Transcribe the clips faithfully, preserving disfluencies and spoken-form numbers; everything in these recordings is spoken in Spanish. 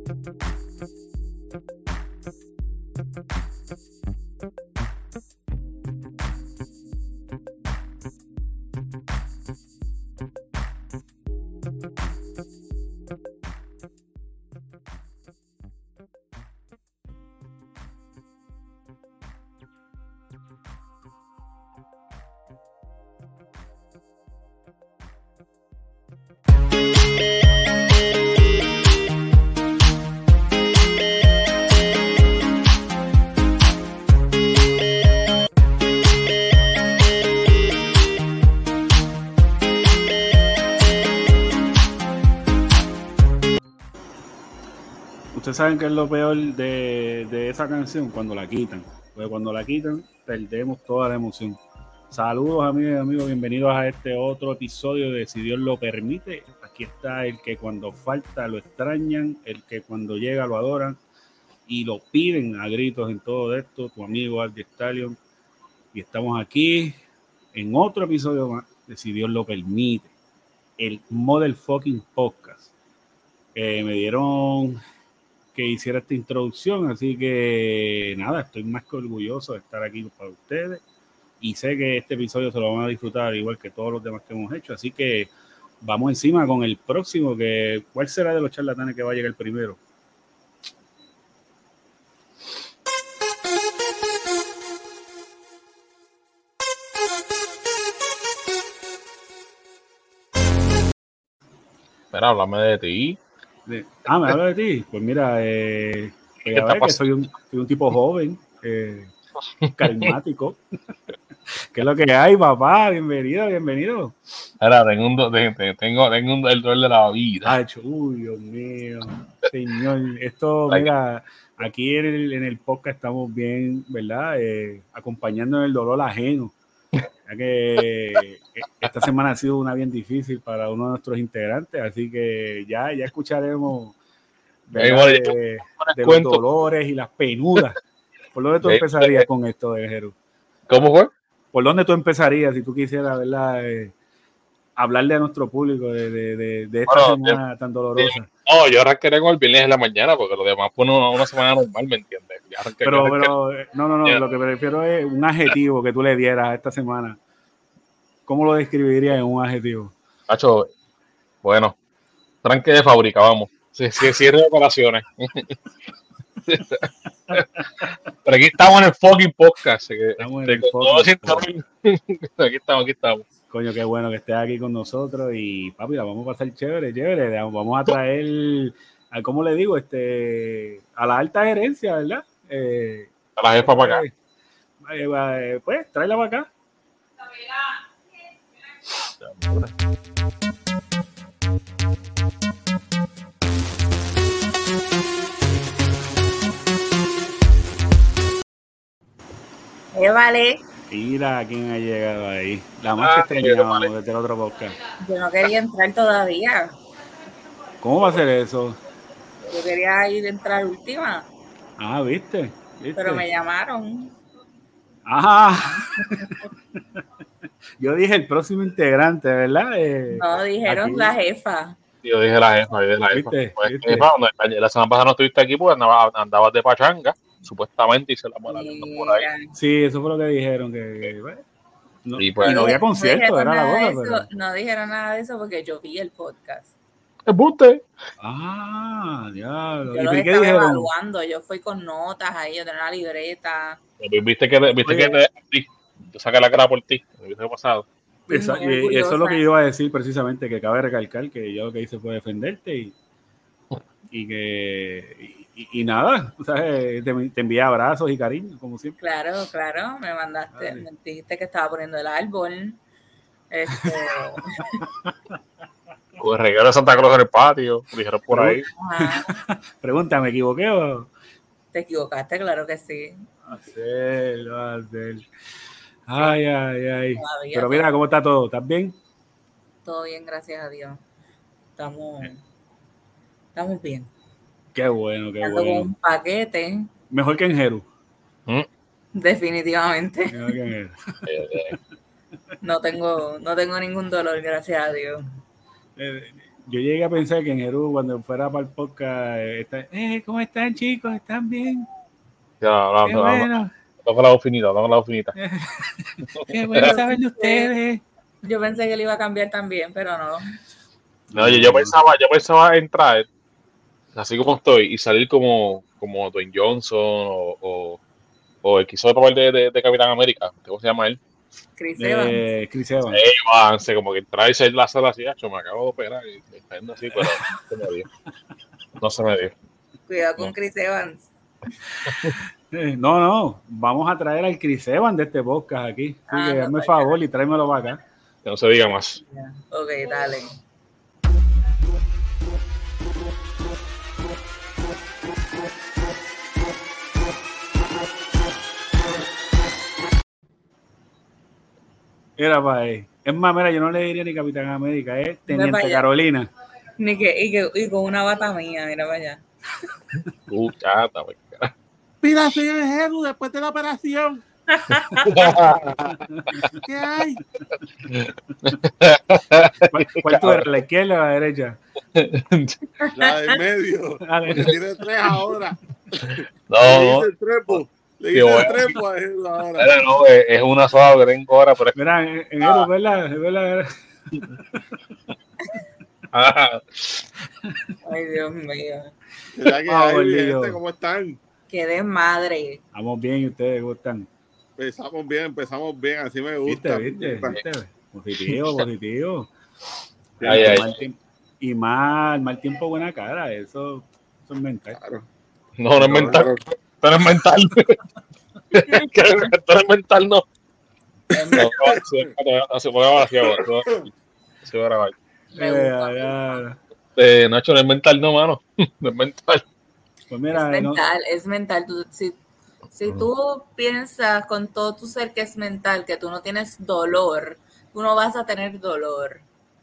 Ustedes saben que es lo peor de, de esa canción, cuando la quitan. Porque cuando la quitan, perdemos toda la emoción. Saludos, amigos y amigos, bienvenidos a este otro episodio de Si Dios lo permite. Aquí está el que cuando falta lo extrañan, el que cuando llega lo adoran y lo piden a gritos en todo esto, tu amigo Aldi Stallion. Y estamos aquí en otro episodio más de Si Dios lo permite, el Motherfucking Podcast. Eh, me dieron que hiciera esta introducción, así que nada, estoy más que orgulloso de estar aquí para ustedes y sé que este episodio se lo van a disfrutar igual que todos los demás que hemos hecho, así que vamos encima con el próximo, que ¿cuál será de los charlatanes que va a llegar primero? Mira, háblame de ti. De, ah, ¿me habla de ti? Pues mira, eh, pues a ver, que soy un, soy un tipo joven, eh, carismático. ¿Qué es lo que hay, papá? Bienvenido, bienvenido. Ahora, tengo, un do, tengo, tengo, tengo un, el dolor de la vida. Ay, uy, Dios mío. Señor, esto, mira, aquí en el, en el podcast estamos bien, ¿verdad? Eh, acompañando en el dolor ajeno. Ya que esta semana ha sido una bien difícil para uno de nuestros integrantes, así que ya, ya escucharemos, ¿verdad? de, de los dolores y las penudas. ¿Por dónde tú empezarías con esto, Jeru? ¿Cómo fue? ¿Por dónde tú empezarías si tú quisieras, ¿verdad? Eh, hablarle a nuestro público de, de, de, de esta bueno, semana de, tan dolorosa? De, no, yo arranqué con el viernes en la mañana porque lo demás fue una, una semana normal, ¿me entiendes? Arranqué, pero, arranqué, pero, no, no, no, yeah. Lo que prefiero es un adjetivo que tú le dieras a esta semana. ¿Cómo lo describirías en un adjetivo? Nacho, bueno, tranque de fábrica, vamos. Sí, sí, cierre de operaciones. Pero aquí estamos en el fucking podcast. Que, estamos este, en el fucking podcast. Aquí estamos, aquí estamos. Coño, qué bueno que estés aquí con nosotros y papi, la vamos a pasar chévere, chévere. Vamos a traer, ¿cómo le digo? Este, a la alta gerencia, ¿verdad? Eh, a la jefa para acá. Eh, eh, pues, tráela para acá. Eh, vale. Mira quién ha llegado ahí. La más ah, que extrañábamos vale. Desde el otro podcast. Yo no quería entrar todavía. ¿Cómo va a ser eso? Yo quería ir a entrar última. Ah, ¿viste? ¿Viste? Pero me llamaron. Ajá. Yo dije el próximo integrante, ¿verdad? Eh, no, dijeron aquí. La jefa. Yo dije la jefa, yo dije la jefa. ¿Viste? Pues, ¿Viste? Jefa, la semana pasada no estuviste aquí porque andabas, andabas de pachanga, supuestamente, y se la volando por ahí. Sí, eso fue lo que dijeron, que bueno, no, y, pues, y no había concierto, no era la cosa. Pero... No dijeron nada de eso porque yo vi el podcast. ¡Embuste! Ah, diablo. Yo ¿Y los qué estaba dijeron? Evaluando, yo fui con notas ahí, yo tenía una libreta. Viste que, viste que te, te saca la cara por ti, el video pasado. Exacto, y eso es lo que yo iba a decir precisamente, que cabe recalcar que yo lo que hice fue defenderte y, y que y, y nada, o sea, te, te envié abrazos y cariño, como siempre. Claro, claro, me mandaste, Ay. me dijiste que estaba poniendo el árbol. Este... Con el regalo de Santa Claus en el patio, dijeron por ahí. Ajá. Pregunta, ¿me equivoqué o...? Te equivocaste, claro que sí. Hacerlo, hacerlo. Ay, ay, ay. Todavía, pero mira, ¿cómo está todo? ¿Estás bien? Todo bien, gracias a Dios. Estamos, estamos bien. Qué bueno, qué Ando bueno. Con un paquete. Mejor que en Jeru. ¿Mm? Definitivamente. Mejor que en Jeru. No tengo, no tengo ningún dolor, gracias a Dios. Eh, yo llegué a pensar que en Jerú, cuando fuera para el podcast, eh, está, eh, ¿cómo están, chicos? ¿Están bien? Ya, no, Qué no, bueno. no, no con la voz finita, no con la voz finita. Qué bueno saber de ustedes. Yo pensé que le iba a cambiar también, pero no. No, yo, yo pensaba, yo pensaba entrar así como estoy y salir como, como Dwayne Johnson o, o, o el que hizo el papel de, de, de Capitán América. ¿Cómo se llama él? Chris Evans. Eh, Chris Evans. Evans, como que entrar y salir la sala así, hacho, me acabo de operar y está así, pero no se me dio. No se me dio. Cuidado con No. Chris Evans. Eh, no, no, vamos a traer al Chris Evans de este podcast aquí. Así Ah, que no, hazme para favor y tráemelo para acá. Que no se diga más. Ok, dale. Era para ahí. Es más, mira, yo no le diría ni Capitán América, es para Teniente allá. Carolina. Ni que, y, que, y con una bata mía, mira para allá. Uh, chata, pues, carajo. Mira, soy el Jeru después de la operación. ¿Qué hay? ¿Cuál, cuál tú eres, la izquierda o la derecha? La del medio. A ver. Porque tiene tres ahora. No, Le no. hice el trepo. Le Qué hice bueno. el trepo a Jeru ahora. Era, no, es, es una sola que tengo ahora, pero es Mira, en en Eros, ¿verdad? ¿verdad? ah, Ay, Dios mío. ¿Verdad que Ah, hay, gordillo. gente? ¿Cómo están? Qué desmadre. Vamos bien, ¿y ustedes cómo están? Empezamos bien, empezamos bien. Así me gusta. ¿Viste, viste? ¿Viste? Positivo, positivo. Ay, y, ay. mal tiempo, y mal, mal tiempo, buena cara. Eso, eso es mental. Claro. no, no es mental. Esto no es mental. Esto no es mental, no. No, no, se- no, se puede grabar así ahora. no, Se va a grabar. Me Eh, gusta. ya. Eh, Nacho, no es mental, no, mano. No es mental. Pues Es mira, no, mental, es mental. Tú, si, si tú piensas con todo tu ser que es mental, que tú no tienes dolor, tú no vas a tener dolor.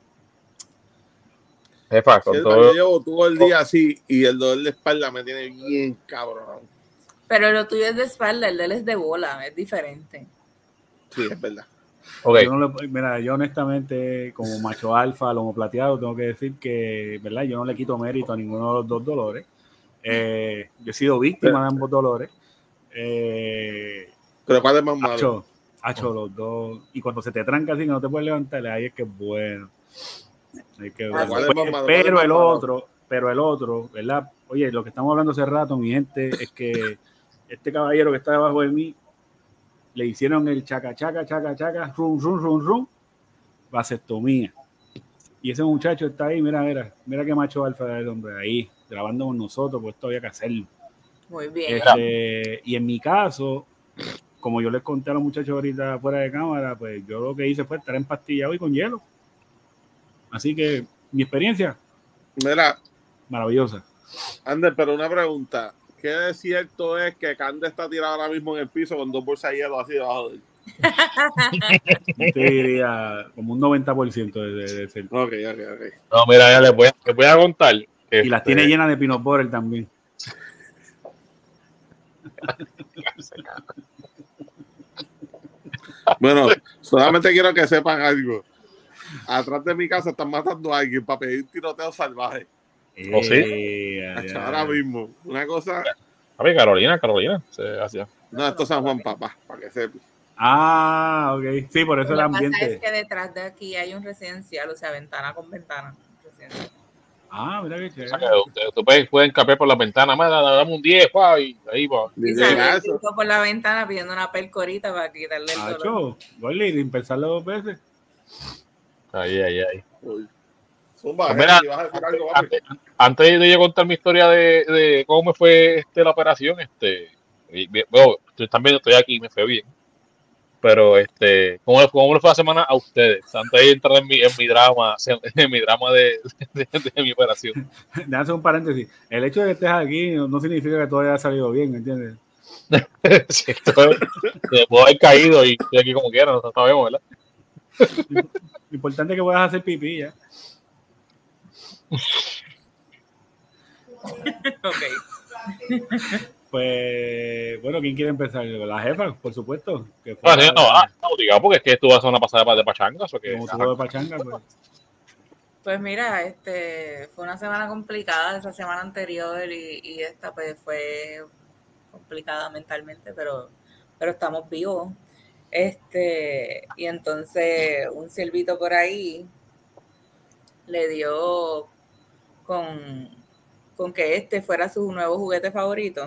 Jefa, con Cierto, todo. yo llevo todo el día así y el dolor de espalda me tiene bien cabrón. Pero lo tuyo es de espalda, el de él es de bola, es diferente. Sí, es verdad. Ok, yo no le- mira, yo honestamente, como macho alfa, lomo plateado, tengo que decir que, ¿verdad? Yo no le quito mérito a ninguno de los dos dolores. Eh, yo he sido víctima de ambos dolores. Eh, Pero ¿cuál es más malo? Hacho, hacho, los dos. Y cuando se te tranca así que no te puedes levantar, ahí es que es bueno. Ahí es que es ¿Cuál bueno. es más malo? ¿Cuál es Pero más el malo? otro, pero el otro, ¿verdad? Oye, lo que estamos hablando hace rato, mi gente, es que este caballero que está debajo de mí, le hicieron el chaca, chaca, chaca, chaca, rum, rum, rum, rum, vasectomía. Y ese muchacho está ahí, mira, mira, mira qué macho alfa es, hombre, ahí, grabando con nosotros, pues todavía hay que hacerlo. Muy bien. Este, y en mi caso, como yo les conté a los muchachos ahorita fuera de cámara, pues yo lo que hice fue estar empastillado y con hielo. Así que mi experiencia, Mira, maravillosa. Ander, pero una pregunta. ¿Qué de cierto es que Cande está tirado ahora mismo en el piso con dos bolsas de hielo así debajo de él? Yo te diría como un noventa por ciento de, de, de ser. Ok, ok, ok. no, mira, ya les voy, a- les voy a contar. Y las Este, tiene llenas de peanut butter también. Bueno, solamente quiero que sepan algo. Atrás de mi casa están matando a alguien para pedir tiroteo salvaje. ¿Oh, sí? Eh, ay, Hacho, ay. ahora mismo. Una cosa. A ver, Carolina, Carolina. Se hacía. No, esto es San Juan, papá, para que sepas. Ah, ok. Sí, por eso Lo el que pasa es ambiente. que detrás de aquí hay un residencial, o sea, ventana con ventana. Residencial. Ah, mira qué O sea, chévere. que ustedes ustedes pueden capear por las ventanas, más dame un diez, pa, y ahí va. Y Ni salió de el eso. tipo por la ventana pidiendo una percorita para quitarle el dolor. Hacho, Gordy, sin pensarlo dos veces. Ahí, ahí, ahí. Uy. Zumba, Pues mira, Henry, vas a decir algo, papi. Antes, antes de yo contar mi historia de, de cómo me fue este, la operación, este, y, bien, bueno, ustedes están viendo, estoy aquí, me fue bien. Pero, este, ¿cómo, le- cómo le fue la semana a ustedes? Antes de entrar en mi, en mi drama, en mi drama de, de, de, de mi operación. Déjame hacer un paréntesis. El hecho de que estés aquí no, no significa que todo haya salido bien, ¿entiendes? Sí, esto es- me puedo haber caído y estoy aquí como quiera, no sabemos, ¿verdad? Lo importante es que puedas hacer pipí ya. Ok. Pues, bueno, ¿quién quiere empezar? La jefa, por supuesto. Que fue Ah, sí, la- no, ah, no, obligado, porque es que estuvo haciendo una pasada de pachanga, eso que, como tuvo de pachanga, pues. Pues mira, este fue una semana complicada, esa semana anterior y, y esta pues fue complicada mentalmente, pero, pero estamos vivos. Este, y entonces un ciervito por ahí le dio con, con que este fuera su nuevo juguete favorito.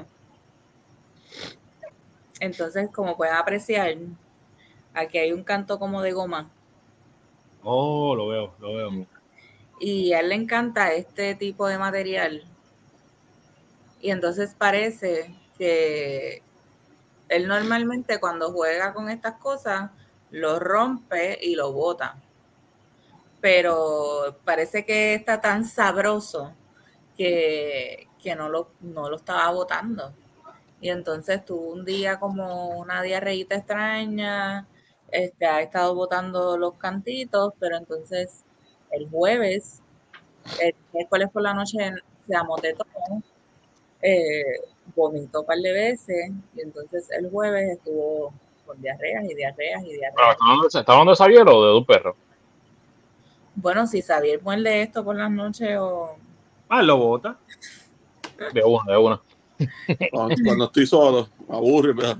Entonces, como pueden apreciar, aquí hay un canto como de goma. Oh, lo veo, lo veo. Y a él le encanta este tipo de material. Y entonces parece que él normalmente cuando juega con estas cosas, lo rompe y lo bota. Pero parece que está tan sabroso que, que no, lo, no lo estaba botando. Y entonces tuvo un día como una diarreíta extraña, este, ha estado botando los cantitos, pero entonces el jueves, el miércoles por la noche se amotetó, eh, vomitó un par de veces, y entonces el jueves estuvo con diarreas y diarreas y diarreas. ¿Está hablando de Xavier o de un perro? Bueno, si Xavier muerde esto por las noches o... Ah, lo bota. De una, de una. Cuando, cuando estoy solo, me aburre. Pero...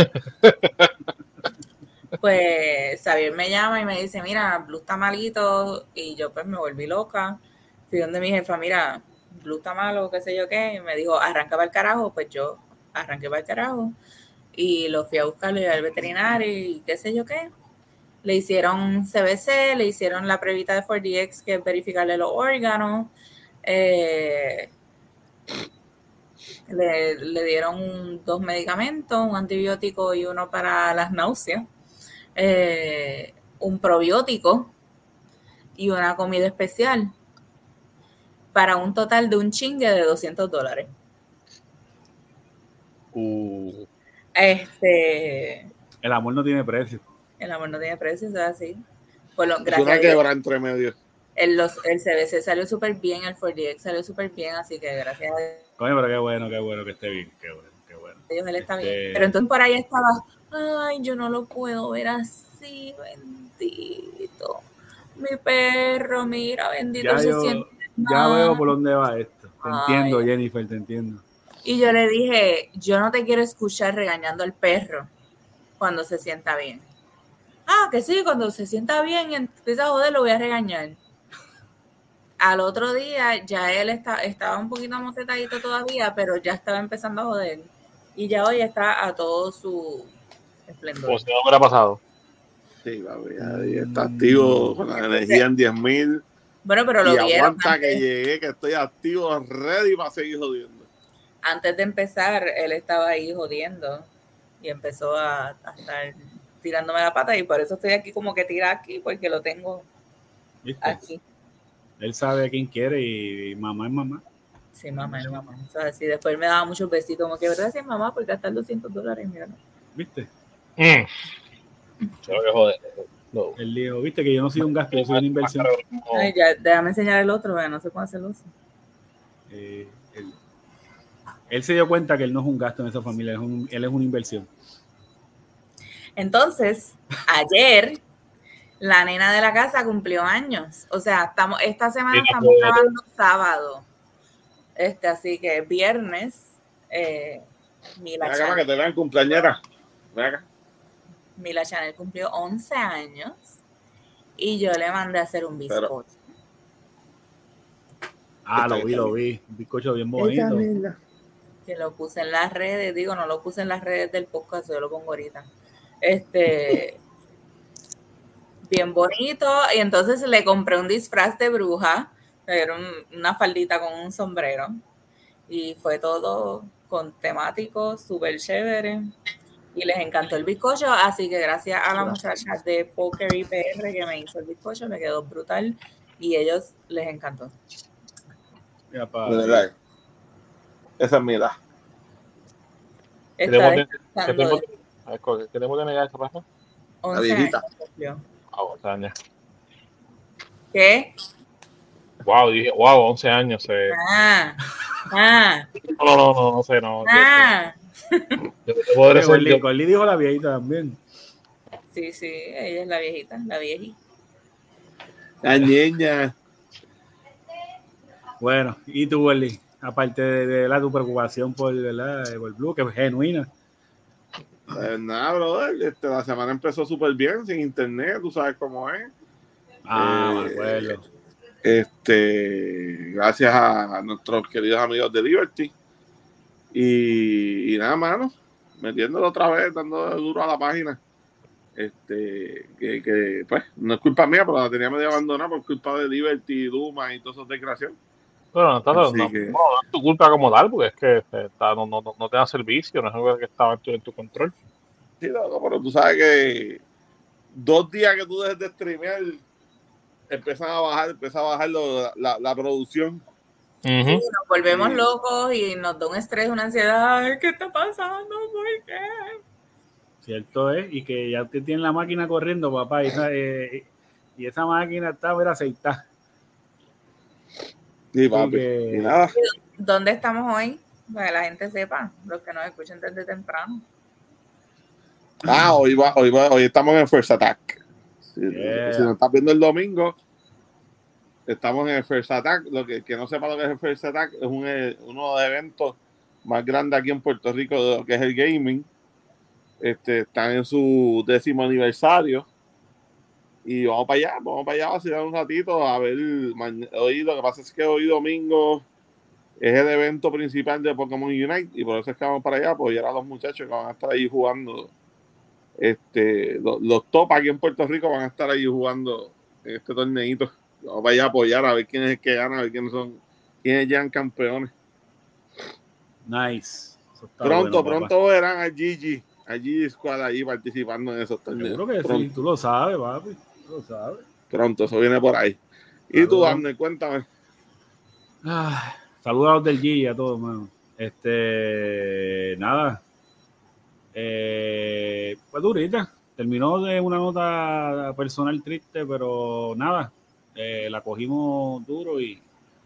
Pues Xavier me llama y me dice, mira, Blue está malito, y yo pues me volví loca. Fui donde mi jefa, mira, Blue está malo, qué sé yo qué, y me dijo, arranca para el carajo, pues yo arranqué para el carajo, y lo fui a buscar, lo llevé al veterinario y qué sé yo qué. Le hicieron C B C, le hicieron la pruebita de cuatro D X, que es verificarle los órganos, eh, le, le dieron dos medicamentos, un antibiótico y uno para las náuseas. Eh, un probiótico y una comida especial para un total de un chingue de doscientos dólares. Uh. Este, el amor no tiene precio. El amor no tiene precio, es así. Por lo, es una quebra entre medio. El, los, el C B C salió súper bien, el cuatro D X salió súper bien, así que gracias a Dios. Coño, pero qué bueno, qué bueno que esté bien, qué bueno, qué bueno. Dios, él está este... bien. Pero entonces por ahí estaba, ay, yo no lo puedo ver así, bendito. Mi perro, mira, bendito. Ya, se yo, siente ya veo por dónde va esto. Te ay. entiendo, Jennifer, te entiendo. Y yo le dije, yo no te quiero escuchar regañando al perro cuando se sienta bien. Ah, que sí, cuando se sienta bien y empieza a joder, lo voy a regañar. Al otro día ya él está, estaba un poquito amotetadito todavía, pero ya estaba empezando a joder. Y ya hoy está a todo su esplendor. Como si no hubiera pasado. Sí, papi, ya está activo con la energía en diez mil. Bueno, pero lo y vieron aguanta antes. Que llegué, que estoy activo, ready para seguir jodiendo. Antes de empezar, él estaba ahí jodiendo y empezó a, a estar tirándome la pata, y por eso estoy aquí como que tira aquí, porque lo tengo ¿Viste? Aquí. Él sabe a quién quiere y mamá es mamá. Sí, mamá es mamá. O sea, sí, después me daba muchos besitos, como que gracias mamá por gastar doscientos dólares, mira. ¿Viste? Mm. Joder. No. Él dijo, viste que yo no soy un gasto, yo soy una inversión. Ay, ya, déjame enseñar el otro, no sé cómo hacerlo. Eh, él, él se dio cuenta que él no es un gasto en esa familia, él es, un, él es una inversión. Entonces, ayer la nena de la casa cumplió años. O sea, estamos esta semana estamos grabando sábado. Este, así que viernes, eh, Mila Venga, Chanel, que te vean cumpleañera. Venga. Mila Chanel cumplió once años y yo le mandé a hacer un bizcocho. Pero... Ah, lo vi, lo vi. Un bizcocho bien bonito. Que lo puse en las redes, digo, no lo puse en las redes del podcast, yo lo pongo ahorita. Este, bien bonito, y entonces le compré un disfraz de bruja, era un, una faldita con un sombrero, y fue todo con temático, súper chévere, y les encantó el bizcocho, así que gracias a la muchacha de Poker I P R que me hizo el bizcocho, me quedó brutal, y ellos les encantó. Ya, pa, esa es mi edad. ¿Qué tiempo tiene ya esa raza? La viejita. Ah, once años. ¿Qué? Wow, dije, wow, once años. Eh. Ah, ah. No, no, no, no, no sé, no. Ah. Yo, yo, yo Oye, Corley, yo... Corley dijo la viejita también. Sí, sí, ella es la viejita, la viejita. La niña. Bueno, y tú, Welly, aparte de, de la tu preocupación por, ¿verdad? por Blue, que es genuina. Pues nada, brother, este, la semana empezó súper bien, sin internet, tú sabes cómo es. Ah, Eh, me acuerdo. Este, gracias a, a nuestros queridos amigos de Liberty. Y, y nada, mano, metiéndolo otra vez, dando duro a la página. Este, que, que pues, no es culpa mía, pero la tenía medio abandonada por culpa de Liberty, Duma y todas esas desgracias. Bueno, no, no, Así no, que, no, no es tu culpa como tal, porque es que este, está, no, no, no te da servicio, no es algo que estaba en tu, en tu control. sí, loco, pero tú sabes que dos días que tú dejes de streamear, empiezan a bajar, empieza a bajar lo- la, la producción. Uh-huh. Sí, nos volvemos Sí. locos y nos da un estrés, una ansiedad. Ay, ¿qué está pasando? ¿Por qué? Cierto es, y que ya usted tiene la máquina corriendo, papá, y esa, eh, y esa máquina está, mira, aceitada. Sí, papi. que- Y nada. ¿Dónde estamos hoy? Para que la gente sepa, los que nos escuchan desde temprano. Ah, hoy, va, hoy, va, hoy estamos en First Attack. Si, Yeah. si nos estás viendo el domingo, estamos en el First Attack. Lo que, que no sepa lo que es el First Attack, es un, uno de los eventos más grandes aquí en Puerto Rico de lo que es el gaming. Este, están en su décimo aniversario. Y vamos para allá, vamos para allá a vacilar un ratito a ver. Hoy lo que pasa es que hoy domingo es el evento principal de Pokémon Unite y por eso es que vamos para allá a apoyar a los muchachos que van a estar ahí jugando. Este, los, los top aquí en Puerto Rico van a estar ahí jugando en este torneito. Vamos para allá a apoyar a ver quién es el que gana, a ver quiénes son, quiénes llegan campeones. Nice. Eso está Pronto, bueno, pronto verán a Gigi, a Gigi Squad ahí participando en esos torneos. Seguro que pronto. sí, tú lo sabes, papi. Tú lo sabes. Pronto, eso viene por ahí. Y tú, Abner, cuéntame. Ah, saludos a los del G y a todos, mano. Este, nada. Eh, pues durita. Terminó de una nota personal triste, pero nada. Eh, la cogimos duro y,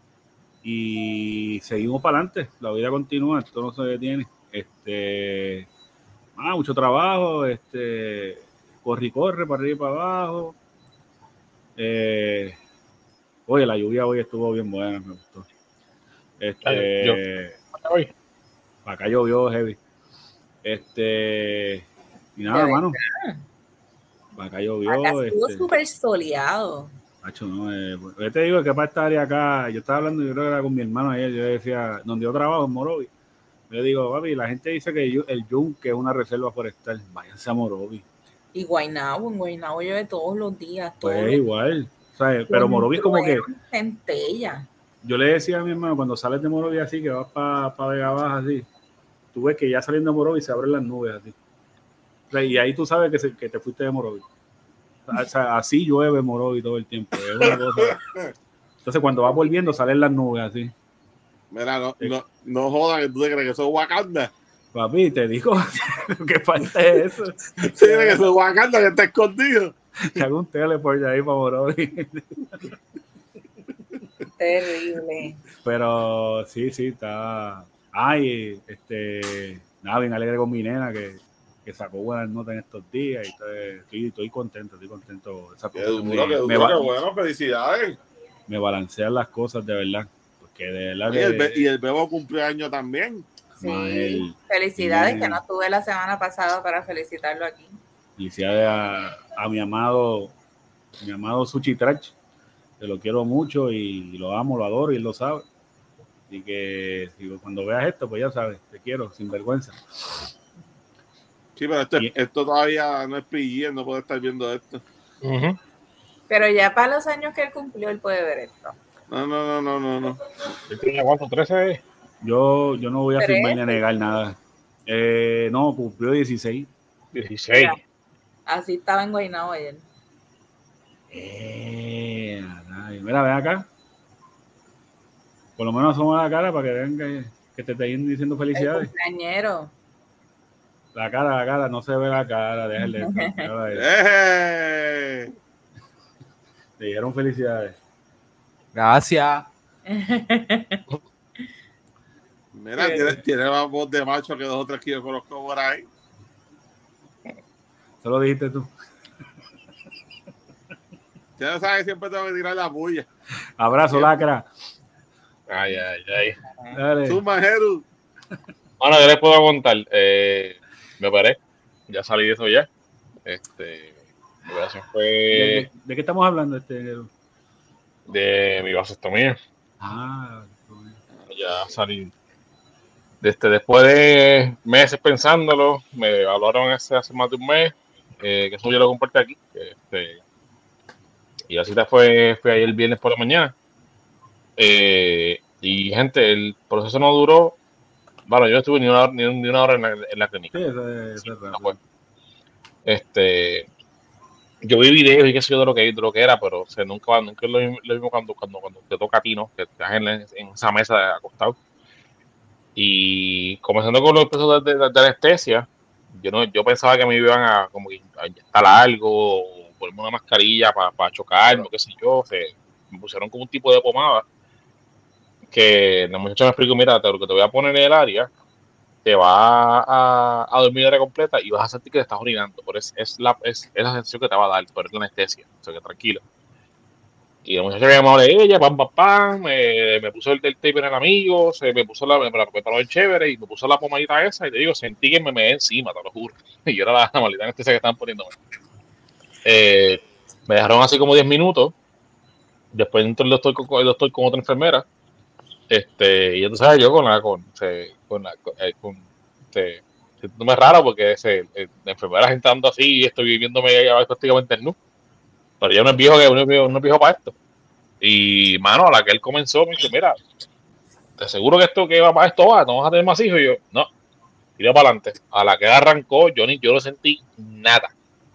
y seguimos para adelante. La vida continúa, esto no se detiene. Este, ah, mucho trabajo, este, corre y corre para arriba y para abajo. Eh, oye, la lluvia hoy estuvo bien buena, me gustó. Este, Yo, hoy. Acá llovió heavy. Este, y nada, hermano. Acá llovió. Acá estuvo este, súper soleado. Macho, no, eh, yo te digo que para esta área acá, yo estaba hablando, yo creo que era con mi hermano ayer, yo decía, donde yo trabajo en Morovi, yo digo, papi, la gente dice que el Yunque es una reserva forestal, váyanse a Morovi. Y Guaynabo, en Guaynabo llueve todos los días. Todos Pues los igual, días. ¿sabes? Pero Morovi es como que... Centella. Yo le decía a mi hermano, cuando sales de Morovi así, que vas para pa Vega Baja así, tú ves que ya saliendo de Morovi se abren las nubes así. O sea, y ahí tú sabes que, se, que te fuiste de Morovi. O sea, así llueve Morovi todo el tiempo. Es una cosa. Entonces, cuando vas volviendo, salen las nubes así. Mira, no, no, no jodas que tú te crees que eso es Wakanda. Papi, te digo que falta es eso. Sí, que eso es Wakanda, que está escondido. Que haga un teleport ahí para Morovi. Terrible. Pero sí, sí, está. Ay, este. Nada, bien alegre con mi nena que. que sacó buenas notas en estos días y estoy, estoy contento, estoy contento. Esa Qué duro, me, qué duro, me qué bueno, felicidades. Me balancean las cosas de verdad, porque de verdad y, que, el, y el bebo cumpleaños también. Sí, el, felicidades el, que no estuve la semana pasada para felicitarlo aquí. Felicidades a, a mi amado, mi amado Suchi Trach, que lo quiero mucho y lo amo, lo adoro y él lo sabe. Y que si, cuando veas esto, pues ya sabes, te quiero, sin vergüenza. Sí, pero esto, esto todavía no es P G, no puede estar viendo esto. Uh-huh. Pero ya para los años que él cumplió, él puede ver esto. No, no, no, no, no. no. ¿Él tenía cuánto? ¿trece? Yo, yo no voy a ¿trece? firmar ni a negar nada. Eh, no, cumplió dieciséis. dieciséis. Mira, así estaba en Guaynabo ayer. Eh, mira, ven acá. Por lo menos asoma la cara para que vean que, que te estén diciendo felicidades. El cumpleañero. La cara, la cara, no se ve la cara, déjale. ¡Eh! Le dijeron felicidades. Gracias. Mira, tiene, tiene más voz de macho que dos o tres que yo conozco por ahí. Se lo dijiste tú. Ya sabes, siempre tengo que tirar la bulla. Abrazo, siempre, lacra. Ay, ay, ay. Dale. Suma, Jeru. Bueno, ¿qué les puedo contar? Eh, me operé. Ya salí de eso ya. Este, mi operación ¿De, fue de, de qué estamos hablando? Este? de mi vasectomía. Ah, Ya salí. Este, después de meses pensándolo, me evaluaron hace, hace más de un mes, eh, que eso yo lo compartí aquí. Este, y la cita fue, fue ayer el viernes por la mañana. Eh, y gente, el proceso no duró. Bueno, yo no estuve ni una, ni, ni una hora en la, en la clínica. sí, eso es, Sí, eso es no rápido. fue. Este, yo vi videos y qué sé yo de lo que, de lo que era, pero o sea, nunca, nunca es lo mismo, lo mismo cuando, cuando, cuando te toca a ti, ¿no? Que estás en, en esa mesa acostado. Y comenzando con los procesos de, de, de anestesia, yo no, yo pensaba que me iban a como que a inyectar algo o ponerme una mascarilla para pa chocarme, o qué sé yo. O sea, me pusieron como un tipo de pomada que la muchacha me explicó, mira, te, lo que te voy a poner en el área, te va a, a dormir área completa y vas a sentir que te estás orinando. Pero es, es, la, es, es la sensación que te va a dar, pero es la anestesia. O sea, que tranquilo. Y la muchacha me llamó de ella, pam, pam, pam, me, me puso el, el tape en el amigo, se me puso la, me, me paró el chévere y me puso la pomadita esa y te digo, sentí que me me encima, te lo juro. Y yo era la, la maldita anestesia que estaban poniéndome. Eh, me dejaron así como diez minutos, después entró el doctor con, el doctor con otra enfermera, este, y ya tú sabes, yo con la, con, se, con la, con, eh, con se, sintiéndome raro porque se, eh, la enfermera entrando así y estoy viviéndome ya prácticamente nu. Pero ya no es viejo, que uno es viejo, uno es viejo para esto. Y, mano, a la que él comenzó, me dice, mira, te aseguro que esto que va para esto va, no vas a tener más hijos. Y yo, no, tira para adelante. A la que arrancó, yo ni yo no sentí nada.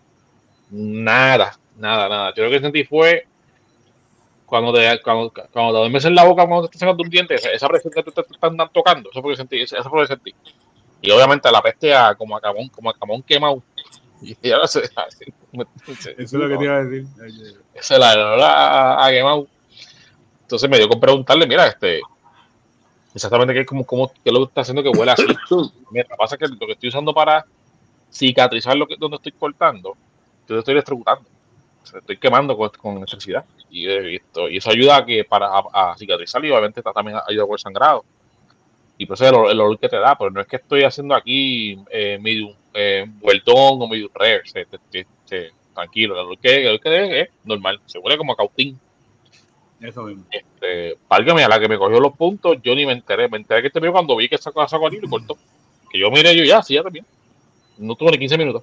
Nada, nada, nada. Yo lo que sentí fue cuando te, cuando, cuando te duermes en la boca, cuando te estás sacando un diente, esa, esa presión que te, te, te están tocando, eso fue lo que sentí, eso fue lo que sentí. Y obviamente la peste a, como a camón, como a camón quemado. Y ya no sé, así, eso es lo que te iba a decir. Esa es la la a quemado. Entonces me dio con preguntarle, mira, este, exactamente qué, como, como, qué es lo que está haciendo que huela así. Mira, lo que pasa es que lo que estoy usando para cicatrizar lo que, donde estoy cortando, yo estoy electrocutando. O sea, estoy quemando con, con electricidad. Y, y, esto, y eso ayuda a que para a, a cicatrizar y obviamente está, también ayuda con el sangrado. Y por eso es el, el olor que te da, pero no es que estoy haciendo aquí eh, medium eh, vueltón o medium rare. Se, te, te, te, tranquilo, el olor que, el olor que es normal. Se huele como a cautín. Eso mismo. Este, válgame, a la que me cogió los puntos, yo ni me enteré. Me enteré que este mío cuando vi que sacó, sacó a ti, lo cortó. Que yo miré, yo ya, sí, ya también. No tuvo ni quince minutos.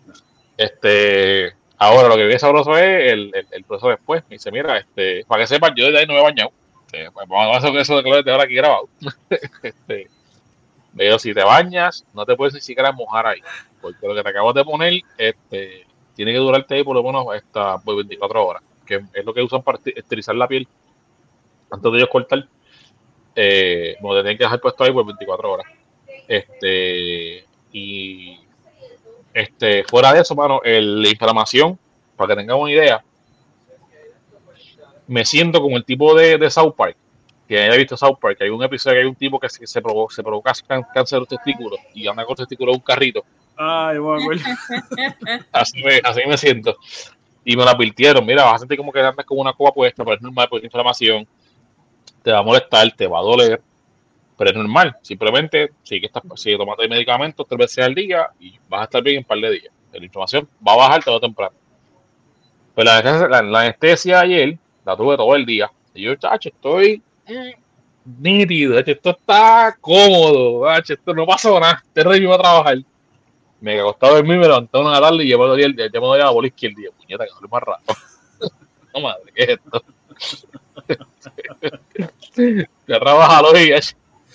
Este, ahora lo que vi sabroso es el, el, el proceso después. Me dice, mira, este, para que sepas, yo desde ahí no me he bañado. Este, pues vamos a hacer eso de colores de ahora aquí grabado. este, me dijo, si te bañas, no te puedes ni siquiera mojar ahí. Porque lo que te acabo de poner, este, tiene que durarte ahí por lo menos hasta pues, veinticuatro horas. Que es lo que usan para esterilizar la piel antes de ellos cortar. Eh, me lo tienen que dejar puesto ahí por veinticuatro horas. Este, y este, fuera de eso, mano, el, la inflamación, para que tengan una idea, me siento como el tipo de, de South Park, que haya visto South Park, que hay un episodio que hay un tipo que se, se, provoca, se provoca cáncer de los testículos y anda con los testículos en un carrito. Ay, bueno, así, me, así me siento. Y me la advirtieron, mira, vas a sentir como que andas con una copa puesta, pero es normal, porque es inflamación, te va a molestar, te va a doler, pero es normal. Simplemente sigue, estás, sigue tomando medicamentos tres veces al día y vas a estar bien en un par de días. La inflamación va a bajar todo temprano. Pero la anestesia, la, la anestesia ayer la tuve todo el día. Y yo, chacho, estoy mm, nítido, chacho, esto está cómodo, chacho, esto no pasó nada, te revivo a trabajar. Me acostaba a dormir, me levanté una tarde y llevo el día, ya me doy a la bola izquierda. Puñeta, que es más raro. No madre, ¿qué es esto? Ya trabajalo y ya.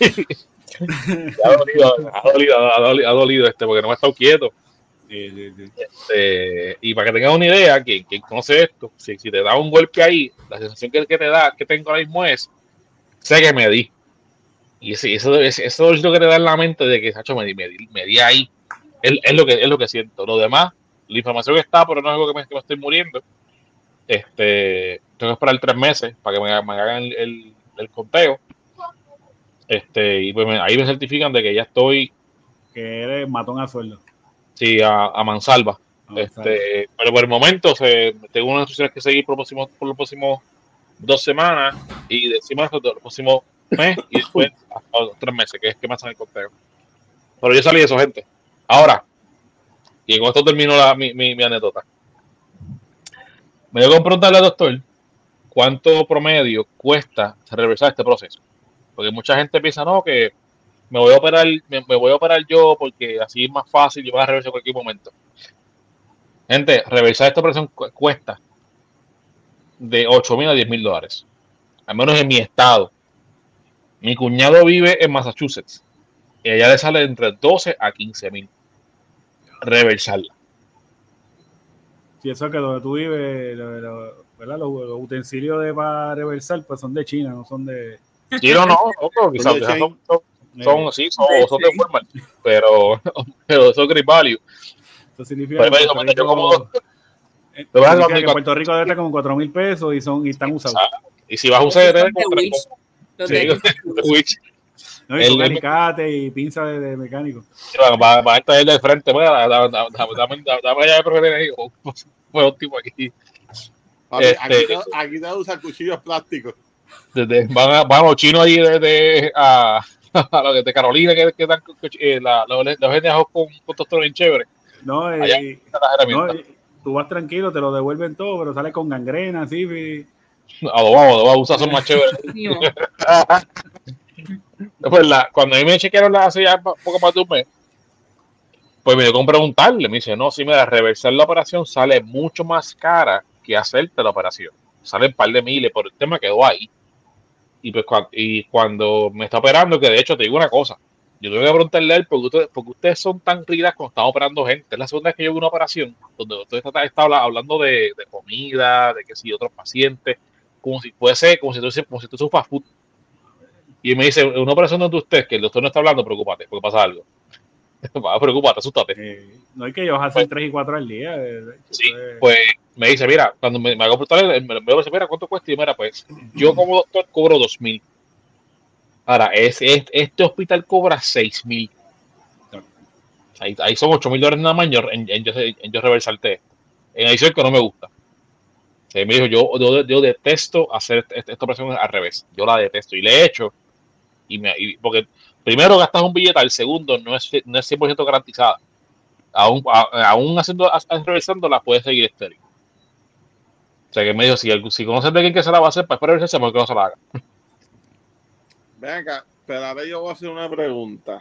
ha dolido, ha dolido, ha dolido, ha dolido este porque no me he estado quieto. Sí, sí, sí. Este, y para que tengan una idea, quien, quien conoce esto, si, si te da un golpe ahí, la sensación que, que te da, que tengo ahora mismo es, sé que me di. Y ese, eso, ese, eso es lo que te da en la mente de que, Sacho, me di, me di, me di ahí. Es, es, lo que, es lo que siento. Lo demás, la información está, pero no es algo que me, que me estoy muriendo. Este, tengo que esperar tres meses para que me, me hagan el, el, el conteo. Este, y pues me, ahí me certifican de que ya estoy. Que eres matón a sueldo. Sí, a, a mansalva. A este, pero por el momento se, tengo unas instrucciones que seguir por los próximos, por los próximos dos semanas y de encima de los próximos mes y después hasta los tres meses, que es que me hacen el conteo. Pero yo salí de eso, gente. Ahora, y con esto termino la, mi, mi, mi anécdota. Me dio con preguntarle al doctor cuánto promedio cuesta reversar este proceso. Porque mucha gente piensa, no, que me voy a operar, me, me voy a operar yo porque así es más fácil, yo voy a reversar en cualquier momento. Gente, reversar esta operación cu- cuesta de ocho mil a diez mil dólares. Al menos en mi estado. Mi cuñado vive en Massachusetts. Y allá le sale entre doce a quince mil reversarla. Si eso que donde tú vives, lo- lo- ¿verdad? Los, los utensilios de para reversar, pues son de China, no son de. Sí, no, no, no, quizás, quizás son, son, son, sí, son, son de Walmart, pero, pero son Great Value. Eso significa Pero que, me dijo, Puerto "Mira, yo Rico, como eh, Te vas a significa dormir que con- Puerto Rico debe estar como cuatro mil pesos y son y están usados. y si vas a un Esos C D son T, de como Wish. Los Sí, de aquí son de de Wish. Wish. No, y son El- el- alicates y pinzas de, de mecánico. Va, va a estar él de frente, mira, dame, dame, dame, dame, dame ya de preferir ahí. Oh, pues, fue un tipo aquí. Papi, Este- aquí, te, aquí te usan cuchillos plásticos. Desde, van, a, van los chinos ahí de, de, a, a los de Carolina que, que dan eh, la, los, los venden ajo con, con tostones bien chévere. No, Allá y, están las no herramientas. y tú vas tranquilo, te lo devuelven todo, pero sale con gangrena, así. Y, Adobado, adobado, usas son más chéveres. Mío. Pues la, cuando a mí me chequearon la, hace ya poco más de un mes, pues me dio con preguntarle, me dice, no, si me da reversar la operación sale mucho más cara que hacerte la operación. Sale un par de miles, pero el tema quedó ahí. Y pues cua- y cuando me está operando, que de hecho te digo una cosa, yo tengo que preguntarle a él, porque ustedes, porque ustedes son tan rígidas cuando están operando gente. Es la segunda vez que yo veo una operación donde usted está, está habla- hablando de, de comida, de que si otros pacientes, como si fuese, como si tú como si tú fuese un fast food. Y me dice, una operación donde usted, que el doctor no está hablando, preocúpate, porque pasa algo. Va, preocúpate, asústate. eh, no hay que ellos hacen tres y cuatro al día. de- de- Sí, pues, pues me dice, mira, cuando me, me hago preguntar, me, me dice, mira, ¿cuánto cuesta? Y mira, pues yo como doctor cobro dos mil. Ahora, es, es- este hospital cobra seis mil. Ahí, ahí son ocho mil dólares nada más en, yo- en, en yo, en yo reversarte esto. En adición que no me gusta. O sea, me dijo, yo, yo, yo detesto hacer este- este- esta operación al revés. Yo la detesto y le he hecho. Y me, y- porque primero gastas un billete, al segundo no es, no es cien por ciento garantizada. Aún, a- aún haciendo, a- reversando la puedes seguir estéril. O sea que me dijo, si, algún- si conoces de alguien que se la va a hacer, para reversarse, mejor que no se la haga. Ven acá, pero ahora yo voy a hacer una pregunta.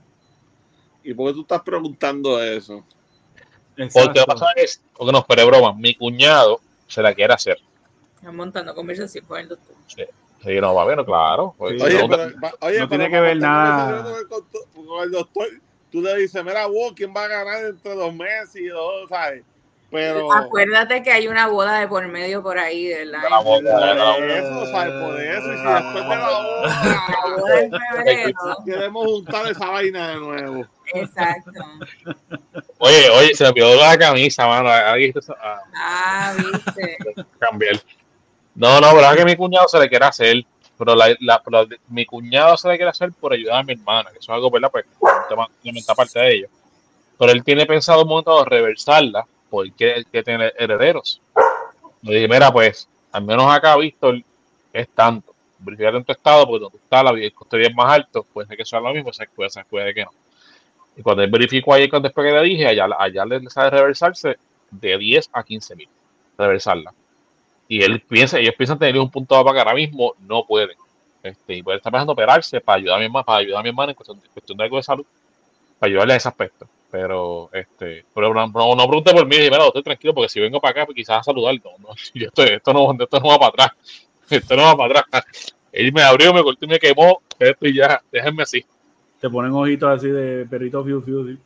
¿Y por qué tú estás preguntando eso? Porque lo que exacto. pasa es, porque no, pero es broma, mi cuñado se la quiere hacer. Están montando conversación con el doctor. Sí, sí, no, va bien, claro. Pues, Sí. Oye, no, pero, va- oye, no pero tiene que para ver montar nada. conversación Con el, con el doctor, tú le dices, mira, vos, ¿quién va a ganar entre dos meses y dos, sabes? Pero... Acuérdate que hay una boda de por medio por ahí, ¿verdad? La boda, Por la- eso, ¿sabes? Por eso. Y si después de la La boda boda en febrero. queremos juntar esa vaina de nuevo. Exacto. Oye, oye, se me olvidó la camisa, mano. Ahí está esa- ah, Ah, viste. cambiar. No, no, verdad que mi cuñado se le quiere hacer, pero, la, la, pero mi cuñado se le quiere hacer por ayudar a mi hermana, que eso es algo, ¿verdad? Pues un tema completamente aparte de ello. Pero él tiene pensado un momento de reversarla porque él quiere tener herederos. Le dije, mira, pues, al menos acá, Víctor, es tanto. Verificar en tu estado, porque donde tú estás, la, el costo de vida es más alto, puede ser que sea lo mismo, se puede, se puede que no. Y cuando él verificó ahí, cuando después que le dije, allá, allá le sale reversarse de diez a quince mil. Reversarla. Y él piensa, ellos piensan tener un punto de paga, ahora mismo no pueden. Este, y puede estar pensando operarse para ayudar a mi hermana, para ayudar a mi hermana en cuestión, en cuestión de algo de salud, para ayudarle a ese aspecto. Pero, este, pero no, no, no pregunte por mí, dije, mira, estoy tranquilo, porque si vengo para acá, pues quizás a saludar, no, no, yo estoy, esto no, esto no va para atrás, esto no va para atrás. Él me abrió, me cortó y me quemó, esto y ya, déjenme así. Te ponen ojitos así de perrito fiu fiu. ¿Sí?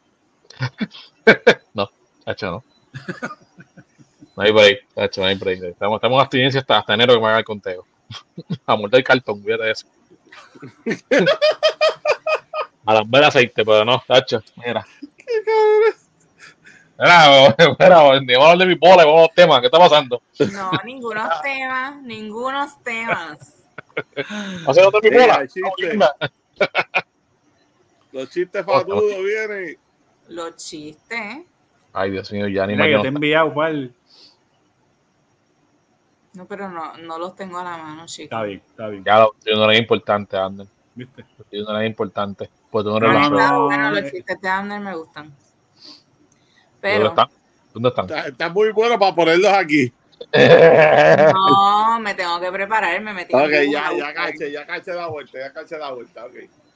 No, hecho no. No hay break, hecho, no hay break. Estamos, estamos en abstinencia hasta, hasta enero que me haga el conteo. A morder cartón, fíjate de eso. A lamber aceite, pero no, tacho, mira. ¡Qué cabrón! Mira, mira, vamos a hablar de mi bola y vamos a los temas, ¿qué está pasando? No, ningunos temas, ningunos temas. ¿Va a ser otro mi Sí, bola? hay chiste. No, Los chistes fatudos vienen. Los chistes. ay, Dios mío, ya ni Mira, más yo yo te he no- enviado, ¿cuál? No, pero no, no los tengo a la mano, chicos. Está bien, está bien. Ya, lo no es importante, Ander. ¿Viste? Lo no es importante. Pues tú no No, eres No, los está no, bueno, eh. los chistes de Ander me gustan. ¿Dónde Pero están? ¿Dónde están? Está, está muy bueno para ponerlos aquí. no, me tengo que preparar, me metí en Ok, Google ya, a ya buscar. caché, ya caché la vuelta, ya caché la vuelta, ok.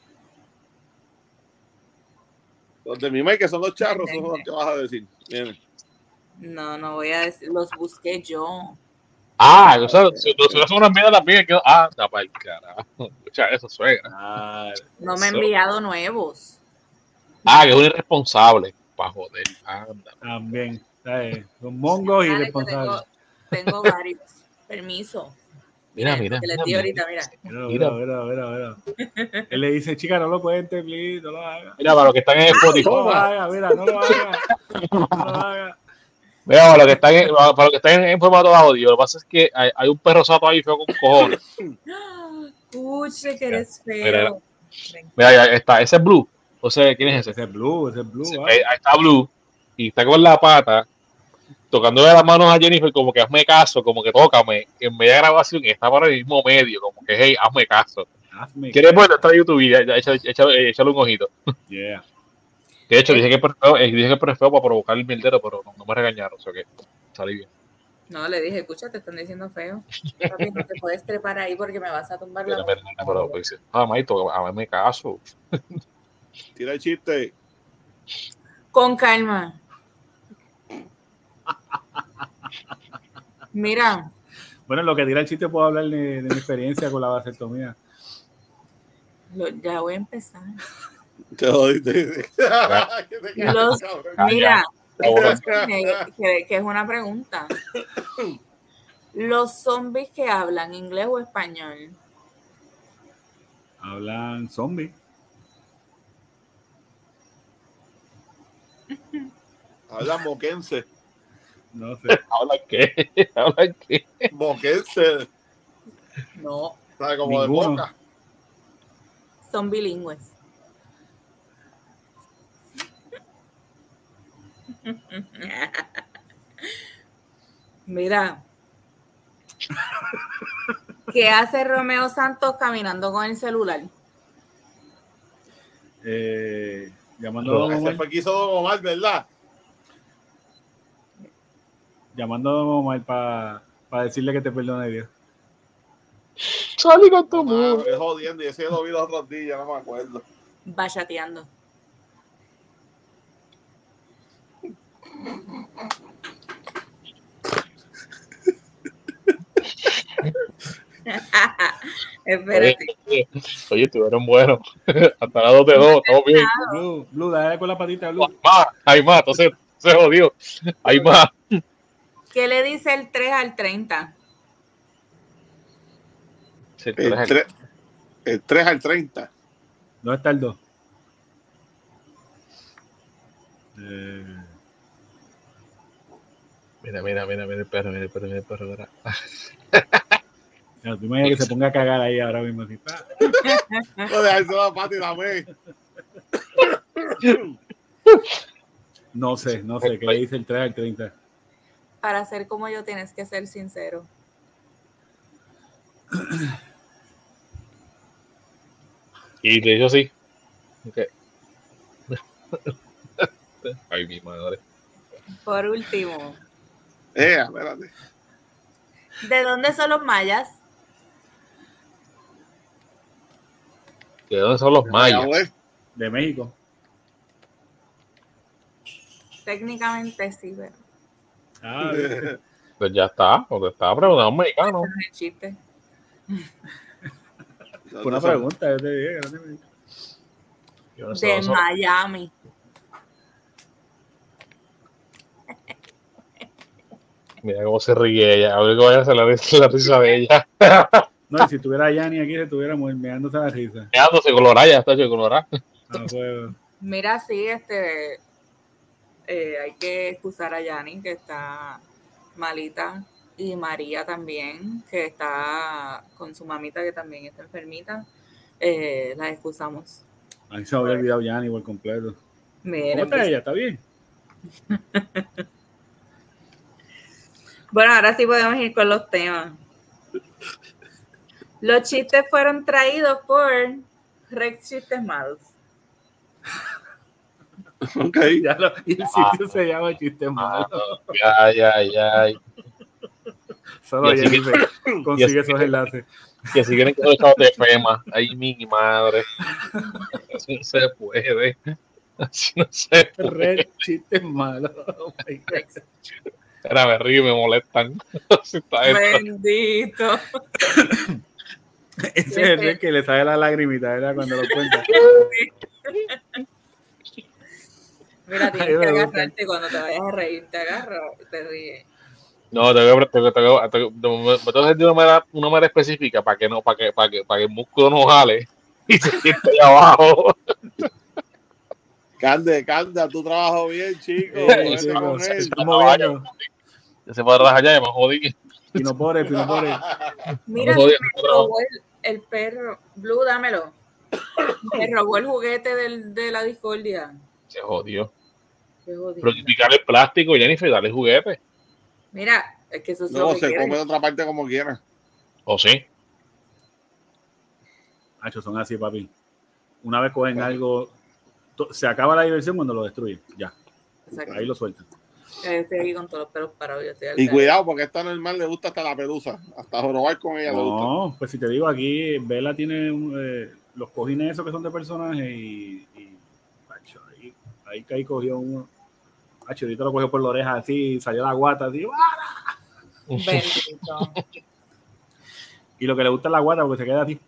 Los de mi Mike, que son los charros, son los que vas a decir. Viene. No, no voy a decir, los busqué yo. Ah, o sea, si tú haces una mierda también, que ah, da para el carajo. Escucha eso, suegra. Ah, No me he Eso. enviado nuevos. Ah, que es un irresponsable. Pa' joder, anda. también. ¿Sabes? Son mongos y Dale, que responsables. tengo, tengo varios. Permiso. Mira, Miren, mira, lo que les mira, di mira, ahorita, mira. Mira, mira, mira, mira, mira. Él le dice, chica, no lo cuentes, please, no lo hagas. mira, para los que están en Spotify. No lo hagas, mira, no lo hagas. No lo hagas. Mira, para los que están en, para los que están en formato de audio, lo que pasa es que hay, hay un perro sato ahí feo con cojones. Puche, que eres Mira, feo. mira, ahí está, ese es Blue. O sea, ¿quién es ese? Ese es Blue, ese es Blue. Ese- ¿vale? ahí está Blue y está con la pata tocándole las manos a Jennifer como que hazme caso, como que tócame en media grabación y está para el mismo medio, como que hey, hazme caso. Hazme ¿Quieres caso. ver? Está en YouTube y ya- ya, échale, échale- échale un ojito. Yeah. Que de hecho dije que es perfecto, eh, dije que es perfecto para provocar el mierdero, pero no, no me regañaron, o sea que salí bien. No, le dije, escucha, te están diciendo feo. Papi, no te puedes trepar ahí porque me vas a tumbar la Mira, voz. mira, mira, pero pues, dice, ah, maito, hazme caso. Tira el chiste. Con calma. Mira, Bueno, en lo que tira el chiste puedo hablar de, de mi experiencia con la vasectomía. lo- ya voy a empezar. Te jodiste. Que te cagas, Los, cabrón. mira, Ahora, que, que- que es una pregunta. Los zombies que hablan inglés o español. Hablan zombies. Habla moquense. No sé. ¿habla qué? ¿Habla qué? Moquense. No, ¿Sabes? Como Ninguno. de boca. son bilingües. Mira, ¿qué hace Romeo Santos caminando con el celular? Eh, llamando a Don Ese Omar. fue que hizo Don Omar, ¿verdad? Llamando a Don Omar para pa decirle que te perdone Dios. Salí con tu No, mano, mundo. que jodiendo. Y ese lo vi los otros días, no me acuerdo. Bachateando. Espérate. Oye, oye, estuvieron buenos. Hasta las dos de dos, todo bien. Blue, Blue, dale con la patita, Blue. Hay más, hay más, entonces se jodió. Hay más. ¿Qué le dice el tres al treinta? Sí, El, tres, tre- el tres al treinta. ¿Dónde está el dos? Eh, Mira, mira, mira, mira el perro, mira el perro, mira el perro. Mira. ya, tú imaginas que se ponga a cagar ahí ahora mismo. Así, ¡pa! No, deja eso la pata y dame. No sé, no sé. ¿Qué le dice el tres al treinta? Para ser como yo tienes que ser sincero. Y le dijo así. Okay. Ay, mi madre. Por último, Eh, espérate. ¿de dónde son los mayas? ¿De dónde son los mayas? Mayagüez. De México. Técnicamente sí, pero Ah, ¿viste? Pues ya está, porque estaba preguntando un mexicano. no es el chiste. Fue una pregunta, yo te dije. que no te- Yo no sé De dónde son. Miami. Mira cómo se ríe ella. A ver cómo vaya a hacer la, risa- la risa de ella. No, y si tuviera Yanni aquí, se estuviera meándose la risa. Quedándose colorada, ya está hecho colorada. Ah, pues, Mira, sí, este, eh, hay que excusar a Yani, que está malita, y María también, que está con su mamita, que también está enfermita. Eh, las excusamos. a mí se me había olvidado Yanni por completo. ¿Cómo Miren, está ella? ¿Está bien? Bueno, ahora sí podemos ir con los temas. Los chistes fueron traídos por Rex Chistes Malos. Ok. Ya lo, y el sitio se llama Chistes Malos. Ay, ay, ay. Solo Y así Jennifer consigue así esos que- enlaces. Que si quieren que los chavos de FEMA. Ay, mi madre. Así no se puede. Así no se puede. Red Chistes Malos. Oh my God. Rex. Era me río y me molestan. Así está esto. Bendito. Ese es el Red que le sale la lagrimita, ¿verdad? Cuando lo cuenta. Mira, tienes Ay, me que gusta. agarrarte cuando te vayas a reír, te agarras y te ríes. No, te voy a te, te, te, te, te, me tengo que decir de una manera, una manera específica para que no, para que, para que, para que el músculo no jale y se siente ahí abajo. Cande, Cande, tu trabajo bien, chico. Eh, Ponete chico, con él. estoy moviendo. Ya se fue a rajar ya, me jodí. Pino Pore, Pino Pore. Mira, No me se jodí, me robó el, el perro. Blue, dámelo. Me robó el juguete del, de la discordia. Se jodió. Qué jodido. Pero quitar el plástico, Jennifer, dale juguete. Mira, es que eso es No, lo que se quieren. come de otra parte como quiera. ¿O sí? Hacho, son así, papi. Una vez cogen algo, to- se acaba la diversión cuando lo destruyen. Ya, Exacto. ahí lo sueltan. Yo estoy aquí con todos los pelos parados. Yo estoy al Y garete. cuidado, porque a esta normal le gusta hasta la pelusa. Hasta jorobar con ella le gusta. No, pues si te digo aquí, Vela tiene un, eh, los cojines esos que son de personajes y, y hacho, ahí, ahí que ahí cogió uno. Hacho, ahorita lo cogió por la oreja así, salió la guata así, ¡ah! Bendito. Y lo que le gusta es la guata porque se queda así.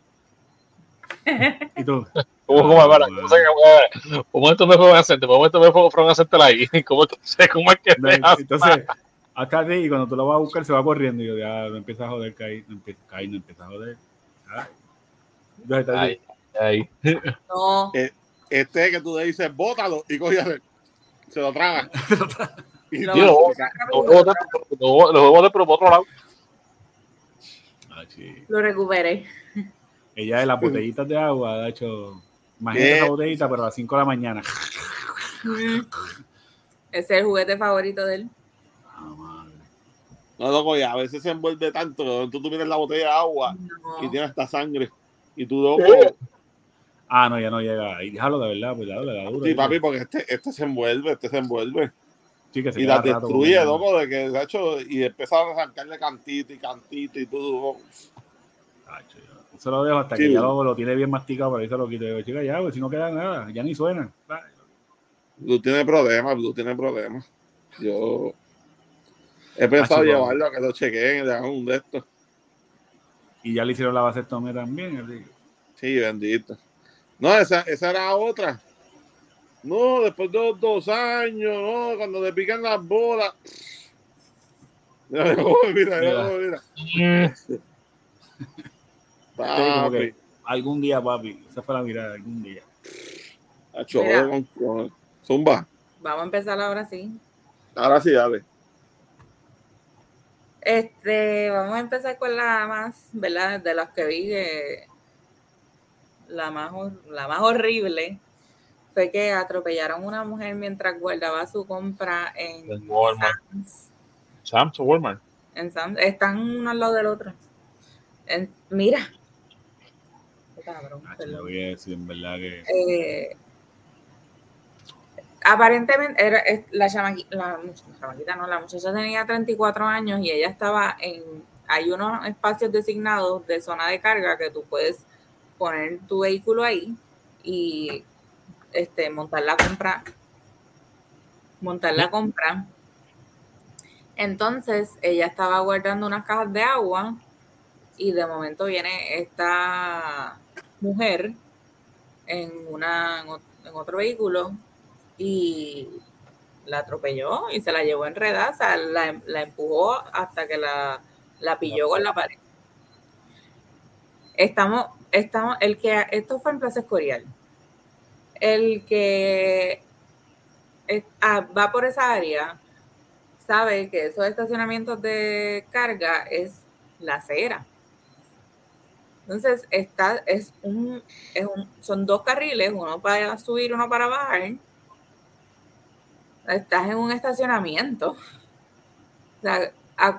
Y tú, ¿Cómo, cómo, para, ¿cómo, se, cómo, cómo esto me fueron a hacerte? ¿Cómo esto me fueron a hacerte ahí? ¿Cómo, cómo es que no, te hace? entonces, acá así, y cuando tú lo vas a buscar se va corriendo y yo, ya, no empieza a joder, caí, no empieza, caí, no empieza a joder. Ay. Entonces, está así. Ay, ay. No. Eh, Este que tú le dices, bótalo y coge, se lo traga. Y Lo Sí, vas lo a voy sacar lo voy rápido. a botar por- lo voy- lo voy a botar, pero por otro lado. Ah, sí. Lo recuperé. Ella de las botellitas de agua, de hecho, imagínate ¿Qué? esa botellita, pero a las cinco de la mañana. Mm. Ese es el juguete favorito de él. Ah, madre. No, loco, y a veces se envuelve tanto que tú, tú miras la botella de agua y No. tiene hasta sangre. Y tú, loco, Ah, no, ya no llega. ahí déjalo de verdad, pues ya le da duro. sí, ¿viste? papi, porque este, este se envuelve, este se envuelve. Sí, que se Y queda las rato destruye, comiendo. loco, de que, de hecho, y empiezan a sacarle cantito y cantito y todo. Tacho, yo se lo dejo hasta Sí. que ya lo, lo tiene bien masticado, pero ahí se lo quito. Digo, chica, ya, pues si no queda nada, ya ni suena. Blue tiene problemas, Blue tiene problemas. Yo he pensado Ah, chico. llevarlo a que lo chequeen y le hagan un de estos. Y ya le hicieron la vasectomía también. Así que- Sí, bendito. No, esa, esa era otra. No, después de los dos años, no, cuando le pican las bolas. Mira, mira, mira, mira, mira. Mm, Sí, como Papi, que algún día, papi. Esa fue la mirada, algún día. a chorro Mira. con, con zumba. Vamos a empezar ahora sí. Ahora sí, dale. Este, vamos a empezar con la más, ¿verdad? De las que vi, que la más, hor- la más horrible fue que atropellaron a una mujer mientras guardaba su compra en En Walmart. Sam's. Sam's o Walmart. En Sam's. Están uno al lado del otro. En- mira. Qué cabrón, Ah, yo perdón. voy a decir en verdad que. Eh, aparentemente era es- la chamaquita, la, much- la chamaquita no, la muchacha tenía treinta y cuatro años y ella estaba en, hay unos espacios designados de zona de carga que tú puedes poner tu vehículo ahí y este montar la compra, montar la compra. Entonces ella estaba guardando unas cajas de agua y de momento viene esta mujer en una en ot- en otro vehículo y la atropelló y se la llevó enredada, o sea, la, la empujó hasta que la, la pilló con la pared. Estamos, estamos, el que, esto fue en Plaza Escorial. El que es- ah, va por esa área sabe que esos estacionamientos de carga es la acera. Entonces, está, es un, es un, son dos carriles, uno para subir, uno para bajar. Estás en un estacionamiento. O sea, a-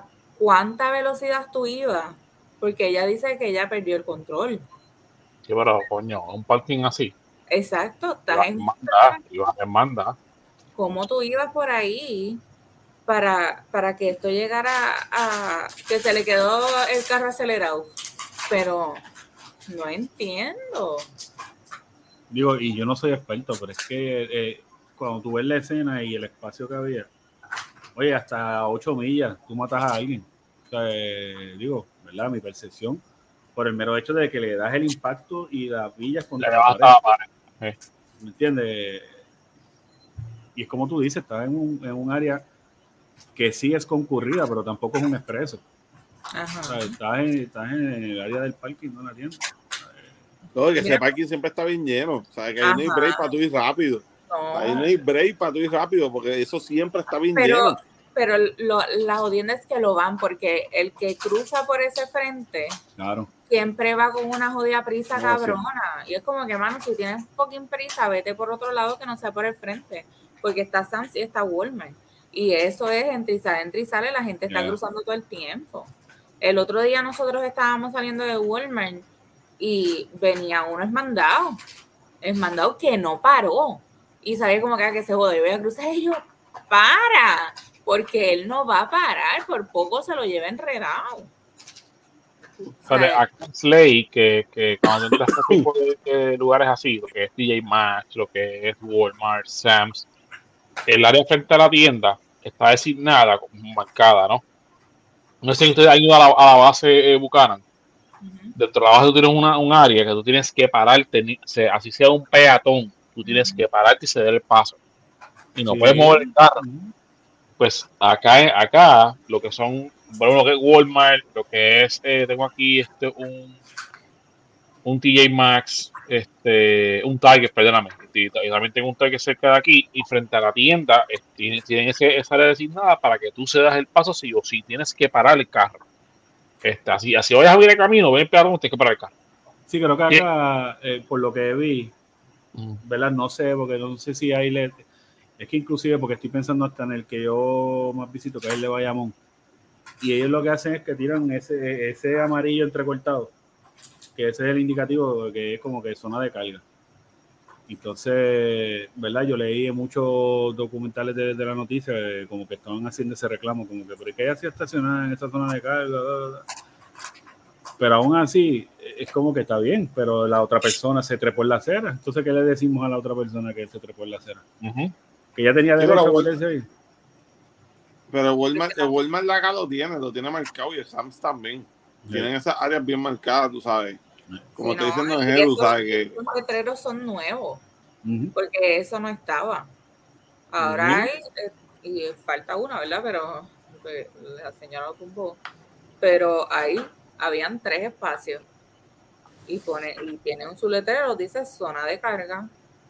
cuánta velocidad tú ibas, porque ella dice que ella perdió el control. Sí, pero coño, un parking así. Exacto, estás Iba en en manda, iba en manda. cómo tú ibas por ahí para, para que esto llegara a que se le quedó el carro acelerado. Pero no entiendo. Digo, y yo no soy experto, pero es que eh, cuando tú ves la escena y el espacio que había, oye, hasta ocho millas, tú matas a alguien. O sea, eh, digo, ¿verdad? Mi percepción, por el mero hecho de que le das el impacto y la pillas contra Le la levanta pared. la pared. Eh. ¿Me entiendes? Y es como tú dices, estás en un, en un área que sí es concurrida, pero tampoco es un expreso. Ajá. O sea, estás, en, estás en el área del parking, no en la tienda. No, que Mira. ese parking siempre está bien lleno. O sea, que ahí Ajá. no hay break para tú ir rápido. No. Ahí no hay break para tú ir rápido, porque eso siempre está bien Pero, lleno. pero lo, la jodienda es que lo van, porque el que cruza por ese frente Claro. siempre va con una jodida prisa No, cabrona. Y es como que, mano, si tienes fucking prisa, vete por otro lado que no sea por el frente. Porque está Sam's y está Walmart. Y eso es entre y sale, entre y sale, la gente está Yeah. cruzando todo el tiempo. El otro día nosotros estábamos saliendo de Walmart y venía uno esmandado. Esmandado que no paró. Y sabía como que, que se jode, voy a cruzar y yo, para, porque él no va a parar, por poco se lo lleva enredado. O sea, acá en Slay, que, que cuando entras a este tipo de, de lugares así, lo que es D J Maxx, lo que es Walmart, Sam's, el área frente a la tienda está designada, como marcada, ¿no? No sé si ustedes han ido a la, a la base eh, Buchanan. Uh-huh. Dentro de la base tú tienes una, un área que tú tienes que pararte, se, así sea un peatón, tú tienes uh-huh. que pararte y ceder el paso. Y no sí. puedes mover el carro. Uh-huh. Pues acá, acá, lo que son, bueno, lo que es Walmart, lo que es, eh, tengo aquí este un, un T J Maxx, este, un Target, perdóname, y, y también tengo un Target cerca de aquí, y frente a la tienda eh, tienen, tienen ese, esa área designada para que tú cedas el paso sí o sí, tienes que parar el carro. Este, así, así vayas a abrir el camino, ven el peatón, tienes que parar el carro. Sí, creo que acá, eh, por lo que vi, mm. ¿verdad? No sé, porque no sé si hay L E D. Es que inclusive, porque estoy pensando hasta en el que yo más visito, que es el de Bayamón, y ellos lo que hacen es que tiran ese, ese amarillo entrecortado, que ese es el indicativo de que es como que zona de carga. Entonces, ¿verdad? Yo leí en muchos documentales de, de la noticia, eh, como que estaban haciendo ese reclamo, como que, ¿por qué hacía estacionar en esa zona de carga? Pero aún así, es como que está bien, pero la otra persona se trepó en la acera. Entonces, ¿qué le decimos a la otra persona que se trepó en la acera? Uh-huh. Que ya tenía derecho sí, a meterse ahí. Pero Walmart, el Walmart de acá lo tiene, lo tiene marcado, y el Sam's también. Sí. Tienen esas áreas bien marcadas, tú sabes. Como sí, te no, dicen los ejemplos, sabes que los letreros son nuevos, uh-huh. porque eso no estaba. Ahora uh-huh. hay, eh, y falta una, ¿verdad? Pero pues, la señora lo tumbó. Pero ahí habían tres espacios. Y pone, y tiene un su letrero, dice zona de carga.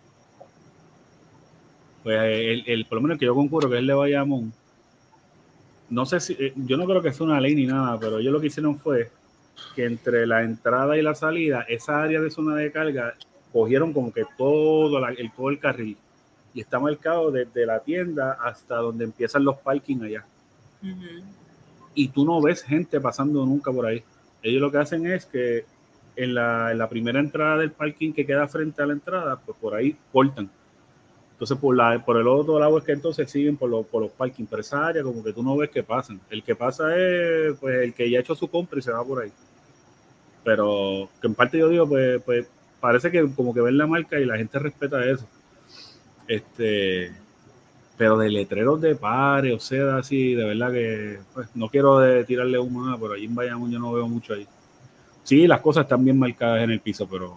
Pues el, el, por lo menos el que yo concurro, que es el de Bayamón, no sé si, yo no creo que sea una ley ni nada, pero ellos lo que hicieron fue que entre la entrada y la salida, esa área de zona de carga, cogieron como que todo, la, el, todo el carril, y está marcado desde la tienda hasta donde empiezan los parkings allá. Uh-huh. Y tú no ves gente pasando nunca por ahí. Ellos lo que hacen es que en la, en la primera entrada del parking que queda frente a la entrada, pues por ahí cortan. Entonces, por, la, por el otro lado es que entonces siguen por, lo, por los parking, pero esa área como que tú no ves que pasan. El que pasa es pues el que ya ha hecho su compra y se va por ahí. Pero que en parte yo digo, pues, pues parece que como que ven la marca y la gente respeta eso. Este, pero de letreros de pares, o sea, así, de verdad que pues, no quiero de tirarle humo nada, pero allí en Bayamón yo no veo mucho ahí. Sí, las cosas están bien marcadas en el piso, pero...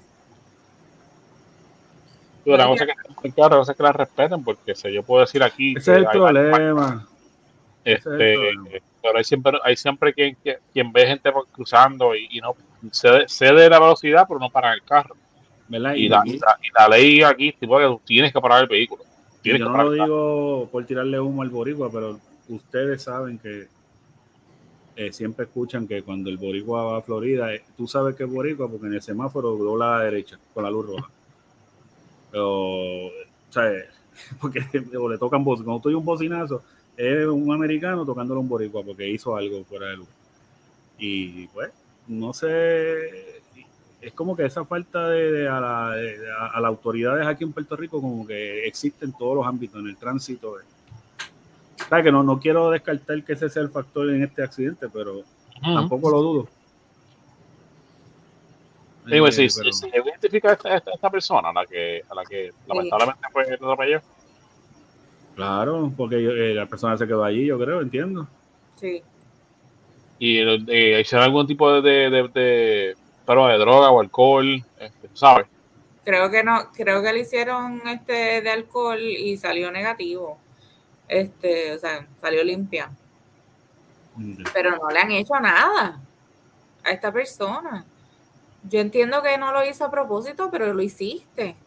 La cosa que la cosa es que la respeten, porque si yo puedo decir aquí... Ese es el problema. Este, es el problema. Pero hay siempre, hay siempre quien, quien, quien ve gente cruzando y, y no cede, cede la velocidad, pero no para el carro. ¿Verdad? Y, y, la, y, la, y la ley aquí tipo que tú tienes que parar el vehículo. Yo no lo digo por tirarle humo al boricua, pero ustedes saben que eh, siempre escuchan que cuando el boricua va a Florida, eh, tú sabes que es boricua porque en el semáforo dobla a la derecha con la luz roja. Pero, o sea, porque o le tocan voz, cuando tú hay un bocinazo, es un americano tocándole a un boricua porque hizo algo fuera de lugar. Y pues, no sé, es como que esa falta de, de, a, la, de a, a las autoridades aquí en Puerto Rico como que existe en todos los ámbitos, en el tránsito. ¿Sabes? Que no, no quiero descartar que ese sea el factor en este accidente, pero uh-huh. tampoco lo dudo. Sí, pues, eh, sí, pero... ¿Se identifica a esta, esta, esta persona a la que, a la que sí. lamentablemente fue atropelló? Claro, porque eh, la persona se quedó allí, yo creo, entiendo. Sí. ¿Y eh, hicieron algún tipo de, de, de, de, pero de droga o alcohol? Este, ¿sabes? Creo que no, creo que le hicieron este de alcohol y salió negativo. Este, o sea, salió limpia. Mm. Pero no le han hecho nada a esta persona. Yo entiendo que no lo hizo a propósito, pero lo hiciste.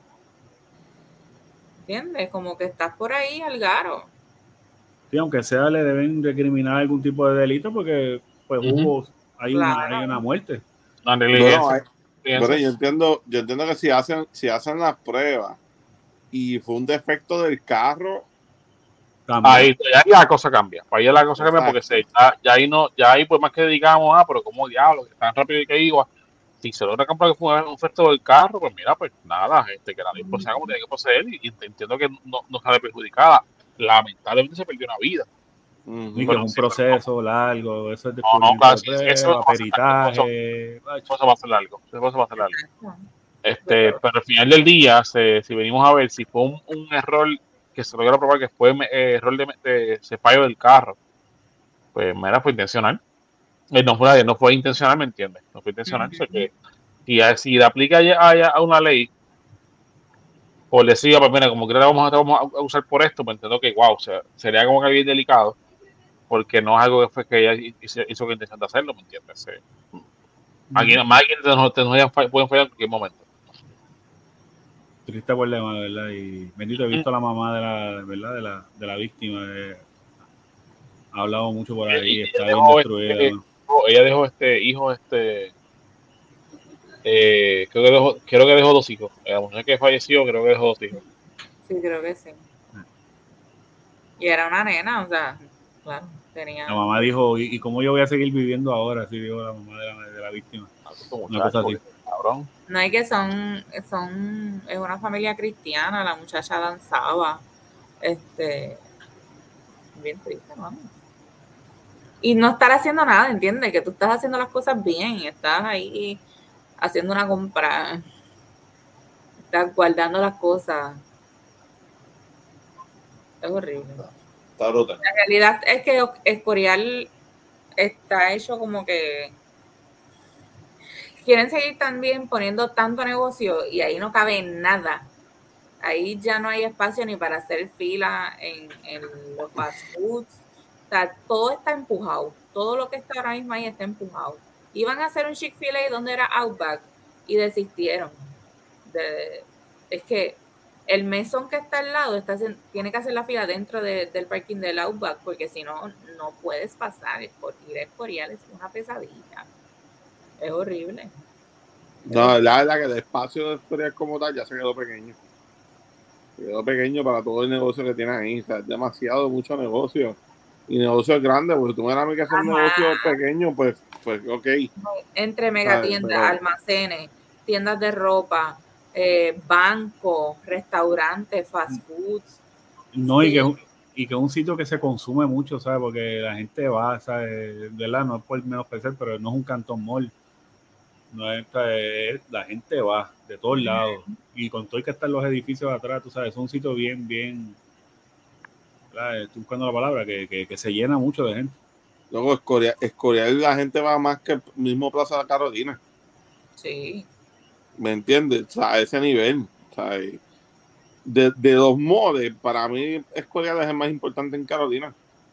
¿Entiendes? Como que estás por ahí al garo. Sí, aunque sea, le deben recriminar algún tipo de delito porque pues uh-huh. hubo, hay, claro. una, hay una muerte. No, bueno, hay, bueno, yo entiendo, yo entiendo que si hacen, si hacen las pruebas y fue un defecto del carro, también. Ahí ya la cosa cambia. Ahí la cosa Exacto. cambia porque se, ya, ya ahí no, ya ahí pues más que digamos, ah, pero como diablo, que tan rápido que iba. Si se logra comprar que fue un efecto del carro, pues mira, pues nada, este, que la ley proceda como tiene que proceder y, y entiendo que no, no sale perjudicada. Lamentablemente se perdió una vida. Uh-huh. Y que es un sí, proceso no, largo, eso es de no, no, claro, sí, prueba, eso peritaje. Eso, eso va a ser largo, eso va a ser largo. Este, pero al final del día, se, si venimos a ver si fue un, un error que se logra probar que fue eh, error de, de, de fallo del carro, pues mira, fue intencional. Eh, no, fue, no fue intencional, ¿me entiendes? No fue intencional. Uh-huh. O sea que si, si le aplica a, a una ley, o le siga, pues mira, como que la vamos a, vamos a usar por esto, pues entiendo que, wow, o sea, sería como que bien delicado, porque no es algo que fue que ella hizo, hizo con intención de hacerlo, ¿me entiendes? Sí. Uh-huh. Alguien, más alguien de nosotros nos pueden fallar en cualquier momento. Triste problema, ¿verdad? Y bendito, he visto a la mamá de la, ¿verdad? De la, de la víctima. Eh, ha hablado mucho por ahí, está bien destruida. Este, ¿no? Ella dejó este hijo, este eh, creo que dejó, creo que dejó dos hijos. La mujer que falleció, creo que dejó dos hijos. Sí, creo que sí. Y era una nena, o sea, claro, tenía. La mamá dijo, ¿y, y cómo yo voy a seguir viviendo ahora? Así dijo la mamá de la, de la víctima. Una cosa así. Cabrón. No, hay que son, son, es una familia cristiana, la muchacha danzaba, este, bien triste, ¿no? Y no estar haciendo nada, ¿entiendes? Que tú estás haciendo las cosas bien, estás ahí haciendo una compra, estás guardando las cosas. Es horrible. Está rota. La realidad es que Escorial está hecho como que quieren seguir también poniendo tanto negocio y ahí no cabe nada. Ahí ya no hay espacio ni para hacer fila en, en los fast foods. O sea, todo está empujado. Todo lo que está ahora mismo ahí está empujado. Iban a hacer un Chick-fil-A donde era Outback y desistieron. De, es que el mesón que está al lado está, tiene que hacer la fila dentro de, del parking del Outback porque si no, no puedes pasar. Ir a Escorial es una pesadilla. Es horrible. No, la verdad que el espacio de Escorial como tal ya se quedó pequeño. Se quedó pequeño para todo el negocio que tiene ahí. O sea, es demasiado, mucho negocio. Y negocios grandes, porque tú me das a mí que hacer un negocio pequeño, pues, pues ok. Entre megatiendas, pero... almacenes, tiendas de ropa, eh, bancos, restaurantes, fast foods. No, sí. y que y que es un sitio que se consume mucho, ¿sabes? Porque la gente va, ¿sabes? De verdad, no es por menospreciar, pero no es un Cantón Mall. No es, es, la gente va de todos lados. Y con todo y que están los edificios atrás, tú sabes, es un sitio bien, bien... ¿sabes? Estoy buscando la palabra, que, que, que se llena mucho de gente. Luego, Escorial, Escorial la gente va más que el mismo Plaza de Carolina. Sí. ¿Me entiendes? O sea, a ese nivel. O sea, de, de los moles, para mí Escorial es el más importante en Carolina.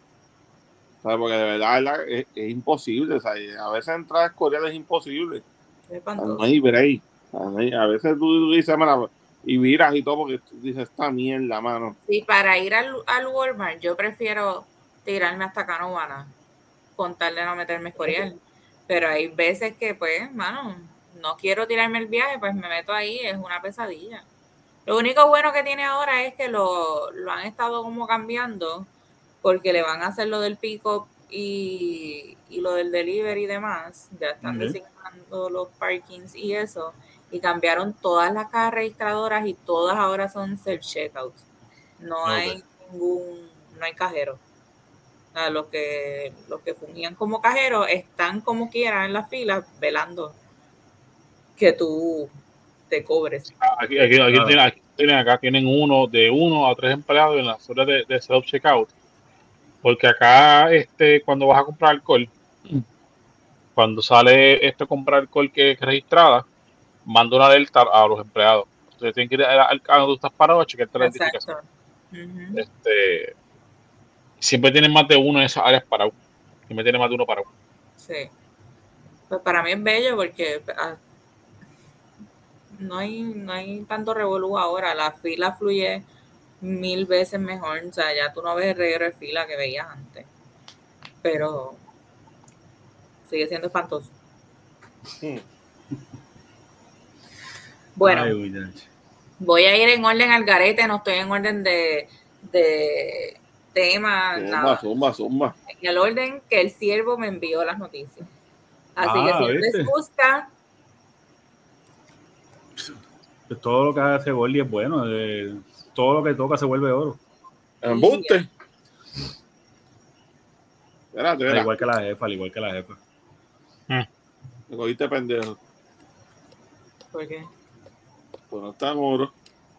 O sea, porque de verdad, verdad es, es imposible. O sea, a veces entrar a Escorial es imposible. Es o sea, no hay break. O sea, a veces tú, tú dices, mira, y miras y todo porque tú dices, esta mierda, mano. Sí, para ir al, al Walmart yo prefiero tirarme hasta Canóvana con tal de no meterme Escorial. Pero hay veces que, pues, mano, no quiero tirarme el viaje, pues me meto ahí, es una pesadilla. Lo único bueno que tiene ahora es que lo, lo han estado como cambiando porque le van a hacer lo del pick-up y, y lo del delivery y demás. Ya están Okay. designando los parkings y eso. Y cambiaron todas las cajas registradoras y todas ahora son self-checkout. No Okay. hay ningún, no hay cajero. O sea, los que, los que fungían como cajeros están como quieran en la fila velando que tú te cobres. Aquí, aquí, aquí, Claro. tienen, aquí tienen, acá tienen uno de uno a tres empleados en la zona de, de self-checkout. Porque acá, este, cuando vas a comprar alcohol, cuando sale esto comprar alcohol que es registrada, manda una alerta a los empleados. Entonces tienen que ir al al- a donde tú estás parado a chequearte la identificación. Exacto. Ujú. Este, siempre tienen más de uno en esas áreas parados. Siempre tienen más de uno parado. Sí. Pues para mí es bello porque ah, no hay, no hay tanto revolú ahora. La fila fluye mil veces mejor. O sea, ya tú no ves el reguero de fila que veías antes. Pero sigue siendo espantoso. Hmm. Bueno, Ay, muchacho. voy a ir en orden al garete, no estoy en orden de, de tema, Zumba, nada. zumba, zumba. En el orden que el siervo me envió las noticias. Así que Ah, si no ¿viste? les gusta, Pues todo lo que hace Gordy es bueno. eh, todo lo que toca se vuelve oro. Embuste. Espérate, Al espera. igual que la jefa, al igual que la jefa. Me cogiste pendejo. ¿por qué? Pues no está en oro.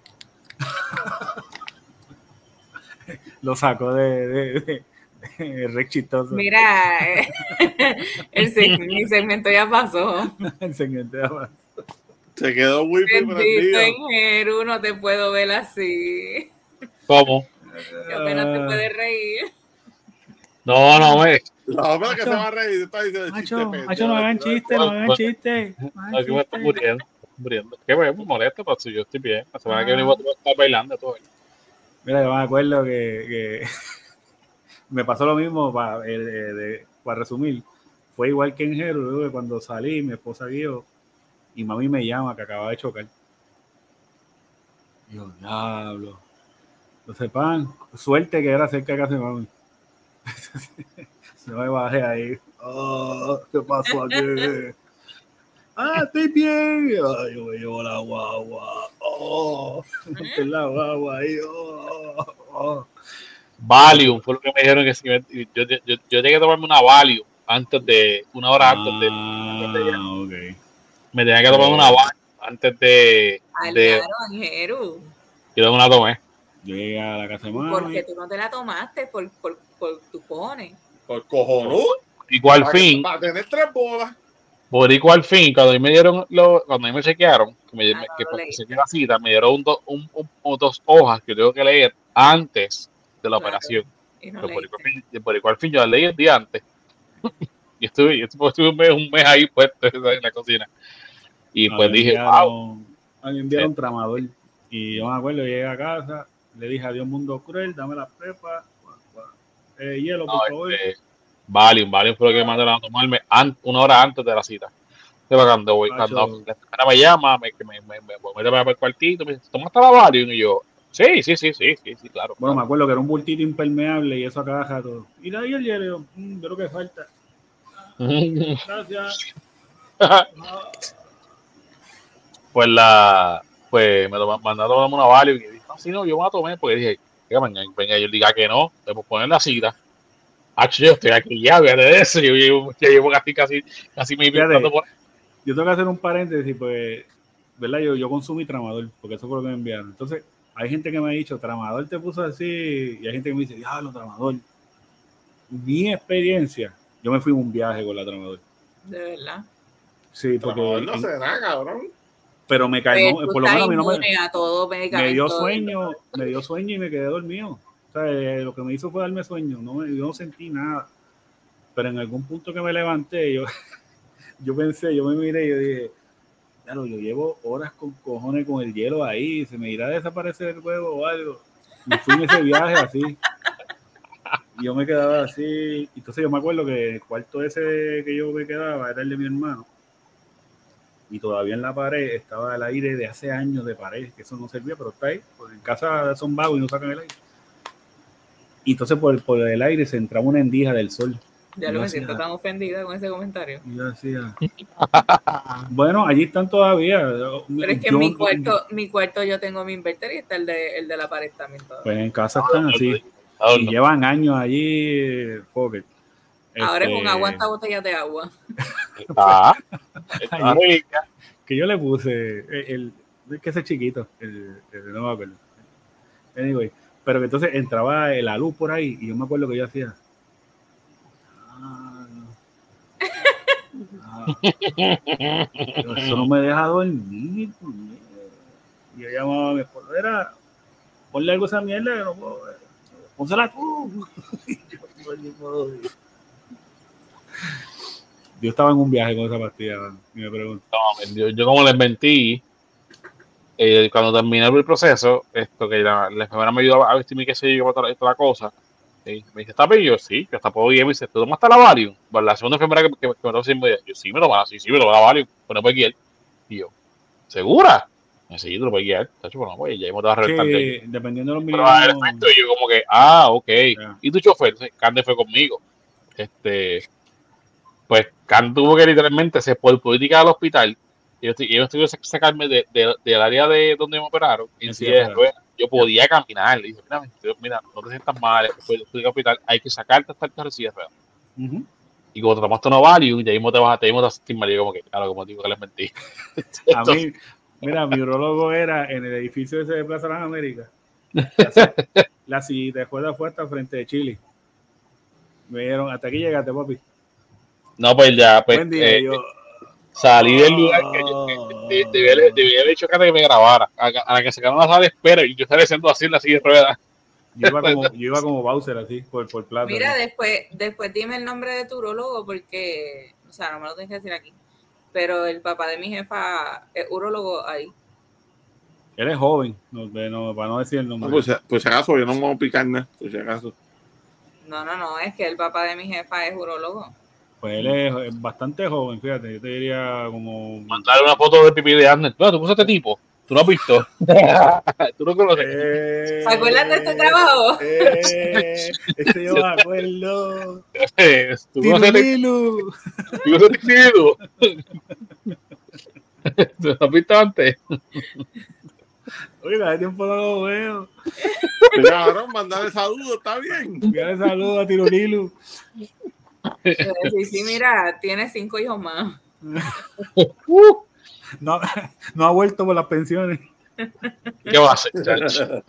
Lo sacó de, de, de, de re chistoso. Mira, el seg- mi segmento ya pasó. El segmento de abajo. Se quedó wifi Bendito prendido. Enjeru, no te puedo ver así. ¿Cómo? Yo que no te puedes reír. No, no, me. La otra que Macho. se va a reír está diciendo el chiste Macho, pendejo. macho, no hagan chistes, no hagan chistes. No hagan Aquí me estoy chistes. muriendo. muriendo. ¿Qué me molesto? Pero si yo estoy bien. La semana que viene Ah. voy a estar bailando todo. Mira, yo me acuerdo que, que me pasó lo mismo para, eh, de, para resumir. Fue igual que en Jero, luego que cuando salí, mi esposa guió y mami me llama que acababa de chocar. Y yo, diablo. Entonces, pan, suerte que era cerca de casa de mami. No me bajé ahí. Oh, ¿qué pasó aquí? Ah, estoy bien. Ay, yo me llevo la guagua. Oh, monté en la guagua ahí. Oh, oh. Valium fue lo que me dijeron que si me, yo, yo, yo, yo llegué a tomarme una Valium antes de, una hora antes de, Ah, ok. me tenía que tomar Eh, una Valium antes de, de Aliado, Enjeru. y luego una tomé. Yo llegué a la casa de ¿Y por mami. qué tú no te la tomaste? Por, por, por tu cojones. Por cojonudo. Igual al Para que- fin, Para tener tres bolas. por igual al fin, cuando a mí me dieron, lo, cuando a mí me chequearon, que, me, Ah, no que lo para leíste. que la cita, me dieron un, do- un, un, un- dos hojas que tengo que leer antes de la Claro, operación. y no Pues por, igual, leíste. fin- por igual fin yo la leí el día antes. y estuve, y estuve, estuve un, mes, un mes ahí puesto en la cocina. Y A pues mí me dije, wow. enviaron, a mí me enviaron tramador. Y yo me acuerdo, llegué a casa, le dije adiós mundo cruel, dame la prepa, eh, hielo, por No, favor. este, Valium, Valium fue lo que me mandaron a tomarme an- una hora antes de la cita. Entonces, cuando, voy, Macho. cuando la enfermera me llama, me, que me, me, me, me mete para el cuartito, me dice, ¿tomaste la Valium? Y yo, sí, sí, sí, sí, sí, sí, claro. Bueno, me claro. acuerdo que era un bultito impermeable y eso acá baja todo. Y le di el hielo y yo, mmm, yo lo que falta. Gracias. pues la, pues me lo mandaron a tomarme una Valium y dije, no, si no, yo me la tomé, porque dije, venga, venga, venga, yo diga que no, debemos poner la cita. Ah, yo estoy aquí ya, fíjate de eso, yo llevo, ya llevo casi, casi, casi me Fíjate, por yo tengo que hacer un paréntesis, pues, ¿verdad? Yo, yo consumí tramador, porque eso fue lo que me enviaron. Entonces, hay gente que me ha dicho, tramador te puso así, y hay gente que me dice, diablo, tramador. Mi experiencia, yo me fui en un viaje con la tramador. De verdad. Sí, porque. Tramador no en- se da, cabrón. pero me calmó, Pues tú por lo estás menos a mí no me, inmune a todo me medicamento. dio sueño, me dio sueño y me quedé dormido. O sea, eh, lo que me hizo fue darme sueño, no me, yo no sentí nada. Pero en algún punto que me levanté, yo, yo pensé, yo me miré y yo dije, claro, yo llevo horas con cojones con el hielo ahí, se me irá a desaparecer el huevo o algo. Y fui en ese viaje así. Y yo me quedaba así. Entonces yo me acuerdo que el cuarto ese que yo me quedaba era el de mi hermano. Y todavía en la pared estaba el aire de hace años de pared, que eso no servía, pero está ahí. Porque en casa son vagos y no sacan el aire. y entonces por, por el aire se entraba una endija del sol. Ya lo me siento tan ofendida con ese comentario. Y yo decía, bueno, allí están todavía. Pero es que yo, en mi cuarto, mi cuarto yo tengo mi inverter y está el de, el de la pared también. Todavía. Pues en casa están así. Y no. Llevan años allí. Pocket. Ahora este... es un aguanta botellas de agua. Ah, allí, que yo le puse el, el que ese chiquito, el, el no me acuerdo. Anyway, pero que entonces entraba la luz por ahí y yo me acuerdo que yo hacía. Ah, no. Ah, eso no me deja dormir. Y yo llamaba a mi esposo, era ponle algo a esa mierda, no puedo, pónsela tú. Yo estaba en un viaje con esa pastilla, y me pregunto. No, yo, yo como les mentí, eh, cuando terminé el proceso, esto que la, la enfermera me ayudó a vestirme que se llegó toda la cosa. ¿Sí? Me dice, ¿está bien? Yo, sí, que está todo bien. Me dice, ¿tú tomaste la Valium? Bueno, la segunda enfermera que, que, que me tocó me dijo, yo, sí, me lo va, sí, sí, me lo va a la Valium, pero no puede guiar. Y yo, ¿segura? Me dice, sí, tú lo puedes guiar. Tacho, bueno, pues ya hemos te vas a reventar sí, de dependiendo de los miligramos. Pero al efecto, yo como que, ah, ok. Yeah. ¿Y tu chofer? Cande fue conmigo. Este, pues, Cande tuvo que literalmente, se por política del hospital, y ellos tuvieron que sacarme de, de, del área de donde me operaron, en silla de ruedas. Yo podía yeah. caminar. Le dije, mira, mira, no te sientas mal, después del hospital hay que sacarte hasta el silla de ruedas. Uh-huh. Y cuando te tomaste una Valium, ya mismo te vas a, te vas a sentir mal. Y yo como que, claro, como digo que les mentí. A mí, mira, mi urologo era en el edificio ese de Plaza Las Américas. La, la sillita de juega fue hasta frente de Chile. Me dijeron, hasta aquí llegaste, papi. No, pues ya, pues. Buen día, eh, yo... Salí del lugar que yo debía haber hecho que me grabara. A, a la que se quedó en la sala de espera y yo estaba haciendo así en la silla de ruedas. Yo iba como, yo iba como Bowser así, por, por plata. Mira, ¿no? después, después dime el nombre de tu urólogo porque, o sea, no me lo tienes que decir aquí. Pero el papá de mi jefa es urólogo ahí. Él es joven, no, no, para no decir el nombre. No, pues, pues si acaso, yo no me voy a picar nada, pues si acaso. No, no, no, es que el papá de mi jefa es urólogo. Pues él es, es bastante joven, fíjate, yo te diría como... Mandarle una foto de pipí de Arnold. No, tú puso este tipo, tú lo has visto. Tú lo conoces. Eh, ¿Se acuerdan de este trabajo? Eh, este yo me acuerdo. Tú conoces Tirulilu. Tú conoces Tirulilu. ¿Tú lo has visto antes? Oye, hace tiempo no lo veo. Cabrón, mandarle saludos, está bien. Enviarle saludos a Tirulilu. Sí, sí, mira, tiene cinco hijos más. Uh, no, no ha vuelto por las pensiones. ¿Qué va a hacer, chacho?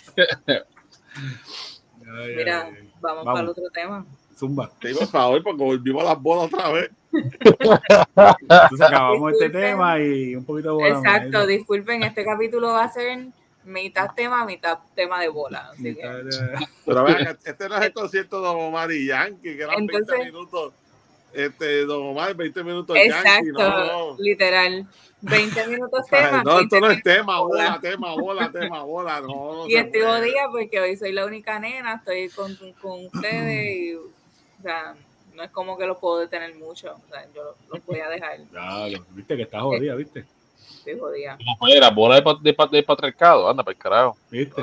Mira, ay, ay. Vamos, vamos para el otro tema. Zumba. Te iba a favor porque volvimos a las bolas otra vez. Entonces acabamos disculpen. Este tema y un poquito de bola. Exacto, más. Disculpen, este capítulo va a ser mitad tema, mitad tema de bola. Así que... Pero vean, este no es el concierto de Don Omar y Yankee, que eran Entonces, veinte minutos. Este, Don Omar, veinte minutos exacto, Yankee. No, literal. veinte minutos tema. No, esto no es tema, bola, tema, bola, tema, bola. No, no y estoy jodida porque hoy soy la única nena, estoy con, con ustedes y, o sea, no es como que los puedo detener mucho. O sea, yo los voy a dejar. Claro, viste que estás jodida, viste. Estoy jodida. No fue la bola de, de, de, de patriarcado, anda para el carajo. ¿Viste?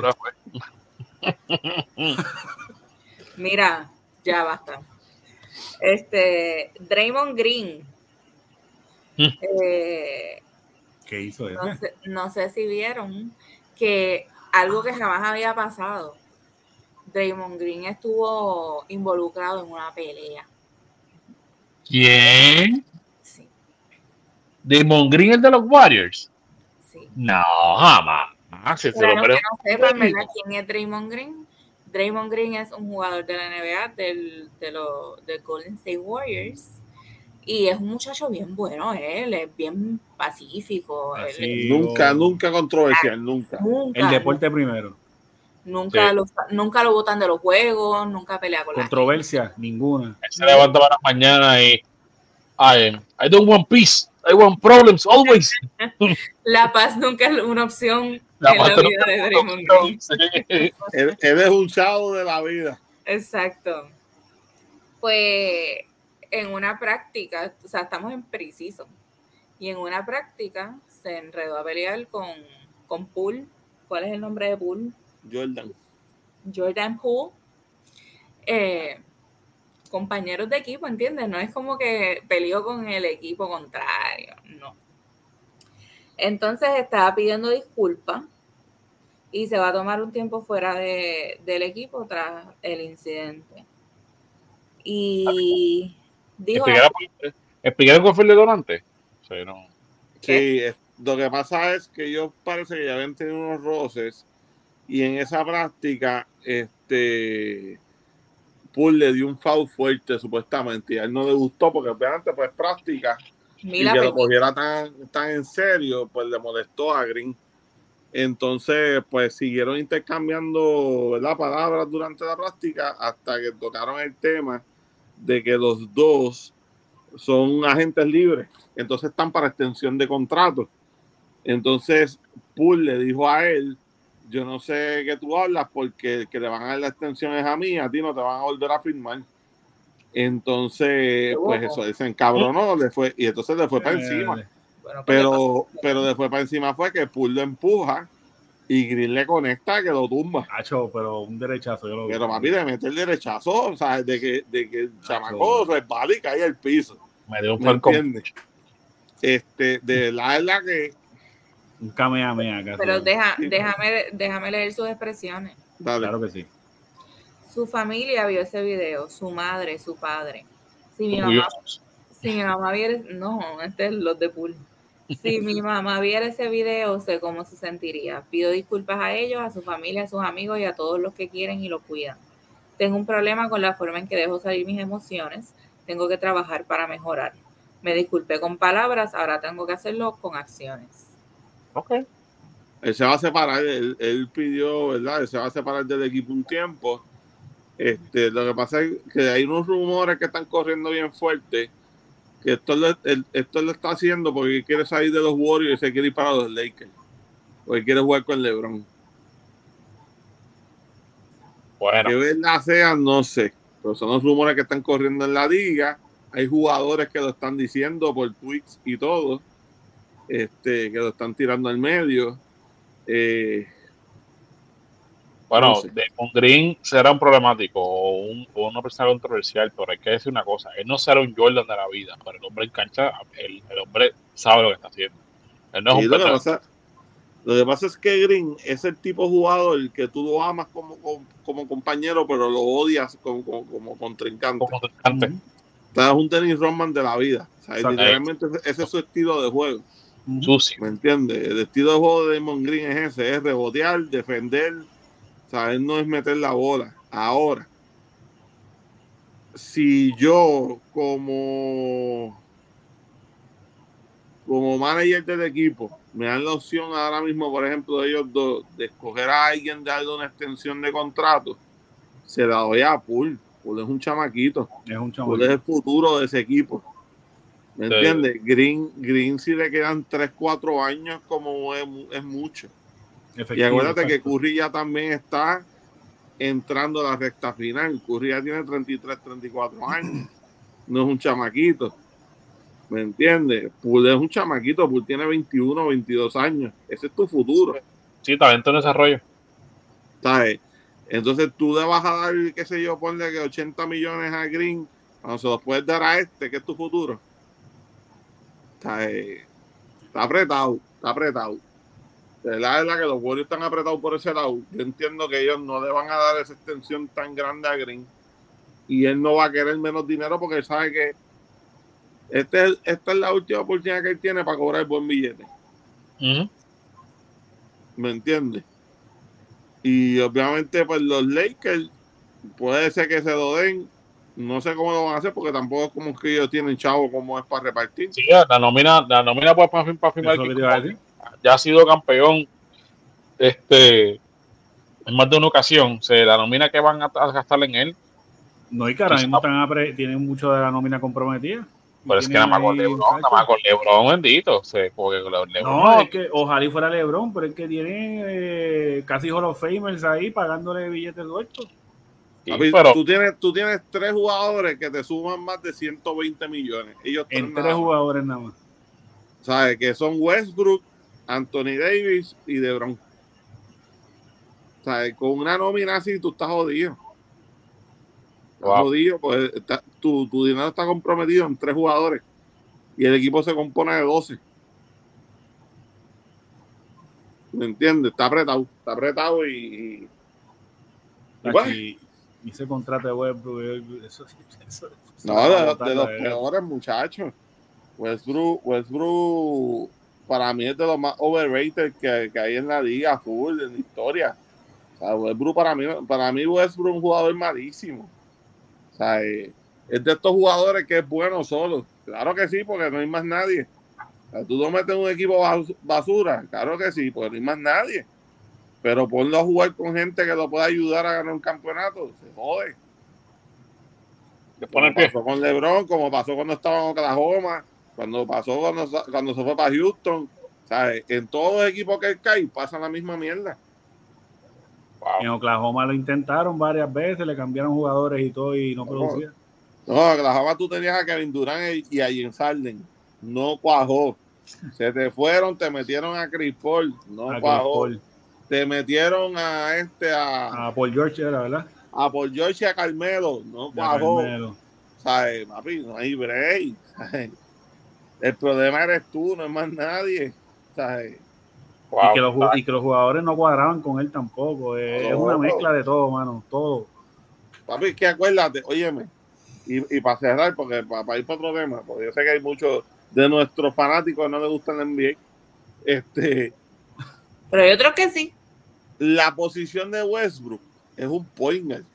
Mira, ya basta. Este, Draymond Green. eh, ¿Qué hizo eso? No sé, no sé si vieron que algo que jamás había pasado. Draymond Green estuvo involucrado en una pelea. ¿Quién? Sí. ¿Draymond Green el de los Warriors? Sí. No, jamás. Si Para los que no sepan, ¿verdad? ¿Quién es Draymond Green? Draymond Green es un jugador de la N B A del, de los de Golden State Warriors y es un muchacho bien bueno, él es bien pacífico. Así, él, nunca, nunca controversial, nunca. nunca. El deporte primero. Nunca, sí. lo, nunca lo botan de los juegos, nunca pelea con controversia, la gente. Ninguna. Él se levanta para la mañana y I, I don't want peace, I want problems always. La paz nunca es una opción la en la vida de Draymond Green. Sí. él, él es un chavo de la vida. Exacto. Pues en una práctica, o sea, estamos en preciso, y en una práctica se enredó a pelear con, con Poole. ¿Cuál es el nombre de Poole? Jordan. Jordan Poole. eh, compañeros de equipo, ¿entiendes? No es como que peleó con el equipo contrario, no. Entonces estaba pidiendo disculpas y se va a tomar un tiempo fuera de, del equipo tras el incidente. Y dijo... ¿Explicaron cuál fue el detonante? Sí, no. Sí, es, lo que pasa es que ellos parece que ya habían tenido unos roces y en esa práctica este Poole le dio un foul fuerte supuestamente y a él no le gustó porque obviamente pues práctica Mira, y que lo cogiera tan, tan en serio pues le molestó a Green. Entonces pues siguieron intercambiando, ¿verdad?, palabras durante la práctica hasta que tocaron el tema de que los dos son agentes libres, entonces están para extensión de contrato. Entonces Poole le dijo a él: yo no sé qué tú hablas porque el que le van a dar la extensión es a mí, a ti no te van a volver a firmar. Entonces pues eso, él se encabronó, le fue, y entonces le fue para encima. Bueno, pero, pero después para encima fue que Poole lo empuja y Green le conecta que lo tumba. Acho, pero un derechazo. Yo lo pero vi. papi, le mete el derechazo, o sea, de que, de que el Acho. chamaco resbala y cae al piso. Me dio un ¿Me entiendes? Este, de la verdad que un kamehameha casi. Pero deja, déjame, déjame leer sus expresiones. Dale. Claro que sí. Su familia vio ese video, su madre, su padre. Si mi mamá, si mi mamá viera, no, este es los de Poole. Si mi mamá viera ese video, sé cómo se sentiría. Pido disculpas a ellos, a su familia, a sus amigos y a todos los que quieren y lo cuidan. Tengo un problema con la forma en que dejo salir mis emociones. Tengo que trabajar para mejorar. Me disculpé con palabras, ahora tengo que hacerlo con acciones. Ok. Él se va a separar, él, él pidió, ¿verdad? Él se va a separar del equipo un tiempo. Este, lo que pasa es que hay unos rumores que están corriendo bien fuerte, que esto lo, el, esto lo está haciendo porque quiere salir de los Warriors y se quiere ir para los Lakers. Porque quiere jugar con LeBron. Bueno. Que verdad sea, no sé. Pero son los rumores que están corriendo en la liga. Hay jugadores que lo están diciendo por tweets y todo. Este, que lo están tirando al medio. Eh, bueno, no sé. Con Green será un problemático o, un, o una persona controversial, pero hay que decir una cosa: él no será un Jordan de la vida, pero el hombre en cancha, el, el hombre sabe lo que está haciendo. Él no es sí, un lo, que pasa, lo que pasa es que Green es el tipo de jugador que tú lo amas como, como, como compañero, pero lo odias como, como, como contrincante. Como contrincante. Uh-huh. Es un Dennis Rodman de la vida. O sea, literalmente ese es su estilo de juego. Sucio. ¿Me entiendes? El estilo de juego de Damon Green es ese: es rebotear, defender. O sea, él no es meter la bola. Ahora, si yo como como manager del equipo me dan la opción ahora mismo, por ejemplo, de ellos dos, de escoger a alguien, de darle una extensión de contrato, se la doy a Poole. Poole es un chamaquito. Es un chamaquito. Poole es el futuro de ese equipo. ¿Me sí. entiendes? Green, Green si le quedan tres, cuatro años, como es, es mucho. Efectivo, y acuérdate exacto. que Curry ya también está entrando a la recta final. Curry ya tiene treinta y tres, treinta y cuatro años. No es un chamaquito. ¿Me entiendes? Poole es un chamaquito. Poole tiene veintiuno, veintidós años. Ese es tu futuro. Sí, talento en desarrollo. ¿Sabes? Entonces tú le vas a dar, qué sé yo, ponle que ochenta millones a Green, cuando se los puedes dar a este, que es tu futuro. ¿Sabes? Está apretado, está apretado. La verdad es que los Warriors están apretados por ese lado. Yo entiendo que ellos no le van a dar esa extensión tan grande a Green. Y él no va a querer menos dinero porque él sabe que este es, esta es la última oportunidad que él tiene para cobrar el buen billete. Uh-huh. ¿Me entiendes? Y obviamente, pues los Lakers puede ser que se lo den. No sé cómo lo van a hacer porque tampoco es como que ellos tienen chavo como es para repartir. Sí, la nómina, la nómina pues para, para firmar que que ya ha sido campeón este en más de una ocasión. Se la nómina que van a, a gastar en él. No, y que ahora mismo están apre- tienen mucho de la nómina comprometida. Pero es que nada más con LeBron, nada más con LeBron, bendito. Se, porque LeBron, no, no, es que ojalá fuera LeBron, pero es que tiene eh, casi Hall of Famers ahí pagándole billetes sueltos. Sí, Papi, pero tú tienes, tú tienes tres jugadores que te suman más de ciento veinte millones. Ellos en tres jugadores nada más. ¿Sabes? Que son Westbrook, Anthony Davis y LeBron. ¿Sabes? Con una nómina así tú estás jodido. Wow. Jodido, pues está, tu, tu dinero está comprometido en tres jugadores y el equipo se compone de doce. ¿Me entiendes? Está apretado, está apretado y... y, y pues, y ese contrato de Westbrook, eso, eso, eso no, de, de los peores, muchachos. Westbrook, Westbrook para mí es de los más overrated que, que hay en la liga, full, en la historia. O sea, Westbrook para mí, para mí Westbrook es un jugador malísimo. O sea, es, es de estos jugadores que es bueno solo. Claro que sí, porque no hay más nadie. O sea, tú no metes un equipo basura, claro que sí, porque no hay más nadie. Pero ponlo a jugar con gente que lo pueda ayudar a ganar un campeonato, se jode. Como pasó con LeBron, como pasó cuando estaba en Oklahoma, cuando pasó cuando, cuando se fue para Houston. ¿Sabes? En todos los equipos que cae pasan la misma mierda. Wow. En Oklahoma lo intentaron varias veces, le cambiaron jugadores y todo y no, no producía. No, en Oklahoma tú tenías a Kevin Durant y a James Harden. No cuajó. Se te fueron, te metieron a Chris Paul. No a cuajó. Paul. Te metieron a este a, a Paul George, era, ¿verdad? A Paul George y a Carmelo. No cuajó. ¿Sabes? Papi, no hay break. ¿Sabes? El problema eres tú, no es más nadie. ¿Sabes? Wow. Y, que los, y que los jugadores no cuadraban con él tampoco. Es, no, es una mezcla de todo, mano. Todo. Papi, que acuérdate, óyeme. Y, y para cerrar, porque para, para ir para otro tema, porque yo sé que hay muchos de nuestros fanáticos que no les gustan el N B A. Este, Pero hay otros que sí. La posición de Westbrook es un point guard.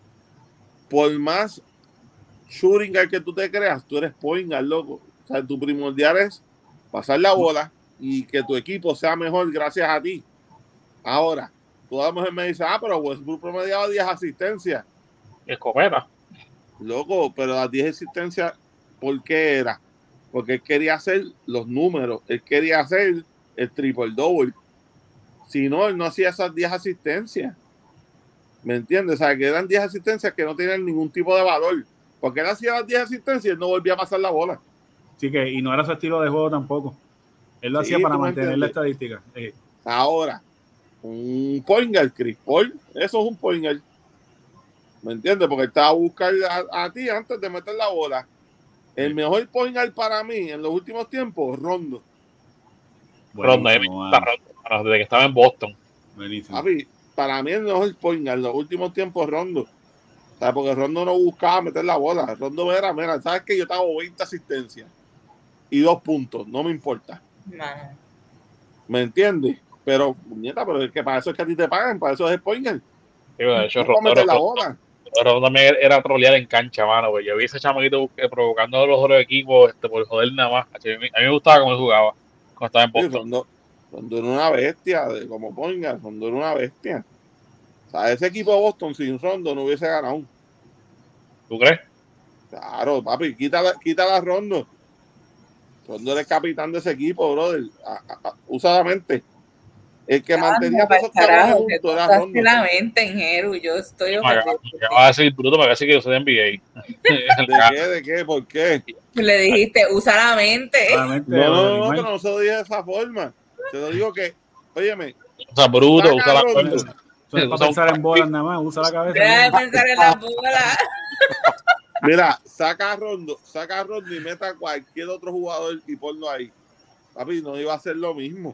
Por más shooting guard que tú te creas, tú eres point guard, loco. O sea, tu primordial es pasar la bola y que tu equipo sea mejor gracias a ti. Ahora, tú a lo mejor me dices, ah, pero Westbrook promediaba diez asistencias. Es cometa. Loco, pero las diez asistencias, ¿por qué era? Porque él quería hacer los números, él quería hacer el triple double. Si no, él no hacía esas diez asistencias. ¿Me entiendes? O sea, que eran diez asistencias que no tenían ningún tipo de valor. Porque él hacía las diez asistencias y él no volvía a pasar la bola. Sí, que, y no era su estilo de juego tampoco. Él lo sí, hacía para mantener entiendes? la estadística. Sí. Ahora, un point guard, Chris Paul, eso es un point guard. ¿Me entiendes? Porque estaba a buscar a, a ti antes de meter la bola. El sí. mejor point guard para mí en los últimos tiempos, Rondo. Rondo, Rondo, desde que estaba en Boston. Buenísimo. Papi, para mí el mejor point guard en los últimos tiempos, Rondo. ¿Sabes? Porque Rondo no buscaba meter la bola. Rondo era, mira, ¿sabes que yo te hago veinte asistencias y dos puntos? No me importa. No. ¿Me entiendes? Pero, nieta, pero es que para eso es que a ti te pagan, para eso es el point guard. Sí, bueno, de hecho, no Rondo, meter la Rondo, bola. Rondo también era trolear en cancha, mano. Pues yo vi ese chamaquito provocando a los otros equipos este, por joder nada más. A mí, a mí me gustaba cómo él jugaba cuando estaba en Boston. Sí, Rondo, Rondo era una bestia, de, como point guard, Rondo era una bestia. O sea, ese equipo de Boston sin Rondo no hubiese ganado. ¿Tú crees? Claro, papi, quítala, quítala a Rondo. Rondo era el capitán de ese equipo, brother. A, a, a, usadamente. El que ah, mantenía no, esos cabrones juntos era Rondo. la mente en Jeru, yo estoy me acaba de decir bruto, me acaba de decir que yo soy de N B A. ¿De qué? ¿De qué? ¿Por qué? Le dijiste, usa la mente. No, no, no, no, pero no se lo dije de esa forma. Te lo digo que, óyeme. O sea, bruto, usa la Rondo. Eso es para pensar en bolas nada más, usa la cabeza. Deja de pensar en las bolas. Mira, saca a Rondo, saca a Rondo y meta a cualquier otro jugador y ponlo ahí. Papi, no iba a ser lo mismo.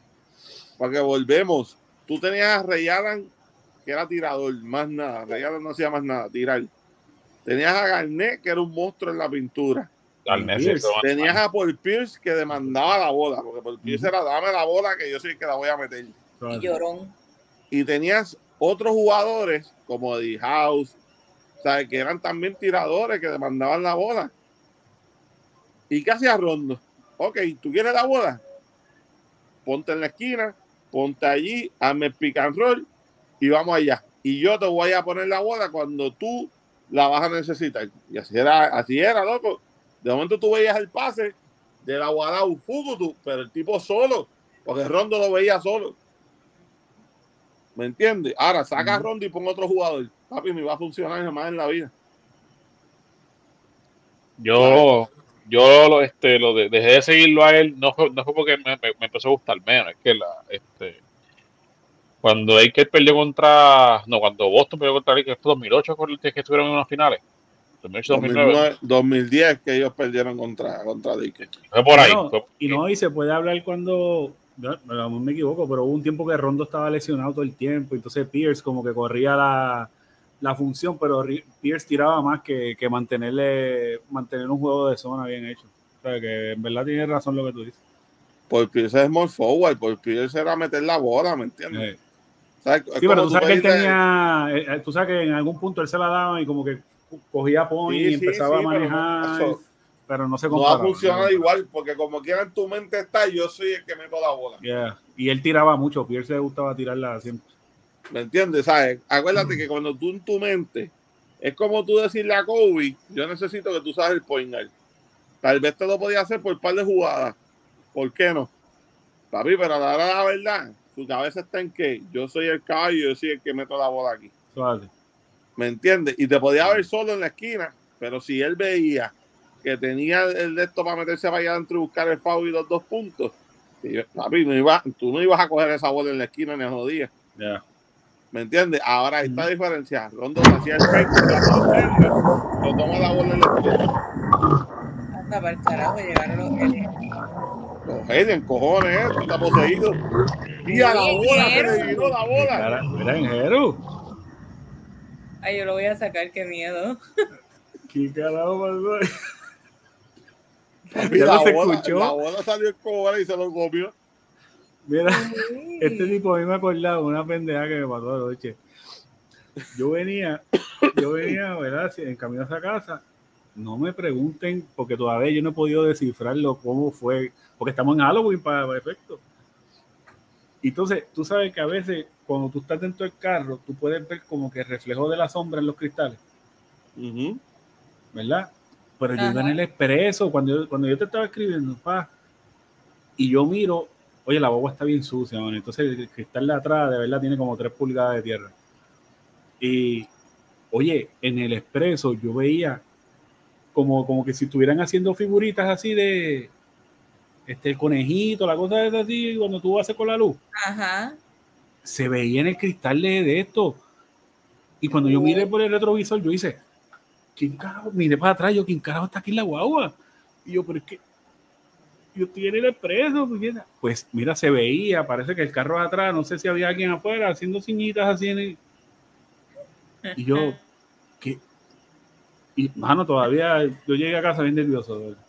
Porque volvemos. Tú tenías a Ray Allen, que era tirador, más nada. Ray Allen no hacía más nada, tirar. Tenías a Garnett, que era un monstruo en la pintura. Garnett, sí, tenías a Paul Pierce, que demandaba la bola. Porque Paul Pierce uh-huh. era, dame la bola, que yo soy el que la voy a meter. Y llorón. Y tenías otros jugadores, como Eddie House, ¿sabes? Que eran también tiradores que demandaban la bola. ¿Y qué hacía Rondo? Ok, ¿tú quieres la bola? Ponte en la esquina, ponte allí, hazme el pick and roll y vamos allá. Y yo te voy a poner la bola cuando tú la vas a necesitar. Y así era, así era, loco. De momento tú veías el pase de la bola un Fugutu, pero el tipo solo, porque Rondo lo veía solo. ¿Me entiendes? Ahora saca a Rondo y pon otro jugador. Papi, me va a funcionar jamás en la vida. Yo, yo lo, este, lo de, dejé de seguirlo a él, no fue, no fue porque me, me, me empezó a gustar menos, es que la, este, Cuando Lakers perdió contra, no, cuando Boston perdió contra Lakers fue dos mil ocho con los que estuvieron en unas finales. dos mil ocho, dos mil nueve. dos mil diez que ellos perdieron contra contra Lakers. Fue por ahí. No, Fue, y no, y se puede hablar cuando, no, no me equivoco, pero hubo un tiempo que Rondo estaba lesionado todo el tiempo, entonces Pierce como que corría la, la función, pero Pierce tiraba más que, que mantenerle mantener un juego de zona bien hecho. O sea, que en verdad tiene razón lo que tú dices. Por Pierce es more forward, por Pierce era meter la bola, ¿me entiendes? Sí, ¿Sabes? sí, pero tú sabes que él tenía, eh, tú sabes que en algún punto él se la daba y como que cogía point sí, y empezaba sí, sí, a manejar, pero no, pero no se no comparaba. va a funcionar igual, porque como quiera en tu mente está, yo soy el que meto la bola. Yeah. Y él tiraba mucho, Pierce le gustaba tirarla siempre. ¿Me entiendes? ¿Sabes? Acuérdate mm. que cuando tú en tu mente, es como tú decirle a Kobe, yo necesito que tú sabes el point guard. Tal vez te lo podía hacer por un par de jugadas. ¿Por qué no? Papi, pero a la hora de la verdad, su cabeza está en que yo soy el caballo, yo soy el que meto la bola aquí. Suave. ¿Me entiendes? Y te podía ver solo en la esquina, pero si él veía que tenía el de esto para meterse para allá adentro y buscar el foul y los dos puntos, yo, papi, no iba, tú no ibas a coger esa bola en la esquina ni a jodía. Yeah. ¿Me entiendes? Ahora hay esta mm-hmm. diferencia. Rondo hacía el fake, lo toma la bola en la esquina. Hasta para el carajo llegaron los aliens. Los aliens, cojones, esto está poseído. Y a la bola, se le vino la bola. Mira, Enjero. Ay, yo lo voy a sacar, qué miedo. ¿Qué carajo pasó? Papi, la, bola, la bola salió en cobra y se lo comió. Mira, sí. Este tipo a mí me acordaba una pendeja que me pasó anoche. Yo venía, yo venía, ¿verdad? En camino a esa casa. No me pregunten, porque todavía yo no he podido descifrarlo cómo fue, porque estamos en Halloween para, para efecto. Y entonces, tú sabes que a veces, cuando tú estás dentro del carro, tú puedes ver como que el reflejo de la sombra en los cristales. Uh-huh. ¿Verdad? Pero yo iba en el expreso, cuando yo, cuando yo te estaba escribiendo, pa, y yo miro, oye, la boba está bien sucia, man. Entonces el cristal de atrás, de verdad, tiene como tres pulgadas de tierra. Y, oye, en el expreso yo veía como, como que si estuvieran haciendo figuritas así de este, el conejito, la cosa es así, cuando tú haces con la luz. Ajá. Se veía en el cristal de, de esto. Y cuando oh. yo miré por el retrovisor, yo hice, ¿quién carajo? Miré para atrás, yo, ¿quién carajo está aquí en la guagua? Y yo, pero es que yo estoy en el expreso. Pues mira, se veía, parece que el carro atrás, no sé si había alguien afuera haciendo ciñitas así en el... Y yo, ¿qué? Y, mano, todavía yo llegué a casa bien nervioso. ¿Verdad?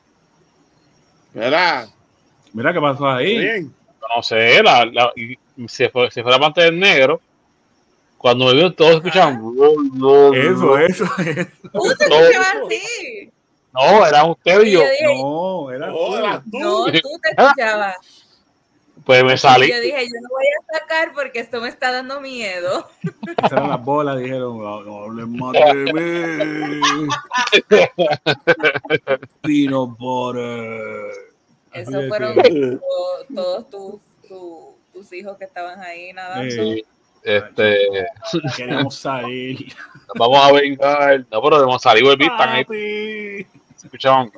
Mira. Mira qué pasó ahí. Bien. No sé, la, la, se, fue, se fue la parte del negro. Cuando me vio, todos escuchaban. Eso, eso, eso. ¿Tú te escuchabas así? No, era usted y yo. No, era tú. Era tú. No, tú te escuchabas. Pues me salí. Yo dije, yo no voy a sacar porque esto me está dando miedo. Esas eran las bolas, dijeron, no, no hablen más de mí. Pino por... Esos fueron todos, todos tus, tus, tus hijos que estaban ahí nadando. Sí, este... Queremos salir. Nos vamos a vengar. No, pero debemos salir, volví, están ahí. Se escuchaban...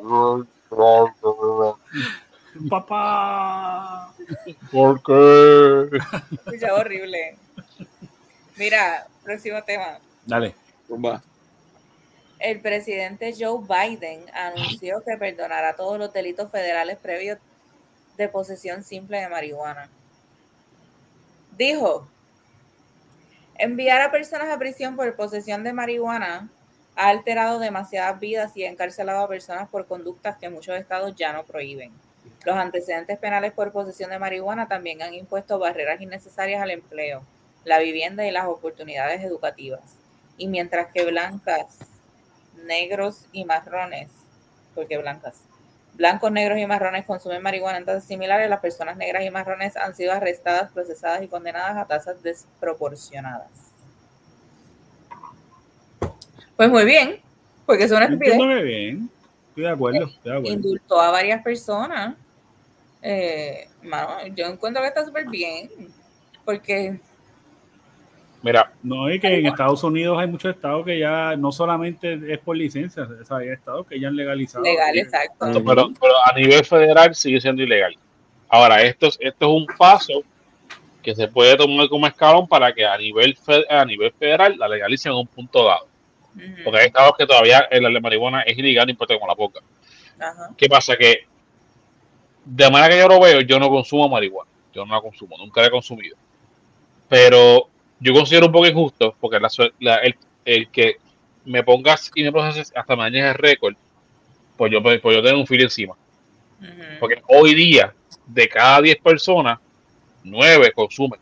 Papá. ¿Por qué? Escuchaba horrible. Mira, próximo tema. Dale. Tumba. El presidente Joe Biden anunció que perdonará todos los delitos federales previos de posesión simple de marihuana. Dijo, enviar a personas a prisión por posesión de marihuana ha alterado demasiadas vidas y ha encarcelado a personas por conductas que muchos estados ya no prohíben. Los antecedentes penales por posesión de marihuana también han impuesto barreras innecesarias al empleo, la vivienda y las oportunidades educativas. Y mientras que blancas, negros y marrones, porque blancas, blancos, negros y marrones consumen marihuana en tasas similares, las personas negras y marrones han sido arrestadas, procesadas y condenadas a tasas desproporcionadas. Pues muy bien, porque es una estupidez. Muy bien, estoy de acuerdo, estoy de acuerdo. Indultó a varias personas. Eh, mano, yo encuentro que está súper bien, porque... Mira. No, y que en Estados Unidos hay muchos estados que ya no solamente es por licencia, o sea, hay estados que ya han legalizado. Legal, exacto. Pero, pero a nivel federal sigue siendo ilegal. Ahora, esto es, esto es un paso que se puede tomar como escalón para que a nivel, fe, a nivel federal la legalicen en un punto dado. Uh-huh. Porque hay estados que todavía la marihuana es ilegal, no importa como la poca. Uh-huh. ¿Qué pasa? Que de manera que yo lo veo, yo no consumo marihuana. Yo no la consumo, nunca la he consumido. Pero yo considero un poco injusto porque la, la, el, el que me pongas y me proceses hasta me dañes el récord, pues yo, pues yo tengo un filo encima. Uh-huh. Porque hoy día, de cada diez personas, nueve consumen.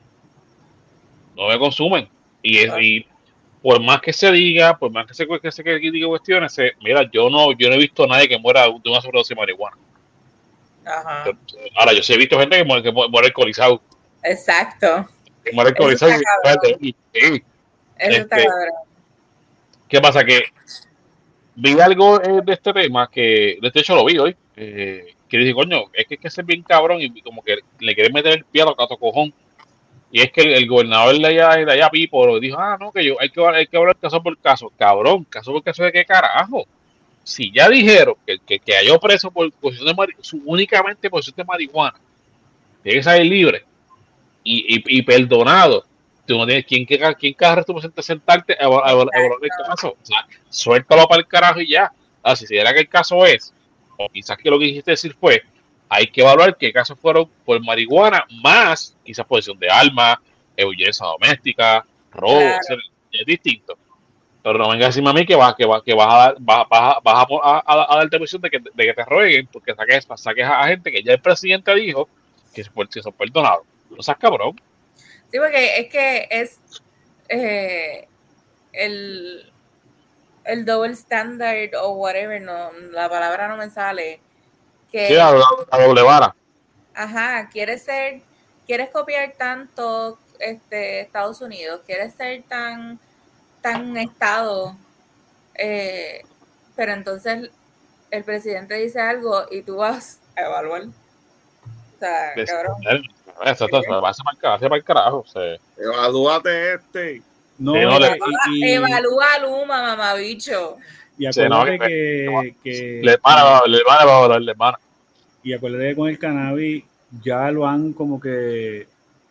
nueve consumen. Y, es, uh-huh. y por más que se diga, por más que se, que se que diga cuestiones, se, mira, yo no, yo no he visto a nadie que muera de una sobredosis de marihuana. Ajá. Ahora, yo sí he visto gente que muere, que muere alcoholizado. Exacto. Que muere alcoholizado. Eso está y, y, Eso este, está cabrón. ¿Qué pasa? Que vi algo eh, de este tema que, de hecho, lo vi hoy. Eh, que dije, coño, es que es que es bien cabrón y como que le quieren meter el pie a los gatos cojón. Y es que el, el gobernador de allá, de allá Pipo, dijo, ah, no, que yo hay que, hay que hablar caso por caso. Cabrón, caso por caso de qué carajo. Si ya dijeron que, que, que halló preso por posición de marihuana, únicamente por posición de marihuana, tiene que salir libre y, y, y perdonado. Tú no tienes quién, quién, quién cada tú presentes sentarte a evaluar el caso. O sea, suéltalo para el carajo y ya. Ah, si era que el caso es, o quizás que lo que quisiste decir fue, hay que evaluar qué casos fueron por marihuana, más quizás posesión de armas, violencia doméstica, robo, claro. es, es distinto. Pero no vengas a decirme a mí que vas, que vas, que vas, a, vas, vas, vas a, a, a darte permisión de que, de que te rueguen porque saques, saques a gente que ya el presidente dijo que, que son perdonados. No seas cabrón. Sí, porque es que es eh, el, el double standard o whatever, no, la palabra no me sale. Que, sí, la, la doble vara. Ajá, quieres ser, quieres copiar tanto este, Estados Unidos, quieres ser tan... tan estado, eh, pero entonces el presidente dice algo y tú vas a evaluar. O sea, es, cabrón. Eso, eso, eso, va a ser para el carajo. Sí. Evalúate este. No, sí, no evalúa, y, y, evalúa a Luma, mamabicho. Y acuérdate sí, no, que, que, que le van a le van a evaluar, le van a. Y acuérdate que con el cannabis ya lo han como que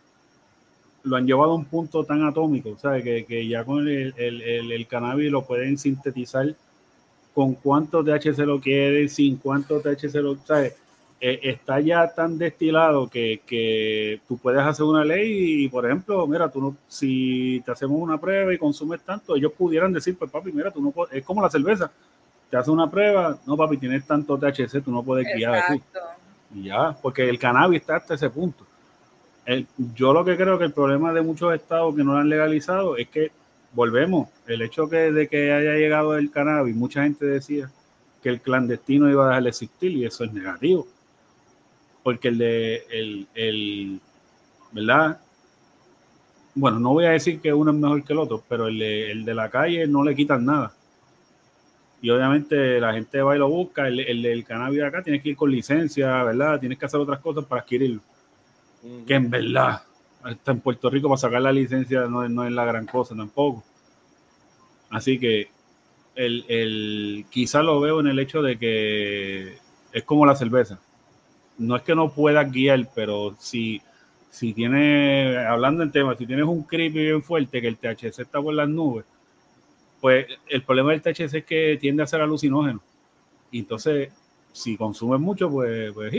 lo han llevado a un punto tan atómico, ¿sabes? Que, que ya con el, el, el, el cannabis lo pueden sintetizar con cuánto T H C lo quieren, sin cuánto T H C lo, ¿sabes? Eh, está ya tan destilado que, que tú puedes hacer una ley y, por ejemplo, mira, tú no, si te hacemos una prueba y consumes tanto, ellos pudieran decir, pues papi, mira, tú no puedes, es como la cerveza, te hace una prueba, no papi, tienes tanto T H C, tú no puedes guiar aquí. Y ya, porque el cannabis está hasta ese punto. El, yo lo que creo que el problema de muchos estados que no lo han legalizado es que, volvemos, el hecho que, de que haya llegado el cannabis, mucha gente decía que el clandestino iba a dejar de existir y eso es negativo. Porque el de, el, el, ¿verdad? Bueno, no voy a decir que uno es mejor que el otro, pero el de, el de la calle no le quitan nada. Y obviamente la gente va y lo busca, el, el del cannabis de acá tienes que ir con licencia, ¿verdad? Tienes que hacer otras cosas para adquirirlo. Uh-huh. Que en verdad, hasta en Puerto Rico para sacar la licencia no, no es la gran cosa tampoco. Así que el, el, quizá lo veo en el hecho de que es como la cerveza. No es que no puedas guiar, pero si, si tienes, hablando en tema, si tienes un creepy bien fuerte, que el T H C está por las nubes, pues el problema del T H C es que tiende a ser alucinógeno. Y entonces, si consumes mucho, pues, pues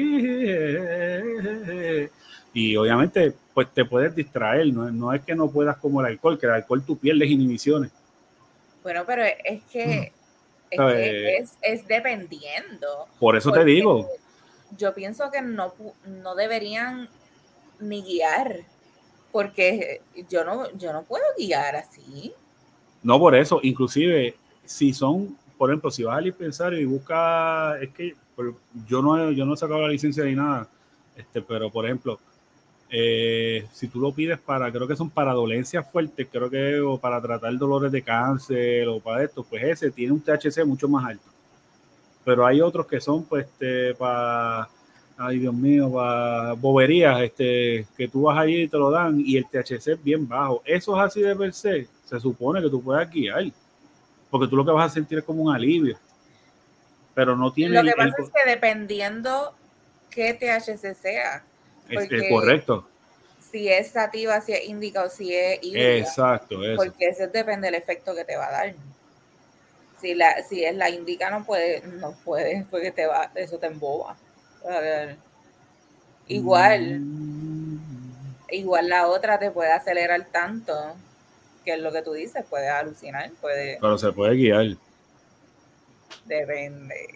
y obviamente, pues te puedes distraer. No, no es que no puedas como el alcohol, que el alcohol tú pierdes inhibiciones. Bueno, pero es que, es, que es, es dependiendo. Por eso te digo. Yo pienso que no, no deberían ni guiar, porque yo no, yo no puedo guiar así. No, por eso, inclusive, si son, por ejemplo, si vas al dispensario y buscas, es que yo no, yo no he sacado la licencia ni nada, este, pero por ejemplo, eh, si tú lo pides para, creo que son para dolencias fuertes, creo que, o para tratar dolores de cáncer, o para esto, pues ese tiene un T H C mucho más alto. Pero hay otros que son, pues, este, para, ay Dios mío, para boberías, este, que tú vas allí y te lo dan, y el T H C es bien bajo. Eso es así de per se, se supone que tú puedas guiar, porque tú lo que vas a sentir es como un alivio. Pero no tiene... Lo que pasa el, es que dependiendo qué T H C sea. Es, es correcto. si es sativa, si es índica o si es híbrida. Exacto, eso. Porque eso depende del efecto que te va a dar. Si la, si es la índica no puede, no puede, porque te va, eso te emboba. A ver. Igual, mm. igual la otra te puede acelerar tanto, que es lo que tú dices, puedes alucinar, puede. Pero se puede guiar. Depende.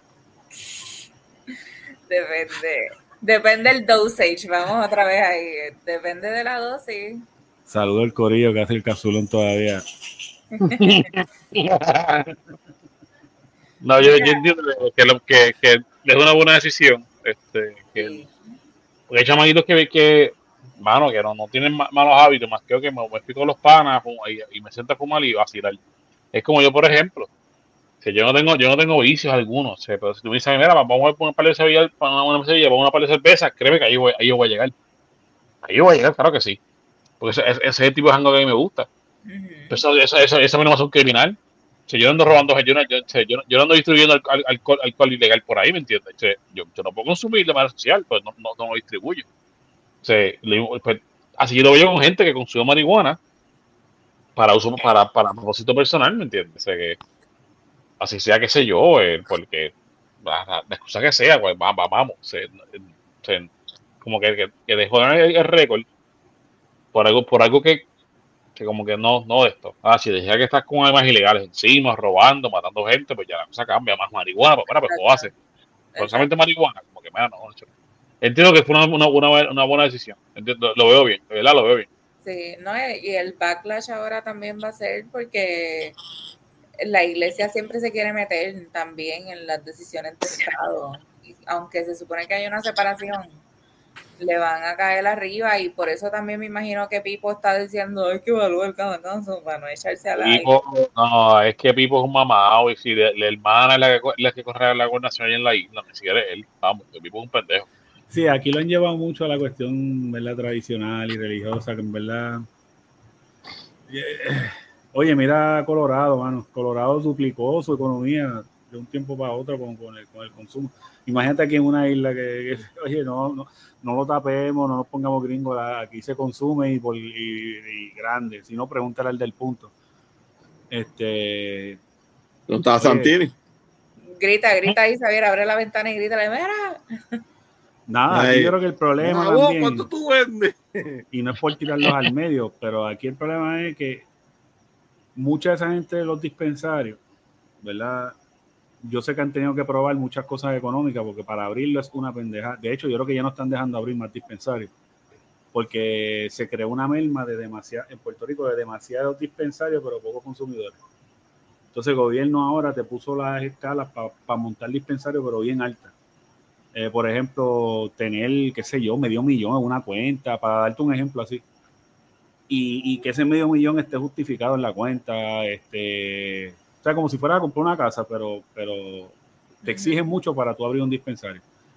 Depende. Depende del dosage, vamos otra vez ahí. Depende de la dosis. Saludo al corillo que hace el casulón todavía. No, yo, yo entiendo que, lo, que, que es una buena decisión. Este, que sí. Porque hay chamaquitos que, que mano, que no, no tienen malos hábitos, más que, que me, me explico los panas y, y me siento a fumar y vacilar. Es como yo, por ejemplo, que yo no tengo, yo no tengo vicios algunos, o sea, pero si tú me dices, mira, vamos a poner un par de cervezas, una, una cerveza, vamos a par de cervezas, créeme que ahí voy, ahí yo voy a llegar. Ahí yo voy a llegar, claro que sí. Porque ese, ese es el tipo de jango que a mí me gusta. Uh-huh. Eso, eso, eso, eso a mí no me hace un criminal. O sea, yo no ando robando, yo no, yo, yo, yo no ando distribuyendo alcohol, alcohol, alcohol ilegal por ahí, ¿me entiendes? O sea, yo, yo no puedo consumir de manera social, pues no, no, no lo distribuyo. O sea, pues, así yo lo veo con gente que consume marihuana para uso, para, para propósito personal, ¿me entiendes? O sea, que así sea, qué sé yo, eh, porque la, la, la excusa que sea, pues va, va, vamos. O sea, o sea, como que, que, que dejó el, el récord por algo, por algo que, que como que no, no de esto. Ah, si decía que estás con armas ilegales encima, robando, matando gente, pues ya la cosa cambia, más marihuana, pues bueno, pues ¿cómo hace? Solamente marihuana, como que me no, no. Entiendo que fue una, una, una, una buena decisión. Entiendo, lo veo bien, de verdad lo veo bien. Sí, no, y el backlash ahora también va a ser porque la iglesia siempre se quiere meter también en las decisiones de Estado. Y aunque se supone que hay una separación, le van a caer arriba y por eso también me imagino que Pipo está diciendo hay que evaluar cada caso para no echarse a la Pipo, no, es que Pipo es un mamado y si la hermana es la que, la que corre la gobernación ahí en la isla, ni siquiera él, vamos, que Pipo es un pendejo. Sí, aquí lo han llevado mucho a la cuestión, ¿verdad?, tradicional y religiosa, que en verdad... Oye, mira Colorado, mano. Colorado duplicó su economía de un tiempo para otro con, con, el, con el consumo. Imagínate aquí en una isla que, que oye, no, no, no lo tapemos, no nos pongamos gringos, aquí se consume y, por, y, y grande. Si no, pregúntale al del punto. Este... ¿No está Santini? Grita, grita ahí, Xavier, abre la ventana y grita, mira... Nada, aquí yo creo que el problema no, también, ¿cuánto tú vendes? Y no es por tirarlos al medio, pero aquí el problema es que mucha de esa gente de los dispensarios, ¿verdad? Yo sé que han tenido que probar muchas cosas económicas porque para abrirlo es una pendeja. De hecho, yo creo que ya no están dejando abrir más dispensarios porque se creó una merma de demasiado, en Puerto Rico de demasiados dispensarios, pero pocos consumidores. Entonces el gobierno ahora te puso las escalas para pa montar dispensarios, pero bien altas. Eh, por ejemplo, tener, qué sé yo, medio millón en una cuenta, para darte un ejemplo así. Y, y que ese medio millón esté justificado en la cuenta, este, o sea, como si fuera a comprar una casa, pero, pero te exigen mucho para tú abrir un dispensario.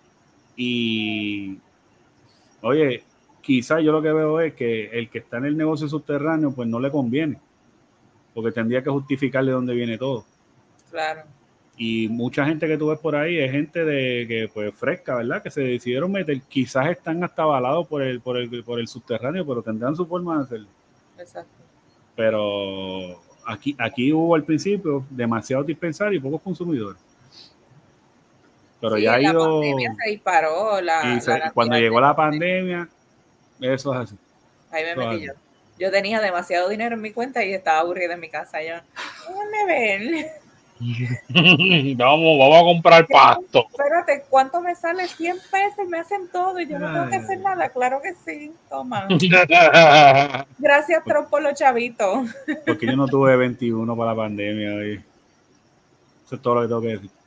Y, oye, quizás yo lo que veo es que el que está en el negocio subterráneo, pues no le conviene, porque tendría que justificarle dónde viene todo. Claro. Y mucha gente que tú ves por ahí es gente de que pues fresca, ¿verdad? Que se decidieron meter, quizás están hasta avalados por el, por el, por el subterráneo, pero tendrán su forma de hacerlo. Exacto. Pero aquí, aquí hubo al principio demasiados dispensarios y pocos consumidores. Pero sí, ya ha ido. La pandemia se disparó. La, y se, la cuando llegó la pandemia, eso es así. Ahí me metí yo. Yo tenía demasiado dinero en mi cuenta y estaba aburrida en mi casa. Yo, déjame ver. vamos, vamos a comprar pasto. Espérate, ¿cuánto me sale? cien pesos, me hacen todo y yo no tengo que hacer nada. Claro que sí, toma. Gracias, Trump, por los chavitos. Porque yo no tuve veintiuno para la pandemia. Hoy. Eso es todo lo que tengo que decir.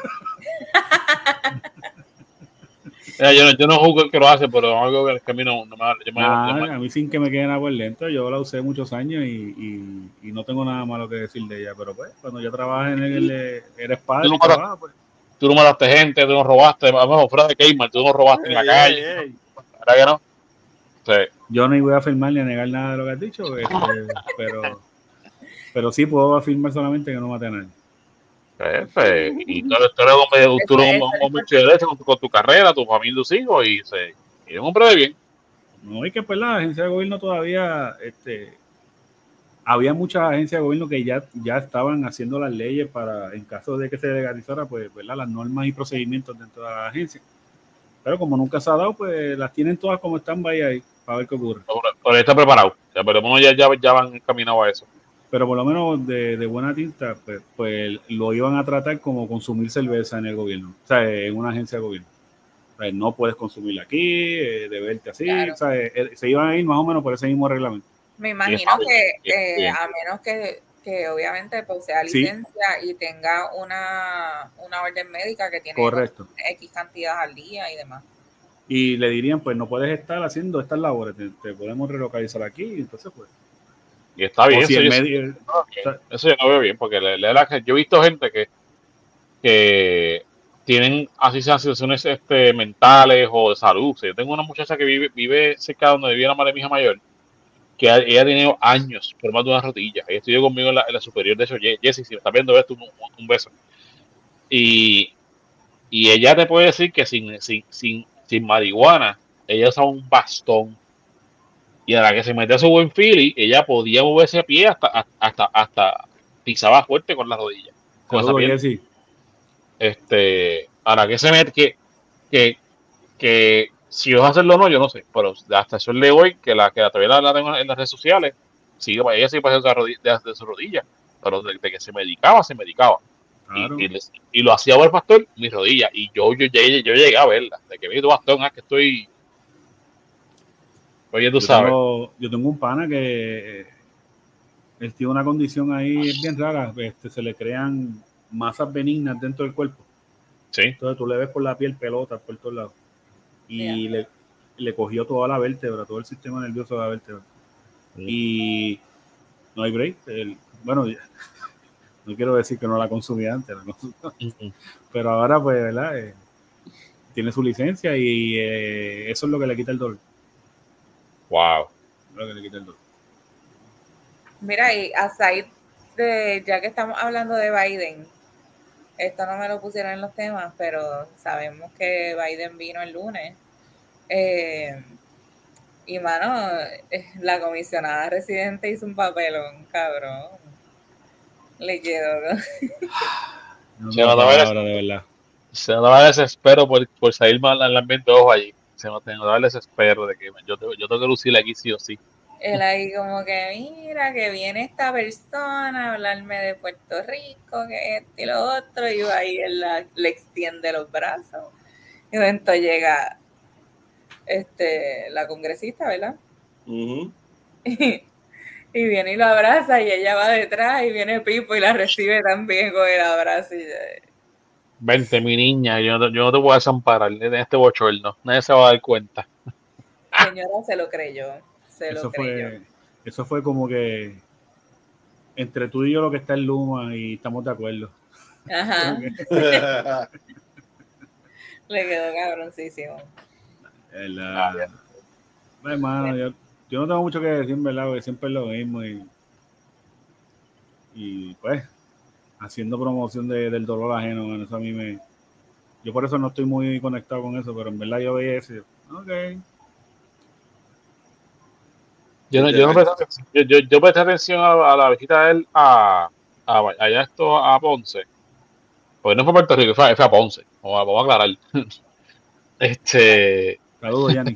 yo, no, yo no juzgo el que lo hace, pero algo que a mí no, no me, yo me, nah, yo me... a mí sin que me quede nada por dentro, yo la usé muchos años y, y, y no tengo nada malo que decir de ella, pero pues cuando yo trabajé en el, eres padre, tú no, trabaja, pues. Tú no mataste gente, tú no robaste, vamos, fuera de Kmart, tú no robaste hey, en la calle, hey, hey. ¿Verdad que no? Sí. Yo no voy a afirmar ni a negar nada de lo que has dicho, este, pero, pero sí puedo afirmar solamente que no maté a nadie. Jefe, y tú eres un hombre de derecho con, con tu carrera, tu familia, tus hijos, y, se, y un hombre de bien. No, y que pues la agencia de gobierno todavía, este, había muchas agencias de gobierno que ya, ya estaban haciendo las leyes para, en caso de que se legalizara, pues, ¿verdad? Las normas y procedimientos dentro de la agencia. Pero como nunca se ha dado, pues las tienen todas como están ahí para ver qué ocurre. Por, por ahí está preparado. O sea, pero ya, ya, ya van encaminados a eso. Pero por lo menos de, de buena tinta, pues, pues lo iban a tratar como consumir cerveza en el gobierno, o sea, en una agencia de gobierno. O sea, no puedes consumirla aquí, eh, de verte así, claro. O sea, eh, se iban a ir más o menos por ese mismo reglamento. Me imagino que eh, a menos que, que obviamente pues, sea licencia sí. y tenga una, una orden médica que tiene correcto. X cantidad al día y demás. Y le dirían, pues no puedes estar haciendo estas labores, te, te podemos relocalizar aquí, y entonces pues. Y está bien, si eso, yo, medio, o sea, eso yo lo veo bien, porque le, le, le, yo he visto gente que, que tienen así situaciones este, mentales o de salud. O sea, yo tengo una muchacha que vive, vive cerca de donde vivía la madre de mi hija mayor, que ella ha tenido años formando una rodilla. Ella estudió conmigo en la, en la superior, de hecho, Jessy, si me estás viendo esto, un, un beso. Y, y ella te puede decir que sin, sin, sin, sin marihuana, ella usa un bastón. Y a la que se metía su buen Philly, ella podía moverse a pie hasta, hasta, hasta pisaba fuerte con la rodilla. Con Saludos, esa piel. Este, a la que se mete, que, que, que si vas a hacerlo o no, yo no sé, pero hasta eso le hoy, que la que la todavía la tengo en las redes sociales, sí, ella sí puede hacer de, de, de su rodilla, pero de, de que se medicaba, se medicaba. Claro. Y, y, y lo hacía ver el pastor, mi rodilla, y yo, yo, yo, yo llegué a verla, de que vi tu bastón, ah, que estoy. Oye, tú yo sabes. Tengo, yo tengo un pana que él tiene una condición ahí bien rara, este, se le crean masas benignas dentro del cuerpo. Sí. Entonces tú le ves por la piel pelotas por todos lados. Y yeah. le, le cogió toda la vértebra, todo el sistema nervioso de la vértebra. Sí. Y no hay break. El, bueno, no quiero decir que no la consumía antes, la consumía antes. Uh-huh. Pero ahora, pues, ¿verdad? Eh, tiene su licencia y eh, eso es lo que le quita el dolor. Wow. Lo que le quita el dolor. Mira, y aside de, ya que estamos hablando de Biden, esto no me lo pusieron en los temas, pero sabemos que Biden vino el lunes. Eh, y, mano, la comisionada residente hizo un papelón, cabrón. Le quedó. No, se notaba palabra, de verdad. Se notaba desespero por, por salir mal al ambiente de ojo allí. Se notaba el desespero de que yo, yo tengo que lucir aquí sí o sí. Él ahí como que, mira, que viene esta persona a hablarme de Puerto Rico, que esto y lo otro, y ahí él la, le extiende los brazos. Y entonces llega este, la congresista, ¿verdad? Uh-huh. Y, y viene y lo abraza, y ella va detrás, y viene Pipo y la recibe también con el abrazo. Y, vente, mi niña, yo no, yo no te voy a desamparar en este bochorno, nadie se va a dar cuenta. Señora, se lo creyó. Eso fue, eso fue como que entre tú y yo lo que está en Luma y estamos de acuerdo. Ajá. Le quedó cabroncísimo. La... No, hermano, yo, yo no tengo mucho que decir, ¿verdad? Porque siempre es lo mismo y, y pues haciendo promoción de, del dolor ajeno, eso a mí me... Yo por eso no estoy muy conectado con eso, pero en verdad yo veía eso y yo, ok. Yo, no, yo, no presté, yo, yo, yo presté atención a, a la visita de él a, a allá esto a Ponce. Porque no fue a Puerto Rico, fue, fue a Ponce. Vamos a, vamos a aclarar. Este. Saludos, Yanni.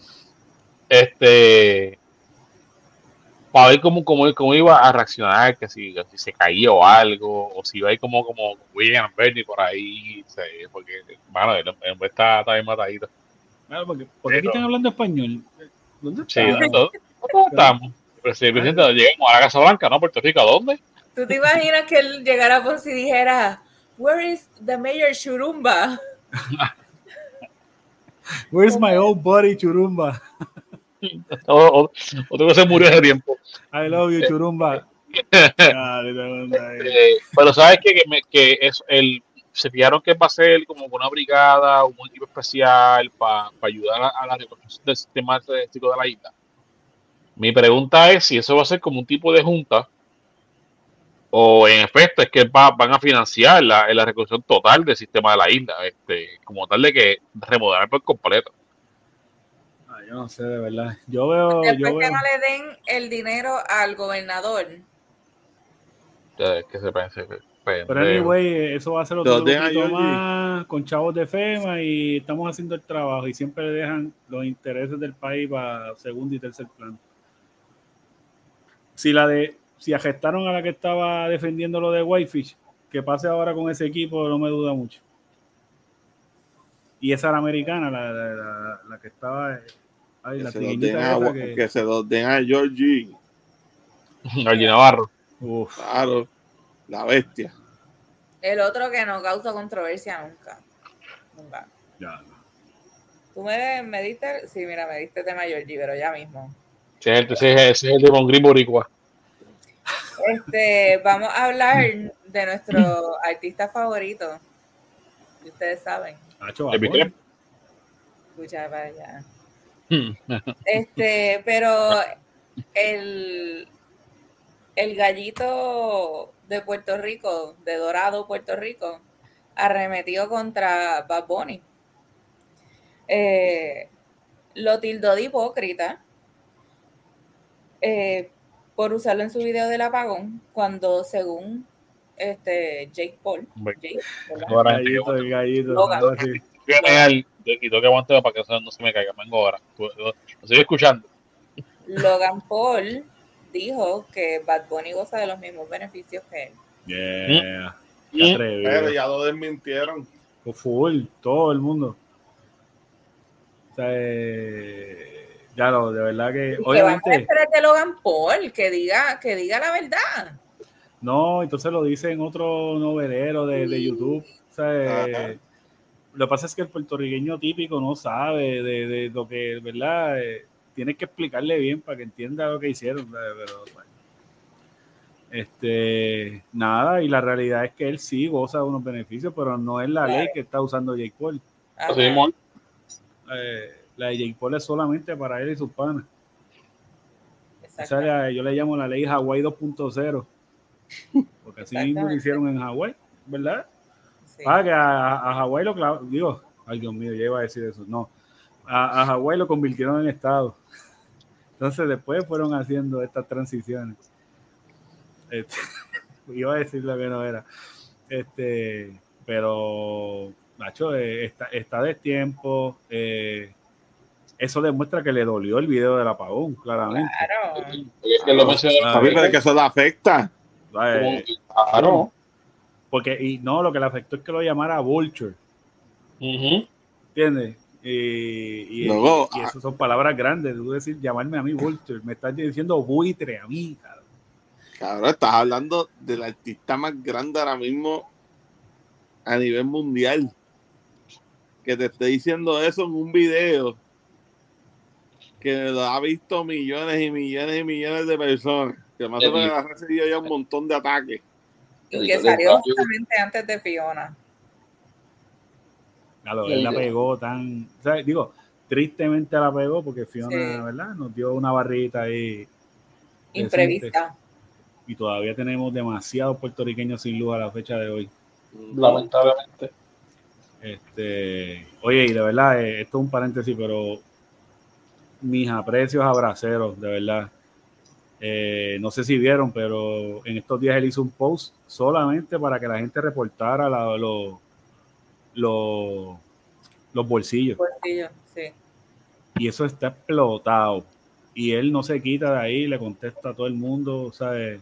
Este. Para ver cómo, cómo, cómo iba a reaccionar, que si, si se caía o algo, o si iba a ir como, como William Bernie por ahí. ¿Sí? Porque, bueno, el hombre está, está bien matadito. Claro, porque, porque aquí están hablando español. ¿Dónde está? Sí, ¿dónde? ¿Cómo estamos? Pero si el presidente llegamos a la Casa Blanca, ¿no? Puerto Rico, ¿a dónde? ¿Tú te imaginas que él llegara a Ponce y dijera, where is the mayor Churumba? Where's my old buddy Churumba? Otro, otro que se murió hace tiempo. I love you, Churumba. eh, pero sabes qué? que, me, que es el se fijaron que va a ser como una brigada, un equipo especial para pa ayudar a, a la reconstrucción del sistema estadístico de la isla. Mi pregunta es si eso va a ser como un tipo de junta o en efecto es que va, van a financiar la, la reconstrucción total del sistema de la isla, este, como tal de que remodelar por completo. yo no sé, de verdad. Yo veo. Después yo que veo... no le den el dinero al gobernador. Ya, que se pense que Pero pendejo. anyway, eso va a ser Te otro los den a grupito Georgie. más con chavos de FEMA y estamos haciendo el trabajo y siempre le dejan los intereses del país para segundo y tercer plano. Si la de, si arrestaron a la que estaba defendiendo lo de Whitefish, que pase ahora con ese equipo, no me duda mucho. Y esa era americana, la, la, la, la que estaba, ay, Que la se, los den trigueñita a, esa que, que se los den a Georgie. Allí Navarro. uf, Claro, la bestia. El otro que no causa controversia nunca. Nunca. ya, Tú me, me diste, sí, mira, me diste tema Georgie, pero ya mismo. Ese es el, ese es, ese es el de Mongrim Boricua. Este, vamos a hablar de nuestro artista favorito. Y ustedes saben. Hacho, ¿El Bad Bunny. Bicep? Escucha para allá. Este, pero el, el gallito de Puerto Rico, de Dorado, Puerto Rico, arremetió contra Bad Bunny. Eh, lo tildó de hipócrita eh, por usarlo en su video del apagón, cuando según este Jake Paul, Jake, ¿verdad? Ahora, El gallito, el gallito. Logan. Ahora sí. y tengo que aguantar para que eso no se me caiga. Vengo ahora. Lo, lo sigo escuchando. Logan Paul dijo que Bad Bunny goza de los mismos beneficios que él. Yeah. ¿Mm? Qué atrevido. Pero ya lo desmintieron. Full, todo el mundo. O sea, eh, ya lo, de verdad que. ¿Y Obviamente. qué vamos a esperar de Logan Paul? Que diga, que diga la verdad. No, entonces lo dice en otro novelero de, de YouTube. O sea, eh, lo que pasa es que el puertorriqueño típico no sabe de, de lo que, ¿verdad? Eh, tienes que explicarle bien para que entienda lo que hicieron. ¿sabes? Pero bueno. Este, nada, y la realidad es que él sí goza de unos beneficios, pero no es la Claro. ley que está usando Jake Paul. Ajá. Así mismo. Eh, la de Jake Paul es solamente para él y sus panas. Esa es Exactamente. la- yo le llamo la ley Hawái dos punto cero. Porque así mismo lo hicieron en Hawái, ¿verdad? Sí. Ah, que a, a Hawái lo clav- digo, ay Dios mío, ya iba a decir eso. No, a, a Hawái lo convirtieron en estado. Entonces después fueron haciendo estas transiciones. Este, iba a decir lo que no era. Este, pero, Nacho, eh, está, está de tiempo. Eh, eso demuestra que le dolió el video del apagón, claramente. Claro. Es que lo mencioné. Papi, pero es que eso le afecta. Eh, Claro. porque, y no, lo que le afectó es que lo llamara Vulture. Uh-huh. ¿Entiendes? Y, y, Luego, y, y eso son palabras grandes. Tú decir, llamarme a mí Vulture. Me estás diciendo buitre a mí, cabrón. Cabrón, estás hablando del artista más grande ahora mismo a nivel mundial. Que te esté diciendo eso en un video que lo ha visto millones y millones y millones de personas. Que más o menos ha recibido ya un montón de ataques. Y que salió justamente antes de Fiona. Claro, él la pegó tan. O sea, digo, tristemente la pegó porque Fiona, Sí. ¿verdad? Nos dio una barrita ahí. Imprevista. decente. Y todavía tenemos demasiados puertorriqueños sin luz a la fecha de hoy. Lamentablemente. Este, oye, y de verdad, eh, esto es un paréntesis, pero mis aprecios a Braceros, de verdad. Eh, no sé si vieron, pero en estos días él hizo un post solamente para que la gente reportara la, lo, lo, los bolsillos. Bolsillo, sí. Y eso está explotado. Y él no se quita de ahí, le contesta a todo el mundo, ¿sabes?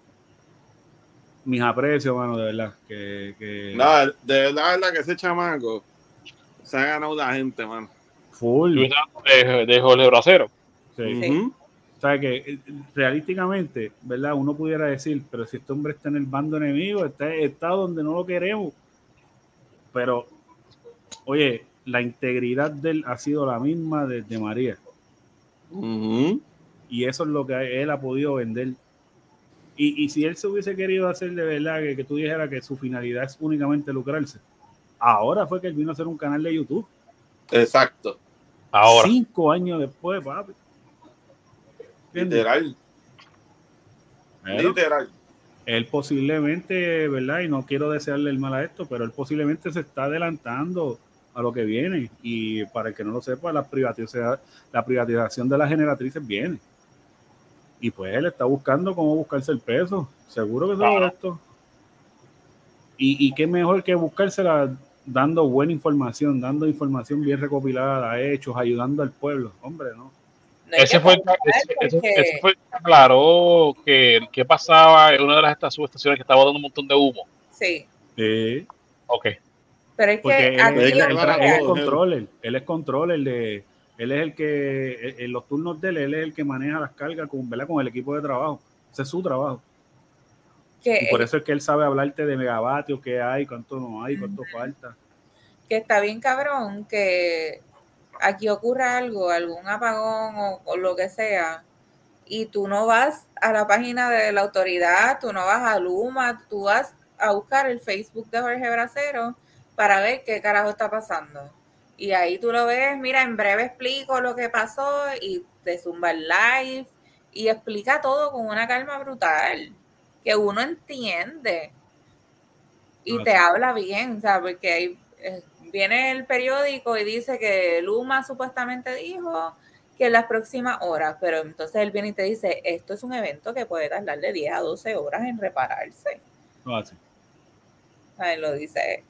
Mis aprecios, mano, de verdad. Que, que No, de verdad, verdad que ese chamaco se ha ganado la gente, mano. full. De, de Jorge Bracero. Sí. Uh-huh. O sea, que realísticamente, ¿verdad? Uno pudiera decir, pero si este hombre está en el bando enemigo, está, está donde no lo queremos. Pero, oye, la integridad de él ha sido la misma desde María. Uh-huh. Y eso es lo que él ha podido vender. Y, y si él se hubiese querido hacer de verdad, que, que tú dijeras que su finalidad es únicamente lucrarse, ahora fue que él vino a hacer un canal de YouTube. Exacto. Ahora. Cinco años después, papi. ¿Entiendes? Literal. Pero Literal. él posiblemente, ¿verdad? Y no quiero desearle el mal a esto, pero él posiblemente se está adelantando a lo que viene. Y para el que no lo sepa, la privatización, la privatización de las generatrices viene. Y pues él está buscando cómo buscarse el peso. Seguro que todo esto. Y, y qué mejor que buscársela dando buena información, dando información bien recopilada, hechos, ayudando al pueblo. Hombre, ¿no? No hay Ese que fue, el, pensar ese, ese, porque- ese fue el que aclaró que, que pasaba en una de las estas subestaciones que estaba dando un montón de humo. Sí, Eh, Ok. pero es que porque él, aquí es- él, lo él que tra- él es todo, controller, él es controller de, él es el que, en los turnos de él, él es el que maneja las cargas con, ¿verdad? Con el equipo de trabajo. Ese es su trabajo. que, Y por es- eso es que él sabe hablarte de megavatios, qué hay, cuánto no hay, cuánto falta. que está bien cabrón que aquí ocurra algo, algún apagón o, o lo que sea, y tú no vas a la página de la autoridad, tú no vas a Luma, tú vas a buscar el Facebook de Jorge Bracero para ver qué carajo está pasando. Y ahí tú lo ves, mira, en breve explico lo que pasó y te zumba el live y explica todo con una calma brutal, que uno entiende y Ah, te sí. habla bien, ¿sabes? Porque ahí eh, viene el periódico y dice que Luma supuestamente dijo que en las próximas horas, pero entonces él viene y te dice, esto es un evento que puede tardar de diez a doce horas en repararse. No hace. Ahí lo dice.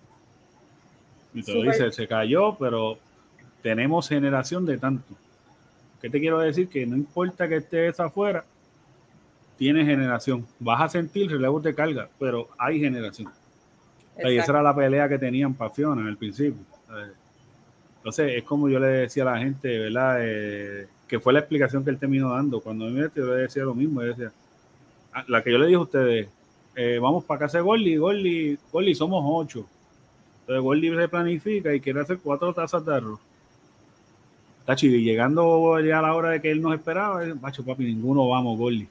Y te lo Súper- dice, se cayó, pero tenemos generación de tanto. ¿Qué te quiero decir? Que no importa que estés afuera, tienes generación. Vas a sentir relevos de carga, pero hay generación. Y esa Exacto. era la pelea que tenían Pafiona en el principio. Eh, Entonces, es como yo le decía a la gente, ¿verdad? Eh, que fue la explicación que él terminó dando. Cuando me metí, yo le decía lo mismo. Yo decía, ah, la que yo le dije a ustedes, eh, vamos para casa de Gordy, Gordy, Gordy, somos ocho. Entonces, Gordy se planifica y quiere hacer cuatro tazas de arroz. Está chido. Y llegando ya a la hora de que él nos esperaba, eh, macho, papi, ninguno vamos, Gordy.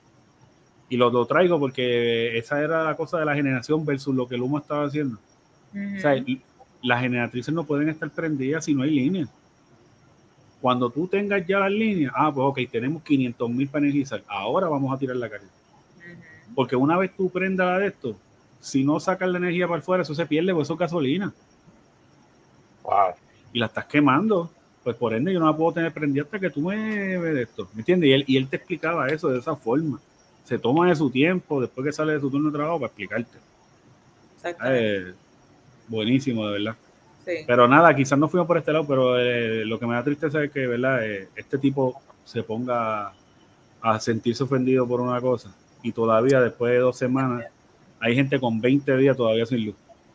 Y lo, lo traigo porque esa era la cosa de la generación versus lo que Luma estaba haciendo. Ujú. O sea, las generatrices no pueden estar prendidas si no hay líneas. Cuando tú tengas ya las líneas, ah, pues ok, tenemos quinientos mil para energizar. Ahora vamos a tirar la carga. Ujú. Porque una vez tú prendas la de esto, si no sacas la energía para afuera, eso se pierde, pues eso es gasolina. Wow. Y la estás quemando. Pues por ende yo no la puedo tener prendida hasta que tú me de esto. ¿Me entiendes? Y él, y él te explicaba eso de esa forma. Se toma de su tiempo después que sale de su turno de trabajo para explicarte. Exactamente. Eh, buenísimo, de verdad. Sí. Pero nada, quizás no fuimos por este lado, pero eh, lo que me da tristeza es que, ¿verdad? Eh, este tipo se ponga a sentirse ofendido por una cosa y todavía después de dos semanas hay gente con veinte días todavía sin luz.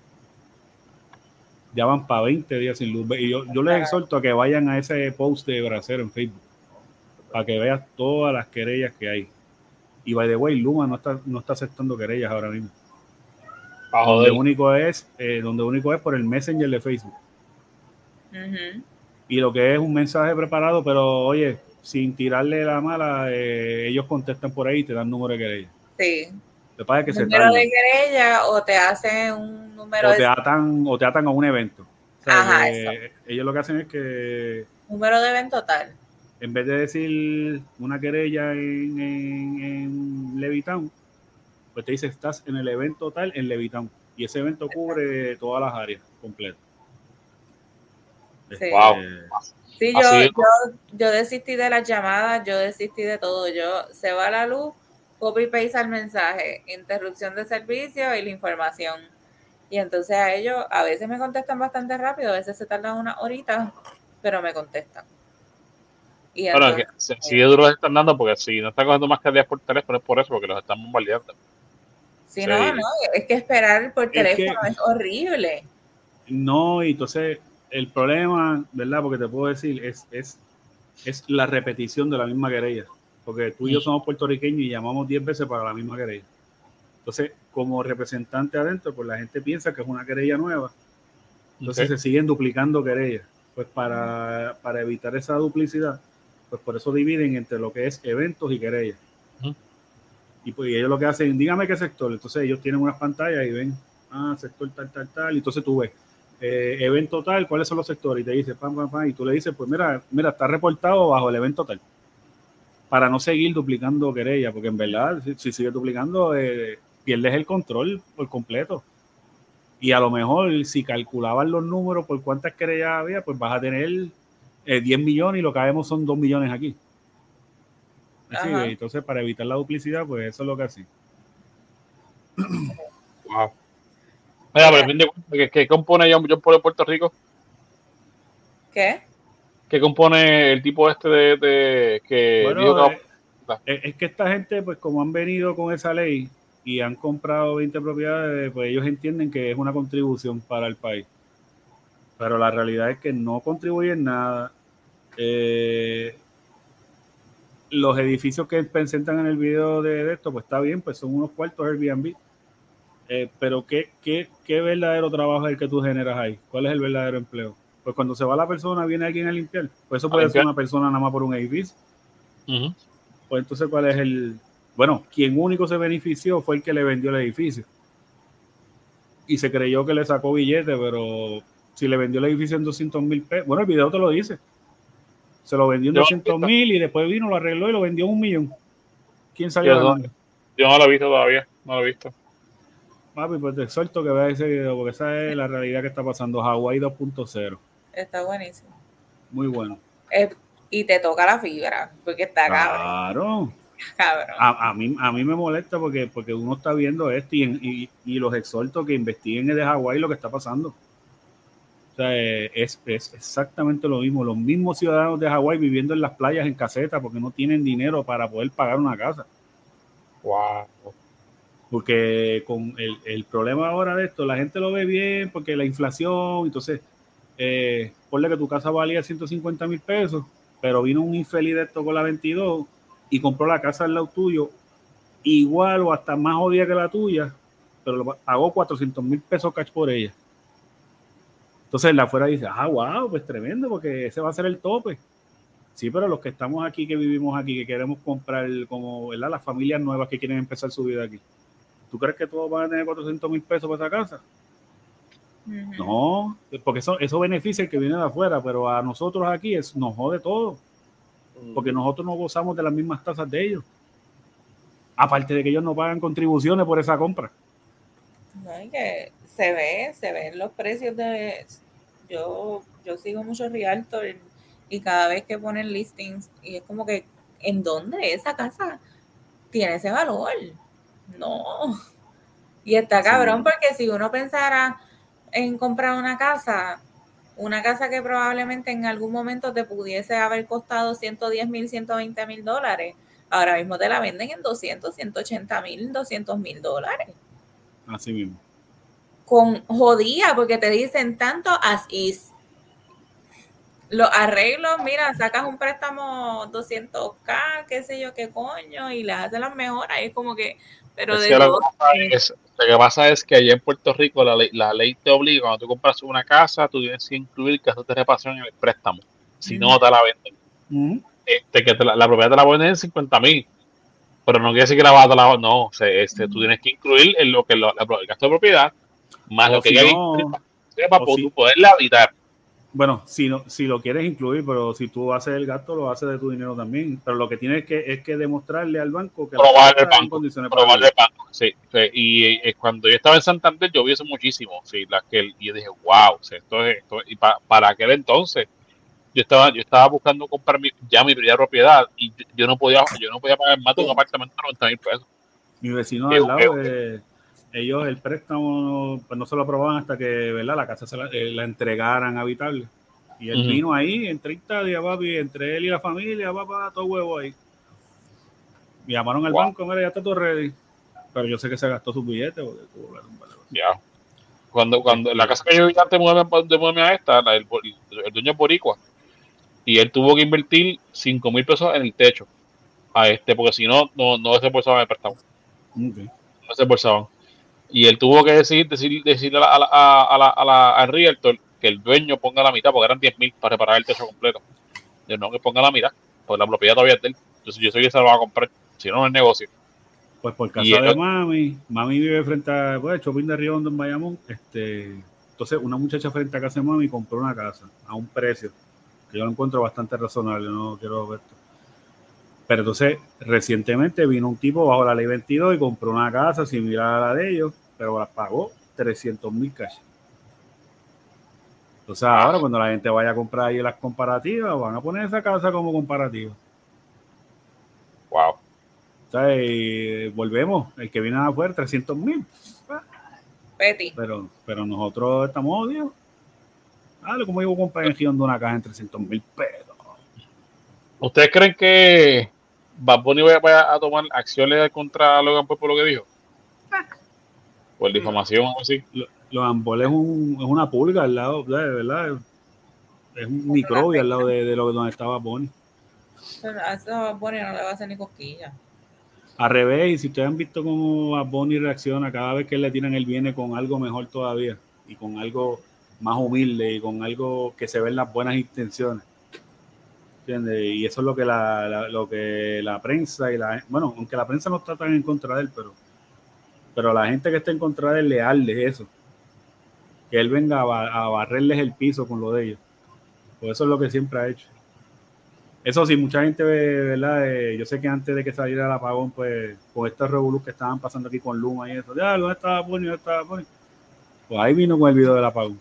Ya van para veinte días sin luz. Y yo, yo les exhorto a que vayan a ese post de Bracero en Facebook para que veas todas las querellas que hay. Y by the way, Luma no está, no está aceptando querellas ahora mismo. A Donde joder. único es, eh, donde único es por el Messenger de Facebook. Ujú. Y lo que es un mensaje preparado, pero oye, sin tirarle la mala, eh, ellos contestan por ahí y te dan número de querella. Sí. Lo que pasa es que se Número tardan. de querella o te hacen un número O de te atan, o te atan a un evento. O sea, Ajá, que ellos lo que hacen es que número de evento tal. en vez de decir una querella en, en, en Levitown, pues te dice estás en el evento tal en Levitown. Y ese evento cubre todas las áreas completas. Sí. Wow. Sí, yo, Así- yo, yo desistí de las llamadas, yo desistí de todo. Yo se va la luz, copy paste al mensaje, interrupción de servicio y la información. Y entonces a ellos a veces me contestan bastante rápido, a veces se tardan una horita, pero me contestan. Y Bueno, entonces, que si de duro están dando, porque si no están cogiendo más que días por teléfono es por eso, porque los están bombardeando. si Sí. no, no, es que esperar por Es teléfono que- es horrible. No, y entonces el problema, ¿verdad? Porque te puedo decir, es, es, es la repetición de la misma querella. Porque tú y yo somos puertorriqueños y llamamos diez veces para la misma querella. Entonces, como representante adentro, pues la gente piensa que es una querella nueva. Entonces Ok. se siguen duplicando querellas. Pues para, para evitar esa duplicidad, pues por eso dividen entre lo que es eventos y querellas. Ujú. Y pues y ellos lo que hacen, dígame qué sector. Entonces ellos tienen unas pantallas y ven, ah, sector tal, tal, tal. Y entonces tú ves, eh, evento tal, ¿cuáles son los sectores? Y te dice, pam, pam, pam. Y tú le dices, pues mira, mira, está reportado bajo el evento tal. Para no seguir duplicando querellas, porque en verdad, si, si sigues duplicando, eh, pierdes el control por completo. Y a lo mejor, si calculaban los números por cuántas querellas había, pues vas a tener eh, diez millones y lo que habemos son dos millones aquí. Así, entonces, para evitar la duplicidad, pues eso es lo que hacía. Wow. Mira, pero fin de cuentas, ¿qué, ¿qué compone John, John Paul de Puerto Rico? ¿Qué? ¿Qué compone el tipo este de, de que bueno, dijo que... eh, es que esta gente, pues como han venido con esa ley y han comprado veinte propiedades, pues ellos entienden que es una contribución para el país. Pero la realidad es que no contribuyen nada. Eh, los edificios que presentan en el video de, de esto, pues está bien, pues son unos cuartos Airbnb. Eh, pero ¿qué, qué, ¿qué verdadero trabajo es el que tú generas ahí? ¿Cuál es el verdadero empleo? Pues cuando se va la persona, viene alguien a limpiar. Pues eso puede ser una persona nada más por un edificio. Uh-huh. Pues entonces, ¿cuál es el...? Bueno, quien único se benefició fue el que le vendió el edificio. Y se creyó que le sacó billete, pero si le vendió el edificio en doscientos mil pesos... Bueno, el video te lo dice. Se lo vendió en doscientos mil y después vino, lo arregló y lo vendió en un millón. ¿Quién salió ganando? Yo no lo he visto todavía, no lo he visto. Papi, pues te exhorto que veas ese video, porque esa es la realidad que está pasando. Hawaii dos punto cero. Está buenísimo. Muy bueno. Eh, y te toca la fibra, porque está cabrón. Claro. Cabrón. A, a, mí, a mí me molesta porque, porque uno está viendo esto y, y, y los exhorto que investiguen de Hawaii lo que está pasando. O sea, es, es exactamente lo mismo. Los mismos ciudadanos de Hawaii viviendo en las playas en caseta porque no tienen dinero para poder pagar una casa. Wow. Porque con el, el problema ahora de esto, la gente lo ve bien porque la inflación, entonces, eh, ponle que tu casa valía ciento cincuenta mil pesos, pero vino un infeliz de esto con la veintidós y compró la casa al lado tuyo, igual o hasta más jodida que la tuya, pero lo pagó cuatrocientos mil pesos cash por ella. Entonces la afuera dice, ah, wow, pues tremendo, porque ese va a ser el tope. Sí, pero los que estamos aquí, que vivimos aquí, que queremos comprar, como, ¿verdad? Las familias nuevas que quieren empezar su vida aquí. ¿Tú crees que todos van a tener cuatrocientos mil pesos para esa casa? Uh-huh. No, porque eso, eso beneficia el que viene de afuera, pero a nosotros aquí es, nos jode todo. Porque nosotros no gozamos de las mismas tasas de ellos. Aparte de que ellos no pagan contribuciones por esa compra. No, y que se ve, se ven los precios de... Yo, yo sigo mucho Realtor y cada vez que ponen listings, y es como que, ¿en dónde esa casa tiene ese valor? No. Y está cabrón, sí. Porque si uno pensara en comprar una casa, una casa que probablemente en algún momento te pudiese haber costado ciento diez mil, ciento veinte mil dólares, ahora mismo te la venden en doscientos, ciento ochenta mil, doscientos mil dólares. Así mismo. Con jodía, porque te dicen tanto as is. Los arreglos, mira, sacas un préstamo doscientos K, qué sé yo, qué coño, y le haces las mejoras, y es como que, pero es de que todo. Lo, es, lo que pasa es que allá en Puerto Rico la ley, la ley te obliga, cuando tú compras una casa, tú tienes que incluir gastos de reparación en el préstamo, si mm. no te la venden. Mm. Este, que te la, la propiedad te la venden en cincuenta mil, pero no quiere decir que la vas a la no, o sea, este, mm. tú tienes que incluir en lo que lo, la, el gasto de propiedad, más o lo que si hay no, para si, poderla habitar. Bueno, si no, si lo quieres incluir, pero si tú haces el gasto, lo haces de tu dinero también. Pero lo que tienes que es que demostrarle al banco que probar el banco, en condiciones probar el banco, sí, sí. Y, y cuando yo estaba en Santander, yo vi eso muchísimo, sí, las que y yo dije, wow, o sea, esto es esto, y pa, para aquel entonces yo estaba, yo estaba buscando comprar mi, ya mi primera propiedad y yo, yo no podía, yo no podía pagar más de un apartamento de noventa mil pesos. Mi vecino al lado de ellos el préstamo pues no se lo aprobaban hasta que, ¿verdad?, la casa se la, eh, la entregaran habitable. Y él uh-huh. vino ahí en treinta días, papi, entre él y la familia, papá, todo huevo ahí. Me llamaron al wow. banco, mira, ya está todo ready. Pero yo sé que se gastó sus billetes. Porque tuvo ya. Yeah. Cuando, cuando este, la casa que yo vi antes de mudarme a esta, la, el, el dueño es boricua. Y él tuvo que invertir cinco mil pesos en el techo. A este, porque si no, no, no se embolsaban el préstamo. Okay. No se embolsaban. Y él tuvo que decir, decir, decirle a la, a, a la, a la, al realtor que el dueño ponga la mitad, porque eran diez mil para reparar el techo completo. Yo no, que ponga la mitad, porque la propiedad todavía es de él. Entonces yo sé que se lo va a comprar, si no, no es negocio. Pues por casa y de él, mami, mami vive frente a pues, Shopping de Río Hondo en Bayamón. Este, entonces una muchacha frente a casa de mami compró una casa a un precio que yo lo encuentro bastante razonable, no quiero ver esto. Pero entonces, recientemente vino un tipo bajo la ley veintidós y compró una casa similar a la de ellos, pero la pagó trescientos mil cash. Entonces ahora cuando la gente vaya a comprar ahí las comparativas, van a poner esa casa como comparativa. Wow. O sea, y volvemos, el que viene de afuera, trescientos mil. Petty. Pero, pero nosotros estamos odios. Dale, ¿cómo yo voy a comprar en Gion de una caja en trescientos mil pesos? ¿Ustedes creen que Bad Bunny vaya, vaya a tomar acción legal contra Logan Paul por lo que dijo? Por difamación o algo así. Logan Paul es, un, es una pulga al lado, de verdad. Es un microbio al lado de, de lo donde estaba Bunny. Pero a eso Bunny no le va a hacer ni cosquilla. Al revés, y si ustedes han visto cómo a Bunny reacciona cada vez que le tiran, él viene con algo mejor todavía y con algo más humilde y con algo que se ven las buenas intenciones. ¿Entiendes? Y eso es lo que la, la, lo que la prensa y la... Bueno, aunque la prensa no está tan en contra de él, pero, pero la gente que está en contra de él le arde eso. Que él venga a, a barrerles el piso con lo de ellos. Pues eso es lo que siempre ha hecho. Eso sí, mucha gente, ¿verdad? Eh, yo sé que antes de que saliera el apagón, pues, con estos revolus que estaban pasando aquí con Luma y eso, ya, ¿dónde estaba Bunny? ¿Dónde estaba Bunny? Pues ahí vino con el video del apagón.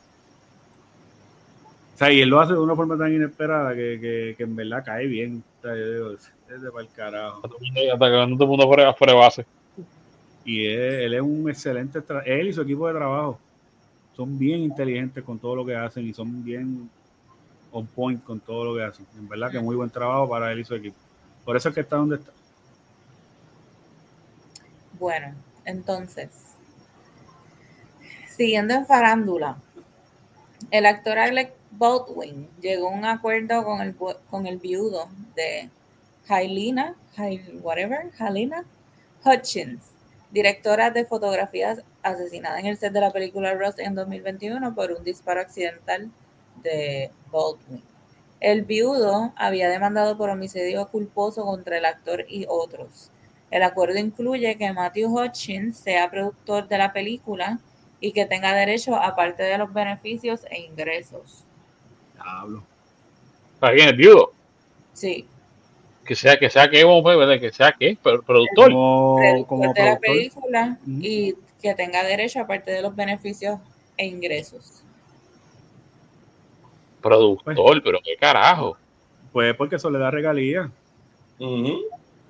O sea, y él lo hace de una forma tan inesperada que, que, que en verdad cae bien. O sea, yo digo, es de para el carajo. Atacando todo el mundo fuera, fuera de base. Y él, él es un excelente, tra- él y su equipo de trabajo son bien inteligentes con todo lo que hacen y son bien on point con todo lo que hacen. En verdad que muy buen trabajo para él y su equipo. Por eso es que está donde está. Bueno, entonces, siguiendo en farándula, el actor Alec Baldwin llegó a un acuerdo con el, con el viudo de Halyna, whatever, Halyna Hutchins, directora de fotografías asesinada en el set de la película Rust en dos mil veintiuno por un disparo accidental de Baldwin. El viudo había demandado por homicidio culposo contra el actor y otros. El acuerdo incluye que Matthew Hutchins sea productor de la película y que tenga derecho a parte de los beneficios e ingresos. Diablo. ¿Para quién? ¿El viudo? Sí. Que sea, que sea que, que sea que, productor. Como, productor como de la productor. película Uh-huh. Y que tenga derecho a parte de los beneficios e ingresos. Productor, pues, pero qué carajo. Pues porque eso le da regalía. Uh-huh.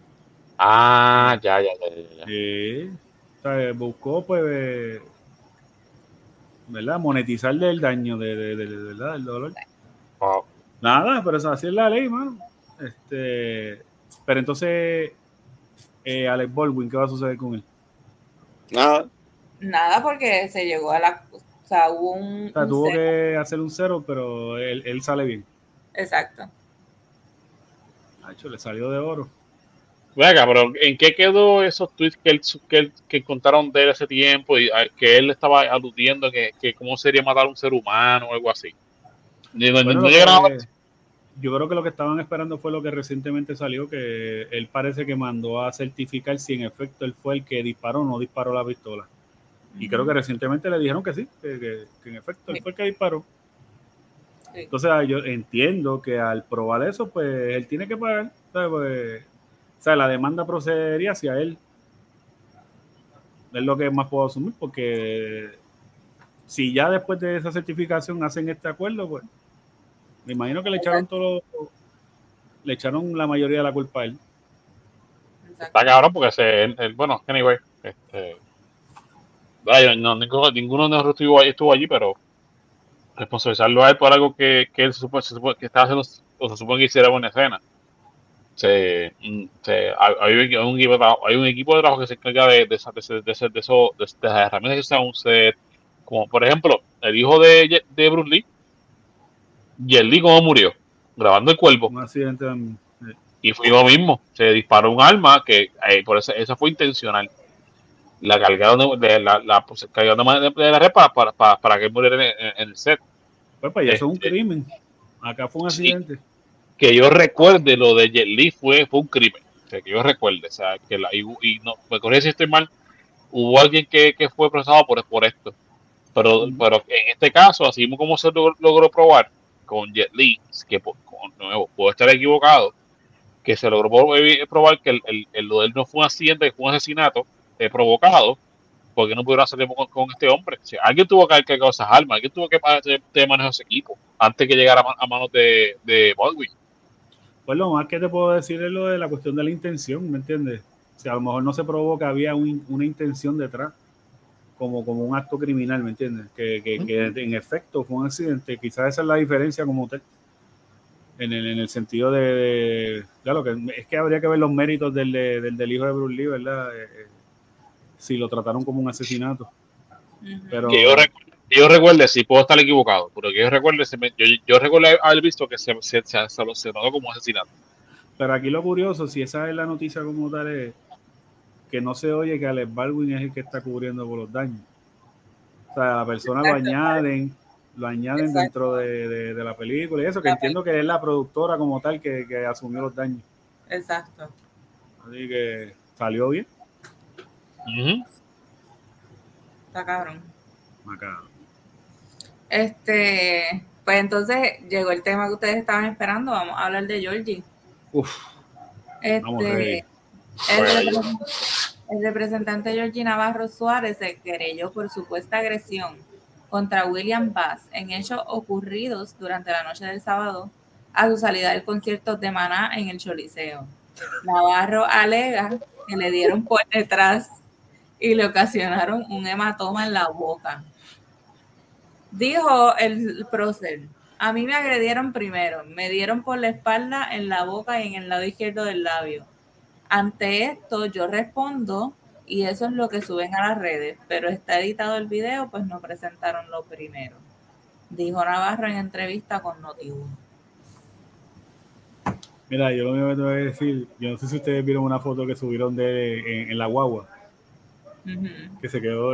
Ah, ya, ya, ya, ya. Sí. O sea, buscó, pues, ¿verdad? Monetizarle el daño de, de, de, de ¿verdad? El dolor. Wow. Nada, pero eso así es la ley, mano. Este, pero entonces, eh, Alec Baldwin, ¿qué va a suceder con él? Nada. Nada, porque se llegó a la... O sea, hubo un... O sea, un tuvo cero. que hacer un cero, pero él, él sale bien. Exacto. Hacho, le salió de oro. Venga, pero ¿en qué quedó esos tweets que él, que, él, que contaron de él hace tiempo y a, que él estaba aludiendo que, que cómo sería matar a un ser humano o algo así? No, Bueno, no que, llegaron a... yo creo que lo que estaban esperando fue lo que recientemente salió, que él parece que mandó a certificar si en efecto él fue el que disparó o no disparó la pistola. Y creo que recientemente le dijeron que sí, que, que, que en efecto él fue el que disparó. Sí. Entonces yo entiendo que al probar eso, pues él tiene que pagar. ¿Sabes? Pues, o sea, la demanda procedería hacia él. Es lo que más puedo asumir, porque si ya después de esa certificación hacen este acuerdo, pues me imagino que le echaron todo, le echaron la mayoría de la culpa a él. Está cabrón porque se, el, el, bueno, anyway, este, vaya, no, ninguno, ninguno de nosotros estuvo, estuvo allí, pero responsabilizarlo a él por algo que, que él se supone, se supone que estaba haciendo, o se supone que hiciera buena escena. Se, se, hay, un equipo de trabajo, hay un equipo de trabajo que se encarga de, de, de, de, de, de, de, eso, de, de las herramientas que usan un set, como por ejemplo, el hijo de, de Bruce Lee, Jet Li, ¿cómo murió? Grabando el cuerpo. Un accidente también. Y fue lo mismo, se disparó un arma que eh, por eso, esa fue intencional. La cargaron de, de la, la pues, cargaron de, de la red para, para, para, para que muriera en, en, en el set. Pues, pues ya este, eso es un crimen. Acá fue un accidente. Sí, que yo recuerde lo de Jet Li fue, fue un crimen. O sea, que yo recuerde. O sea, que la, y, y no, me corrí si estoy mal, hubo alguien que, que fue procesado por, por esto. Pero, mm. pero en este caso, así como se logró, logró probar con Jet Li, que con, nuevo, puedo estar equivocado, que se logró probar que el, el, el, lo de él no fue un accidente, fue un asesinato eh, provocado, ¿por qué no pudieron hacerlo con, con este hombre? O sea, alguien tuvo que haber cargado esas armas, alguien tuvo que hacer de manejo ese equipo antes que llegara a, a manos de, de Baldwin. Pues lo más que te puedo decir es lo de la cuestión de la intención, ¿me entiendes? O sea, a lo mejor no se probó que había un, una intención detrás, como, como un acto criminal, ¿me entiendes? Que, que, que en efecto fue un accidente. Quizás esa es la diferencia como tal, en el, en el sentido de, de claro, que es que habría que ver los méritos del, del, del hijo de Bruce Lee, ¿verdad? Eh, eh, si lo trataron como un asesinato. Uh-huh. Pero que yo, recu- yo recuerde, si puedo estar equivocado, pero que yo recuerde, se me, yo, yo recuerdo haber visto que se, se, se, se lo se notó como un asesinato. Pero aquí lo curioso, si esa es la noticia como tal, es que no se oye que Alex Baldwin es el que está cubriendo por los daños. O sea, la persona Exacto. lo añaden, lo añaden Exacto. dentro de, de, de la película y eso, que la entiendo película. Que es la productora como tal que, que asumió los daños. Exacto. Así que salió bien. Uh-huh. Está cabrón. Macabro. Este, pues entonces llegó el tema que ustedes estaban esperando. Vamos a hablar de Georgie. Uf. Este, Vamos a ver. El, el representante Georgie Navarro Suárez se querelló por supuesta agresión contra William Bass en hechos ocurridos durante la noche del sábado a su salida del concierto de Maná en el Choliseo. Navarro alega que le dieron por detrás y le ocasionaron un hematoma en la boca. Dijo el prócer: a mí me agredieron primero, me dieron por la espalda, en la boca y en el lado izquierdo del labio. Ante esto yo respondo y eso es lo que suben a las redes, pero está editado el video, pues no presentaron lo primero. Dijo Navarro en entrevista con Noti uno. Mira, yo lo único que te voy a decir, yo no sé si ustedes vieron una foto que subieron de en, en la guagua, uh-huh. que se quedó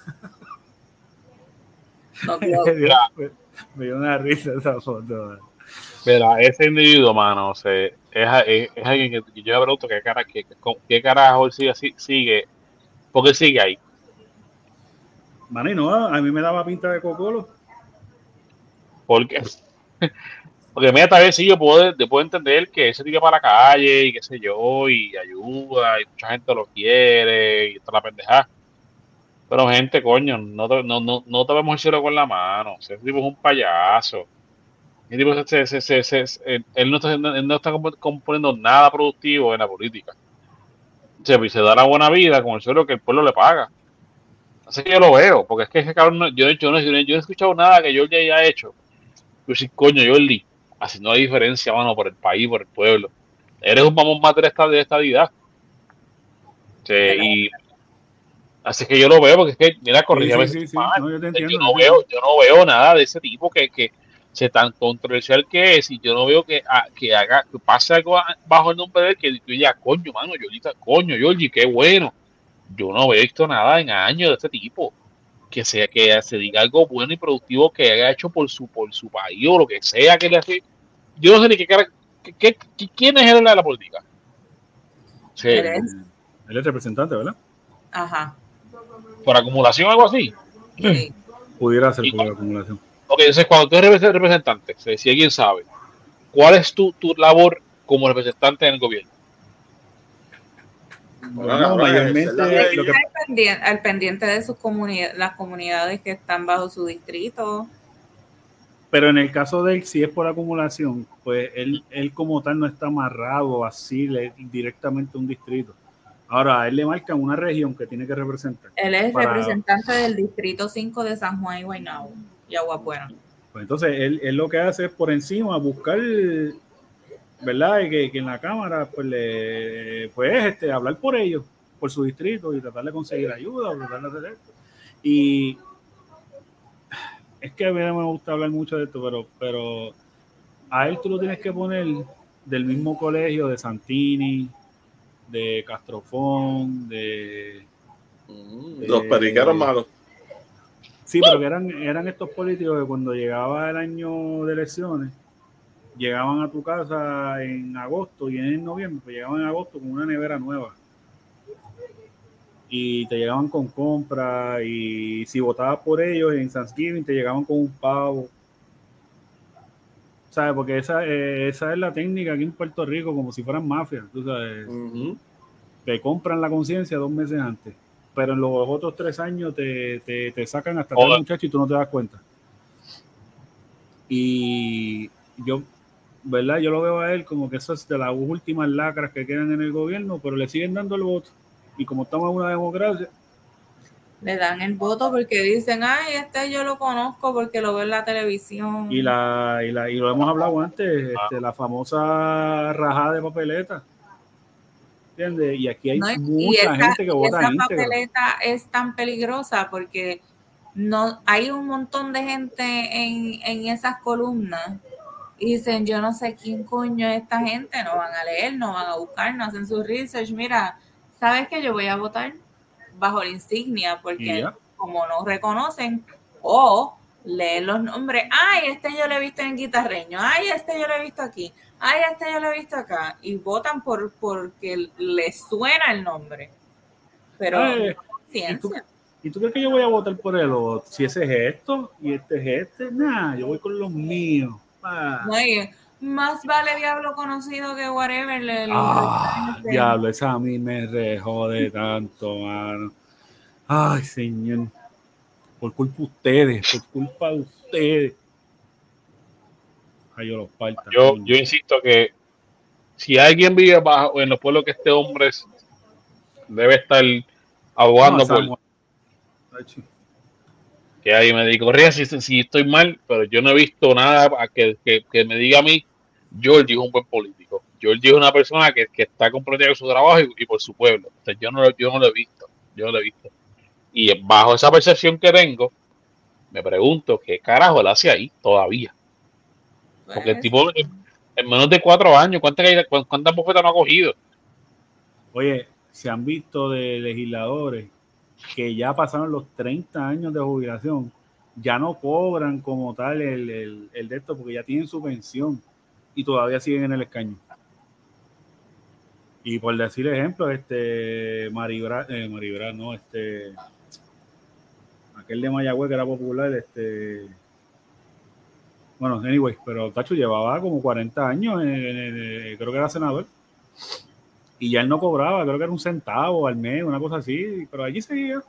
no, me, dio, me, me dio una risa esa foto. Mira, ese individuo, mano, o sea, es, es, es alguien que yo me pregunto qué cara, qué, qué carajo él sigue, sigue, porque él sigue ahí. Mano, y no, a mí me daba pinta de cocolo. ¿Por qué? Porque mira, tal vez sí yo puedo, yo puedo entender que ese tira para la calle y qué sé yo, y ayuda, y mucha gente lo quiere, y toda la pendejada. Pero gente, coño, no te, no, no, no te vemos el cielo con la mano. Ese tipo es un payaso. Ese tipo se, se, se, se, se, él no está, él no está componiendo nada productivo en la política. Se, se da la buena vida con el sueldo que el pueblo le paga. Así que yo lo veo, porque es que ese cabrón, no, yo, yo, no, yo no he escuchado nada que yo ya haya hecho. Yo sí, coño, Jordi, haciendo la diferencia, mano, por el país, por el pueblo. Eres un mamón más de esta, de estadidad. Sí, y así que yo lo veo, porque es que, mira, corrígame. Sí, sí, sí, sí. No, yo, te entiendo, yo, no veo, yo no veo nada de ese tipo que, que se tan controversial que es, y yo no veo que, a, que haga, que pase algo bajo el nombre de él, que yo ya, coño, mano, Yolita, coño, Jordi, qué bueno. Yo no he visto nada en años de este tipo. Que sea que se diga algo bueno y productivo que haya hecho por su por su país o lo que sea que le hace. Yo no sé ni qué cara, qué, qué, quién es él en la política. Sí, él es representante, ¿verdad? Ajá. ¿Por acumulación o algo así? Sí. Pudiera ser por acumulación. Ok, entonces cuando tú eres representante, si alguien sabe, ¿cuál es tu, tu labor como representante en el gobierno? Bueno, no, mayormente lo que... al, pendiente, al pendiente de sus comunidades, las comunidades que están bajo su distrito. Pero en el caso de él, si es por acumulación, pues él, él como tal no está amarrado así le, directamente a un distrito. Ahora, a él le marcan una región que tiene que representar. Él es para... representante del distrito cinco de San Juan y Guaynabo y Aguapuena. Pues entonces, él, él lo que hace es por encima buscar, ¿verdad? Y que, que en la Cámara, pues, le, pues este, hablar por ellos, por su distrito y tratar de conseguir ayuda o tratar de hacer esto. Y es que a mí no me gusta hablar mucho de esto, pero, pero a él tú lo tienes que poner del mismo colegio de Santini, de Castrofón, de... de los periqueros malos. Sí, pero que eran, eran estos políticos que cuando llegaba el año de elecciones, llegaban a tu casa en agosto y en noviembre, pues llegaban en agosto con una nevera nueva. Y te llegaban con compras, y si votabas por ellos en Thanksgiving te llegaban con un pavo. ¿Sabes? Porque esa, eh, esa es la técnica aquí en Puerto Rico, como si fueran mafias, tú sabes. Uh-huh. Te compran la conciencia dos meses antes. pero en los otros tres años te, te, te sacan hasta Joder. tres muchachos y tú no te das cuenta. Y yo, ¿verdad? Yo lo veo a él como que eso es de las últimas lacras que quedan en el gobierno, pero le siguen dando el voto. Y como estamos en una democracia, le dan el voto porque dicen, ay, este yo lo conozco porque lo veo en la televisión. y la, y la y lo hemos hablado antes, este, la famosa rajada de papeleta. ¿Entiendes? Y aquí hay No, y mucha esa, gente que y vota esa íntegro. papeleta es tan peligrosa porque no hay un montón de gente en, en esas columnas y dicen, yo no sé quién coño es esta gente, no van a leer, no van a buscar, no hacen su research. Mira, ¿sabes qué? Yo voy a votar bajo la insignia Y porque ya. como no reconocen o leen los nombres, ay, este yo lo he visto en Guitarreño, ay, este yo lo he visto aquí, ay, este yo lo he visto acá, y votan por porque les suena el nombre, pero Ay, no ¿y, tú, conciencia. ¿Y tú crees que yo voy a votar por él? O si ese es esto y este es este, nada, yo voy con los míos. Ah, No, y más vale diablo conocido que whatever. Le, ah le, diablo, esa a mí me rejode tanto, mano. Ay, señor. Por culpa de ustedes, por culpa de ustedes. Ay, yo los parta. Yo, yo insisto que si alguien vive bajo en los pueblos que este hombre es, debe estar abogando No, por Juan. que alguien me diga, corría si, si estoy mal, pero yo no he visto nada que, que, que me diga a mí, Georgie es un buen político. Georgie es una persona que, que está comprometida con su trabajo y, y por su pueblo. O sea, yo no, yo no lo he visto, yo no lo he visto. Y bajo esa percepción que tengo, me pregunto qué carajo él hace ahí todavía. Porque el pues, tipo, en, en menos de cuatro años, ¿cuántas, cuántas bofetas no ha cogido? Oye, se han visto de legisladores que ya pasaron los treinta años de jubilación, ya no cobran como tal el, el, el de esto porque ya tienen su pensión y todavía siguen en el escaño. Y por decir ejemplo, este Maribra, eh, Maribra, no, este aquel de Mayagüez que era popular, este bueno, anyway, pero Tacho llevaba como cuarenta años, en, en, en, creo que era senador, y ya él no cobraba, creo que era un centavo al mes, una cosa así, pero allí seguía.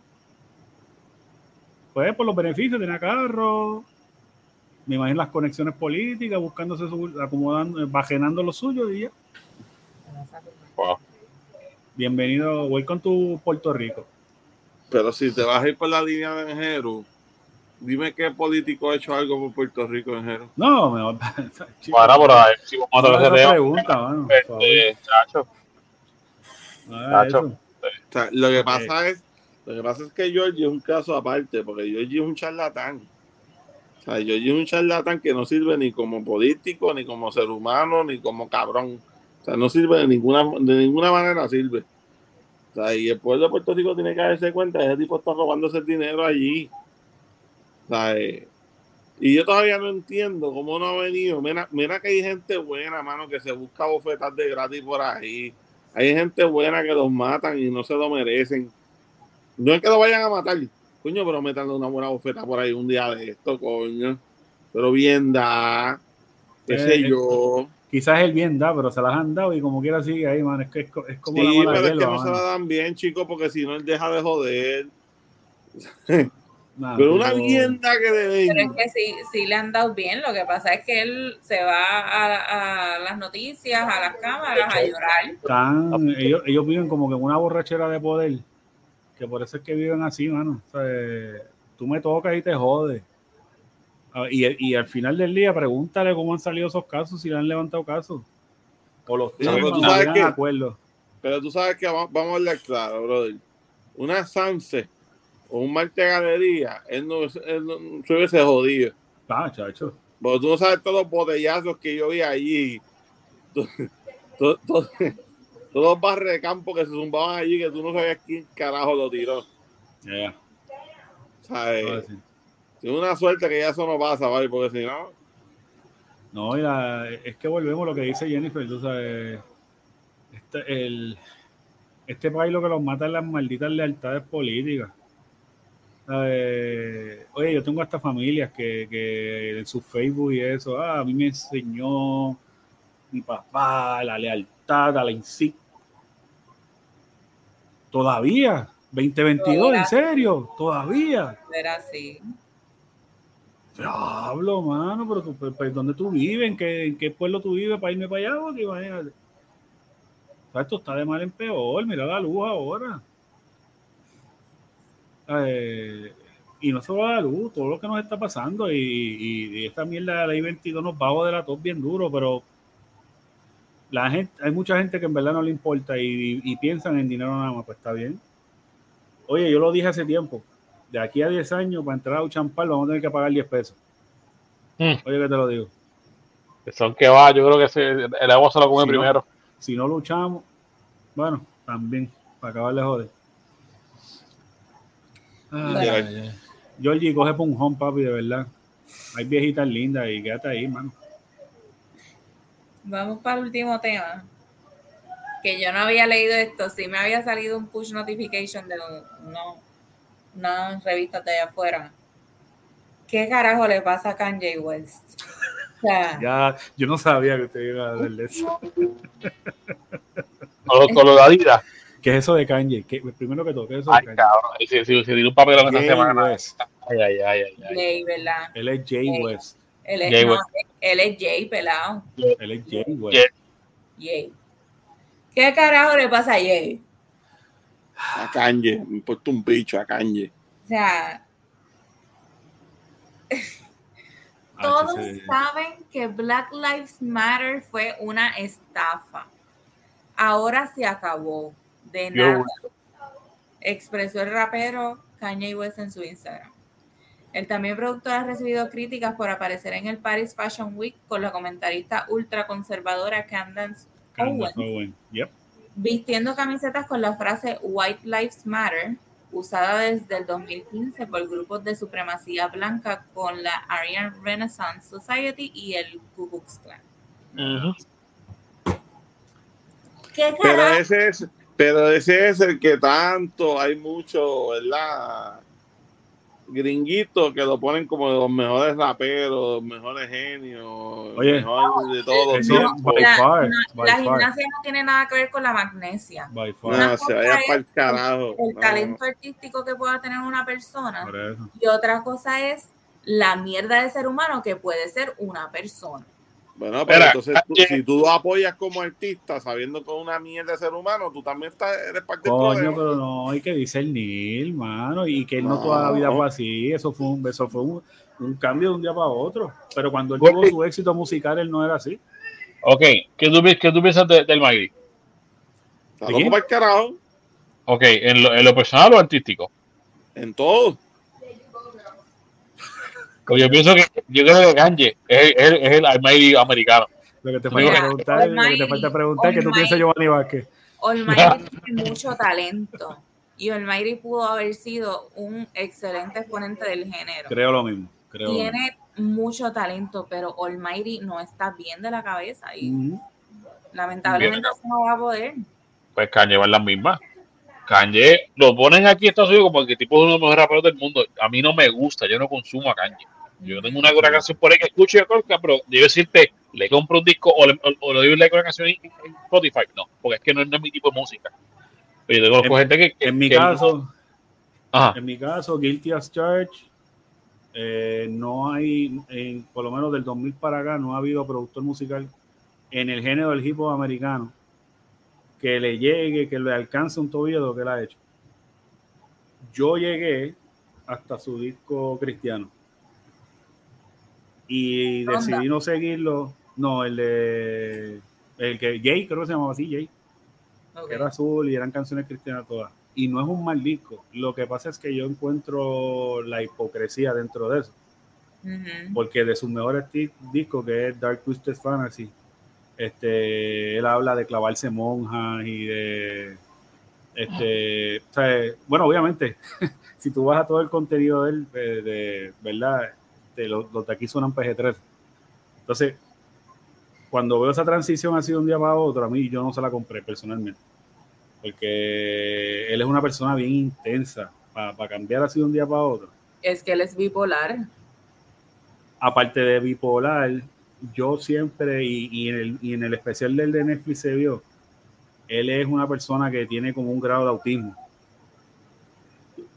Pues por los beneficios, tenía carro, me imagino las conexiones políticas, buscándose, su, acomodando, bajenando lo suyo y ya. Wow. Bienvenido, welcome to Puerto Rico. Pero si te vas a ir por la línea de Enjero, dime qué político ha hecho algo por Puerto Rico, Enjero. No, me va Para por ahí, si vamos a no tocar ese esa tema. pregunta, mano, por favor. Este, chacho, No haga chacho. eso. O sea, lo que Ok. pasa es, lo que pasa es que Georgie es un caso aparte, porque Georgie es un charlatán. O sea, Georgie es un charlatán que no sirve ni como político, ni como ser humano, ni como cabrón. O sea, no sirve de ninguna, de ninguna manera sirve. O sea, y el pueblo de Puerto Rico tiene que darse cuenta, ese tipo está robándose el dinero allí. O sea, eh, y yo todavía no entiendo cómo no ha venido. Mira, mira que hay gente buena, mano, que se busca bofetas de gratis por ahí. Hay gente buena que los matan y no se lo merecen. No es que lo vayan a matar, coño, pero métanle una buena bofeta por ahí un día de esto, coño. Pero bien da, qué Eh, sé eh, yo. Quizás el bien da, pero se las han dado y como quiera sigue ahí, man. Es que es, es como Sí, la mala pero es que hierba, no se la mano. dan bien, chicos, porque si no él deja de joder. Nah, Pero una tipo, vienda que pero deben. es que sí, sí le han dado bien. Lo que pasa es que él se va a, a las noticias, a las cámaras, a llorar. Tan, ellos, ellos viven como que en una borrachera de poder, que por eso es que viven así, mano. O sea, eh, tú me tocas y te jodes. Ah, Y, y al final del día, pregúntale cómo han salido esos casos, si le han levantado casos. O los No, pero tú tumban o sabes llegan que, a acuerdos. pero tú sabes que vamos, vamos a hablar claro, brother. Una Sanse o un Marte Galería, él no, él no se hubiese jodido. Ah, chacho. Porque tú no sabes todos los botellazos que yo vi allí. Todos todo, todo, todo los barres de campo que se zumbaban allí que tú no sabías quién carajo lo tiró. Yeah. ¿Sabes? Ah, sí. Es una suerte que ya eso no pasa, ¿vale? Porque si no. No, y la- es que volvemos a lo que dice Jennifer, tú sabes. Este, el, este país lo que los mata es las malditas lealtades políticas. ¿Sabes? Oye, yo tengo hasta familias que, que en su Facebook y eso, ah, a mí me enseñó mi papá la lealtad a la insignia. Todavía, veinte veintidós, ¿en serio? ¿Todavía? Era así. Diablo, mano, pero tú, pues, pues, ¿dónde tú vives? ¿En qué, ¿En qué pueblo tú vives para irme para allá? Porque imagínate. O sea, esto está de mal en peor. Mira la luz ahora. Eh, y no solo la luz, todo lo que nos está pasando. Y, y, y esta mierda de la ley veintidós nos va de la tos bien duro, pero la gente, hay mucha gente que en verdad no le importa y, y, y piensan en dinero nada más. Pues está bien. Oye, yo lo dije hace tiempo. De aquí a diez años, para entrar a un champal, vamos a tener que pagar diez pesos. Mm. Oye, que te lo digo. Son que va, yo creo que se, el agua se lo come si primero. No, si no luchamos, bueno, también, para acabar de joder. Ay, ay, ay. Georgie, coge punjón, papi, de verdad. Hay viejitas lindas y quédate ahí, mano. Vamos para el último tema. Que yo no había leído esto. Sí me había salido un push notification de no, una revista de allá afuera. ¿Qué carajo le pasa a Kanye West? O sea, ya, yo no sabía que usted iba a hablar de eso. Con lo de Adidas. ¿Qué es eso de Kanye? ¿Qué, primero que todo, ¿qué es eso ay, de Kanye? Cabrón, se, se, se dio un papelón esta semana. West. Ay, ay, ay, ay, ay. Jay, ¿verdad? Él es Jay Jay. West. Él es, Jay no, West. Él es Jay, pelado. Él es Jay West. Jay. ¿Qué carajo le pasa a Jay? A Kanye, me he puesto un bicho a Kanye. O sea, todos ah, sí. saben que Black Lives Matter fue una estafa. Ahora se acabó. De nada. Expresó el rapero Kanye West en su Instagram. El también productor ha recibido críticas por aparecer en el Paris Fashion Week con la comentarista ultraconservadora Candace Owens, Owen. Yep. Vistiendo camisetas con la frase White Lives Matter, usada desde el dos mil quince por grupos de supremacía blanca con la Aryan Renaissance Society y el Ku Klux Klan. Uh-huh. ¿Qué pero ese es, pero ese es el que tanto hay mucho, ¿verdad? Gringuitos que lo ponen como de los mejores raperos, los mejores genios, oye, mejor de todos los tiempos. La, far, no, la gimnasia no tiene nada que ver con la magnesia. No, se vaya para el carajo. El, el no. talento artístico que pueda tener una persona. Y otra cosa es la mierda de ser humano que puede ser una persona. Bueno, pero Era, entonces tú, si tú lo apoyas como artista sabiendo que es una mierda de ser humano, tú también estás, eres parte Coño, del problema. pero no, hay que discernir, mano, y que él no, no toda la vida fue así, eso fue un, eso fue un, un cambio de un día para otro, pero cuando él okay. tuvo su éxito musical, él no era así. Ok, ¿qué tú, qué tú piensas de, del Mayri? Está loco para el carajo. Ok, ¿en lo, ¿en lo personal o artístico? En todo. Yo pienso que yo creo que Kanye es, es, es el Almighty americano. Lo que te falta Mira, preguntar, Almighty, lo que te falta preguntar, ¿qué tú piensas de Giovanni Vázquez? Almighty tiene mucho talento y Almighty pudo haber sido un excelente exponente del género. Creo lo mismo. Creo tiene lo mismo. mucho talento, pero Almighty no está bien de la cabeza y uh-huh. lamentablemente bien. no va a poder. Pues Kanye va en las mismas. Kanye lo ponen aquí en Estados Unidos como que tipo es uno de los mejores raperos del mundo. A mí no me gusta, yo no consumo a Kanye. Yo tengo una, una canción por ahí que escucho y corta, pero debo decirte, le compro un disco o le, o, o le doy like a una canción en, en Spotify. No, porque es que no, no es mi tipo de música. Pero yo conozco gente que, que. En mi que caso, no. en mi caso, Guilty as Charged, eh, no hay, en, por lo menos del dos mil para acá, no ha habido productor musical en el género del hip hop americano que le llegue, que le alcance un tobillo de lo que él ha hecho. Yo llegué hasta su disco Cristiano. Y decidí ¿Onda? no seguirlo. No, el de. El que Jay, creo que se llamaba así, Jay. Okay. Que era azul y eran canciones cristianas todas. Y no es un mal disco. Lo que pasa es que yo encuentro la hipocresía dentro de eso. Uh-huh. Porque de sus mejores t- discos, que es Dark Twisted Fantasy, este, él habla de clavarse monjas y de. Este, o sea, bueno, obviamente, si tú vas a todo el contenido de él, de, de verdad. Los, los de aquí suenan P G trece. Entonces, cuando veo esa transición así de un día para otro, a mí yo no se la compré personalmente. Porque él es una persona bien intensa. Para pa cambiar así de un día para otro. Es que él es bipolar. Aparte de bipolar, yo siempre, y, y, en, el, y en el especial del de Netflix se vio, él es una persona que tiene como un grado de autismo.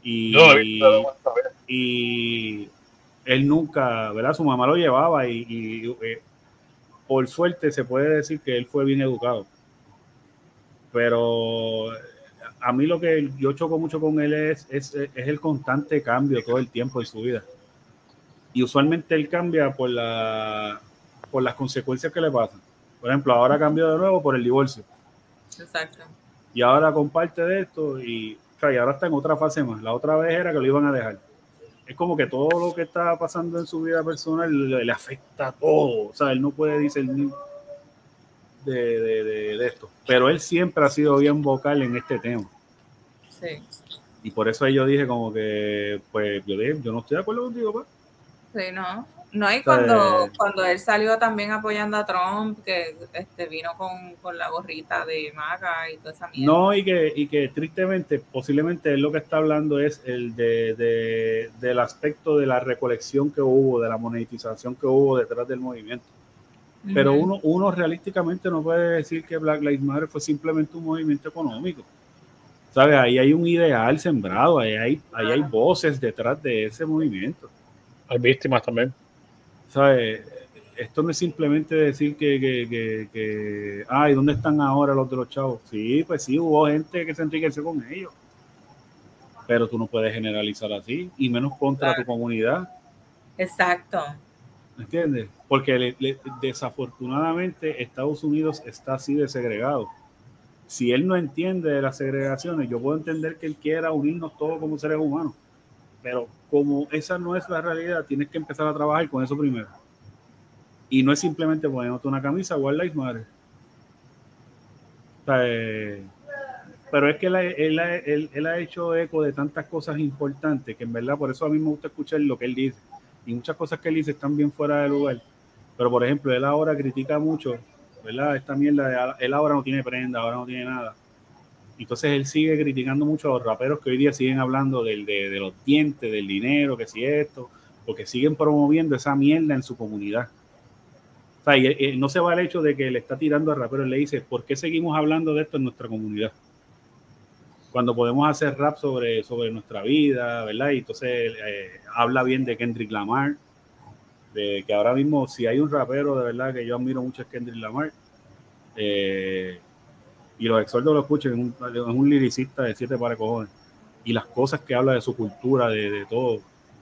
Y, Yo lo he visto, y él nunca, ¿verdad? Su mamá lo llevaba y, y eh, por suerte se puede decir que él fue bien educado. Pero a mí lo que yo choco mucho con él es, es, es el constante cambio todo el tiempo en su vida. Y usualmente él cambia por, la, por las consecuencias que le pasan. Por ejemplo, ahora cambió de nuevo por el divorcio. Exacto. Y ahora comparte de esto y, o sea, y ahora está en otra fase más. La otra vez era que lo iban a dejar. Es como que todo lo que está pasando en su vida personal le, le afecta a todo. O sea, él no puede discernir de, de, de, de esto. Pero él siempre ha sido bien vocal en este tema. Sí. Y por eso ahí yo dije como que, pues, yo dije, yo no estoy de acuerdo contigo, pues. Sí, no. No, y O sea, cuando, eh, cuando él salió también apoyando a Trump, que este vino con, con la gorrita de MAGA y toda esa mierda. No, y que, y que tristemente, posiblemente él lo que está hablando es el de, de, del aspecto de la recolección que hubo, de la monetización que hubo detrás del movimiento. Uh-huh. Pero uno, uno realísticamente no puede decir que Black Lives Matter fue simplemente un movimiento económico. ¿Sabes? Ahí hay un ideal sembrado, ahí hay, ahí hay voces detrás de ese movimiento. Hay víctimas también. ¿Sabes? Esto no es simplemente decir que, que, que, que, ay, ¿dónde están ahora los de los chavos? Sí, pues sí, hubo gente que se enriqueció con ellos. Pero tú no puedes generalizar así, y menos contra claro. tu comunidad. Exacto. ¿Me entiendes? Porque le, le, desafortunadamente Estados Unidos está así de segregado. Si él no entiende de las segregaciones, yo puedo entender que él quiera unirnos todos como seres humanos. Pero como esa no es la realidad, tienes que empezar a trabajar con eso primero. Y no es simplemente poniéndote una camisa o White Lives Matter. O sea, eh, pero es que él, él, él, él ha hecho eco de tantas cosas importantes que en verdad por eso a mí me gusta escuchar lo que él dice. Y muchas cosas que él dice están bien fuera de lugar. Pero por ejemplo, él ahora critica mucho, ¿verdad? Esta mierda de él ahora no tiene prenda, ahora no tiene nada. Entonces él sigue criticando mucho a los raperos que hoy día siguen hablando del, de, de los dientes, del dinero, que si esto, porque siguen promoviendo esa mierda en su comunidad. O sea, y, y no se va el hecho de que le está tirando a raperos, le dice, ¿por qué seguimos hablando de esto en nuestra comunidad? Cuando podemos hacer rap sobre, sobre nuestra vida, ¿verdad? Y entonces eh, habla bien de Kendrick Lamar, de que ahora mismo si hay un rapero de verdad que yo admiro mucho es Kendrick Lamar. Eh, y los exhortos lo escuchen, es un, es un liricista de siete pares de cojones. Y las cosas que habla de su cultura, de, de todo.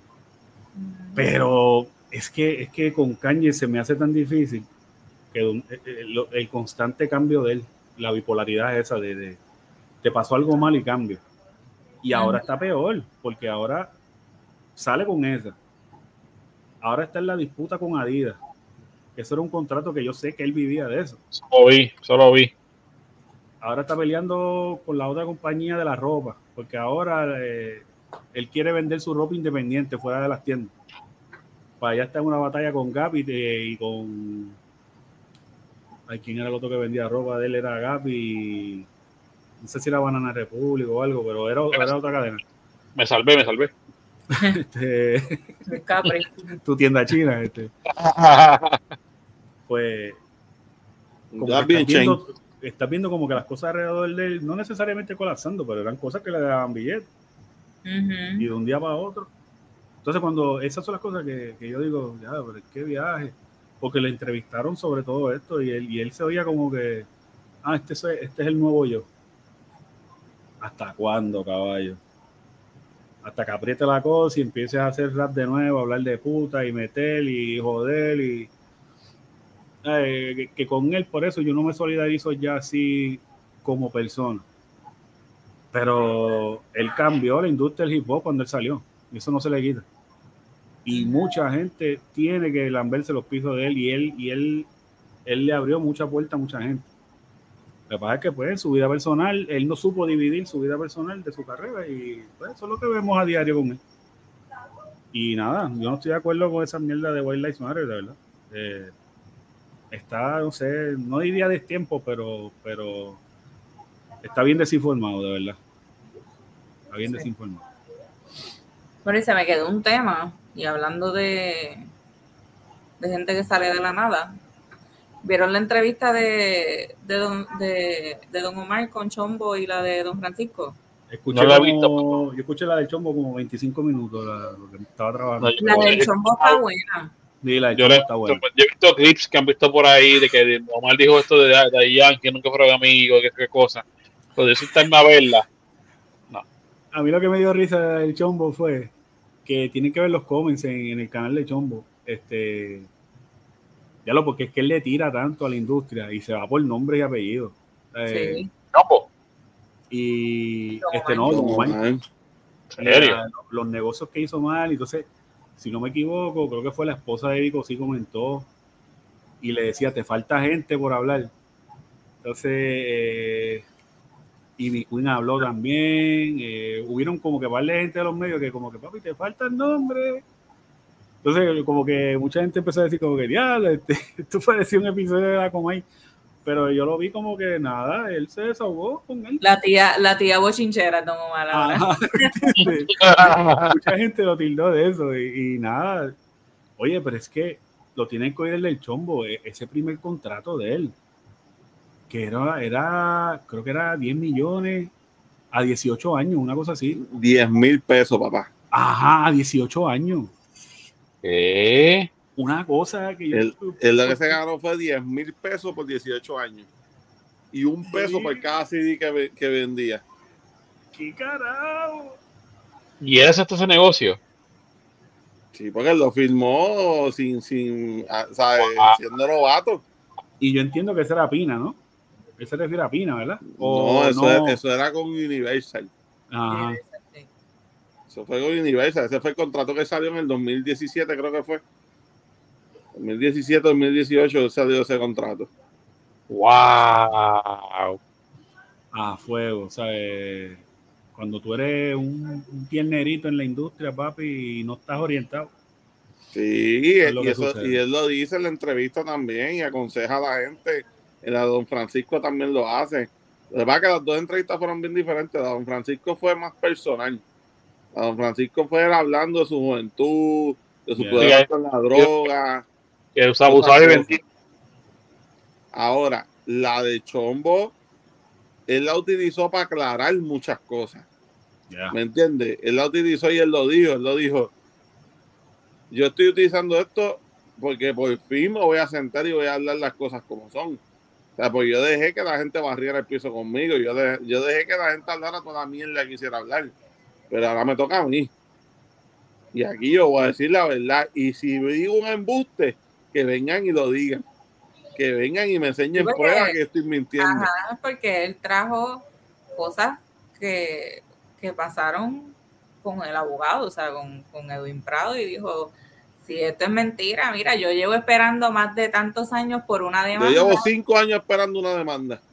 Pero es que, es que con Kanye se me hace tan difícil que el, el, el constante cambio de él, la bipolaridad esa de, de te pasó algo mal y cambio. Y ahora está peor, porque ahora sale con esa. Ahora está en la disputa con Adidas. Eso era un contrato que yo sé que él vivía de eso. Solo vi, solo vi. Ahora está peleando con la otra compañía de la ropa, porque ahora eh, él quiere vender su ropa independiente fuera de las tiendas. Para allá está en una batalla con Gap y, de, y con... Ay, ¿quién era el otro que vendía ropa de él? Era Gap y... No sé si era Banana Republic o algo, pero era, era otra cadena. Me salvé, me salvé. este, Capri. Tu tienda china. Este. Pues... Como estás, viendo, estás viendo como que las cosas alrededor de él, no necesariamente colapsando, pero eran cosas que le daban billetes. Uh-huh. Y de un día para otro. Entonces, cuando esas son las cosas que, que yo digo, ya, pero qué viaje. Porque le entrevistaron sobre todo esto y él, y él se oía como que, ah, este es, este es el nuevo yo. ¿Hasta cuándo, caballo? Hasta que apriete la cosa y empieces a hacer rap de nuevo, a hablar de puta y meter y joder y... Eh, que, que con él, por eso yo no me solidarizo ya así como persona. Pero él cambió la industria del hip hop cuando él salió. Y eso no se le quita. Y mucha gente tiene que lamberse los pisos de él. Y él, y él, él le abrió mucha puerta a mucha gente. Lo que pasa es que pues en su vida personal, él no supo dividir su vida personal de su carrera. Y pues eso es lo que vemos a diario con él. Y nada, yo no estoy de acuerdo con esa mierda de White Lives Matter, de verdad. Eh, está, no sé, no diría de tiempo, pero, pero está bien desinformado, de verdad. Está bien sí. desinformado. Bueno, y se me quedó un tema, y hablando de, de gente que sale de la nada. ¿Vieron la entrevista de, de, don, de, de Don Omar con Chombo y la de Don Francisco? Escuché No la he como- visto. Yo escuché la del Chombo como veinticinco minutos, la, lo que estaba trabajando. No, yo- La del yo- chombo está buena. Sí, la del Yo, Chombo le- está buena. yo he visto clips que han visto por ahí de que Omar dijo esto de, de Ian, que nunca fueron amigos, que qué cosa. Pero yo sentarme a verla. A mí lo que me dio risa del Chombo fue que tienen que ver los comments en, en el canal de Chombo. Este, ya lo, porque es que él le tira tanto a la industria y se va por nombre y apellido. Eh, Sí. No, Y Don este Omar. no, Don No, Omar. man. ¿en serio? La- los negocios que hizo mal, entonces, si no me equivoco, creo que fue la esposa de Vico, sí comentó y le decía, te falta gente por hablar. Entonces, eh, y mi Queen habló también, eh, hubieron como que par de gente de los medios que como que, papi, te falta el nombre. Entonces, como que mucha gente empezó a decir como que, diablo, este, esto parecía un episodio de la Comay. Pero yo lo vi como que nada, él se desahogó con él. La tía, la tía bochinchera, Don Omar, ahora. Ajá, ¿entiendes? Mucha gente lo tildó de eso y, y nada. Oye, pero es que lo tienen que oír el del Chombo, e- ese primer contrato de él, que era, era, creo que era diez millones a dieciocho años, una cosa así. diez mil pesos, papá. Ajá, a dieciocho años. ¿Qué? Una cosa que yo... Él, él lo que se ganó fue diez mil pesos por dieciocho años. Y un peso Sí. por cada C D que, ve- que vendía. ¿Qué carajo? ¿Y él aceptó ese negocio? Sí, porque él lo firmó sin, sin, ah, ¿sabes? Wow. Siendo novato. Y yo entiendo que esa era Pina, ¿no? Él se refiere a Pina, ¿verdad? No, eso, Era, eso era con Universal. Ajá. Sí. Eso fue con Universal. Ese fue el contrato que salió en el dos mil diecisiete, creo que fue. dos mil diecisiete, dos mil dieciocho salió ese contrato. ¡Wow! A fuego, o sea, eh, cuando tú eres un, un pionerito en la industria, papi, y no estás orientado. Sí, Es lo y, que eso, sucede. y él lo dice en la entrevista también y aconseja a la gente. La de Don Francisco también lo hace. Lo que pasa es que las dos entrevistas fueron bien diferentes. La de Don Francisco fue más personal. La de Don Francisco fue él hablando de su juventud, de su Yeah. problema Sí, con la droga. Que usaba, abusaba y Esas vendía. Ahora, la de Chombo, él la utilizó para aclarar muchas cosas. Ya. ¿Me entiendes? Él la utilizó y él lo dijo. Él lo dijo. Yo estoy utilizando esto porque por fin me voy a sentar y voy a hablar las cosas como son. O sea, pues yo dejé que la gente barriera el piso conmigo. Yo, de, yo dejé que la gente hablara toda la mierda que quisiera hablar. Pero ahora me toca a mí. Y aquí yo voy a decir la verdad. Y si digo un embuste, que vengan y lo digan. Que vengan y me enseñen Sí, porque- pruebas que estoy mintiendo. Ajá, porque él trajo cosas que, que pasaron con el abogado, o sea, con, con Edwin Prado, y dijo, si esto es mentira, mira, yo llevo esperando más de tantos años por una Yo demanda. llevo cinco años esperando una demanda.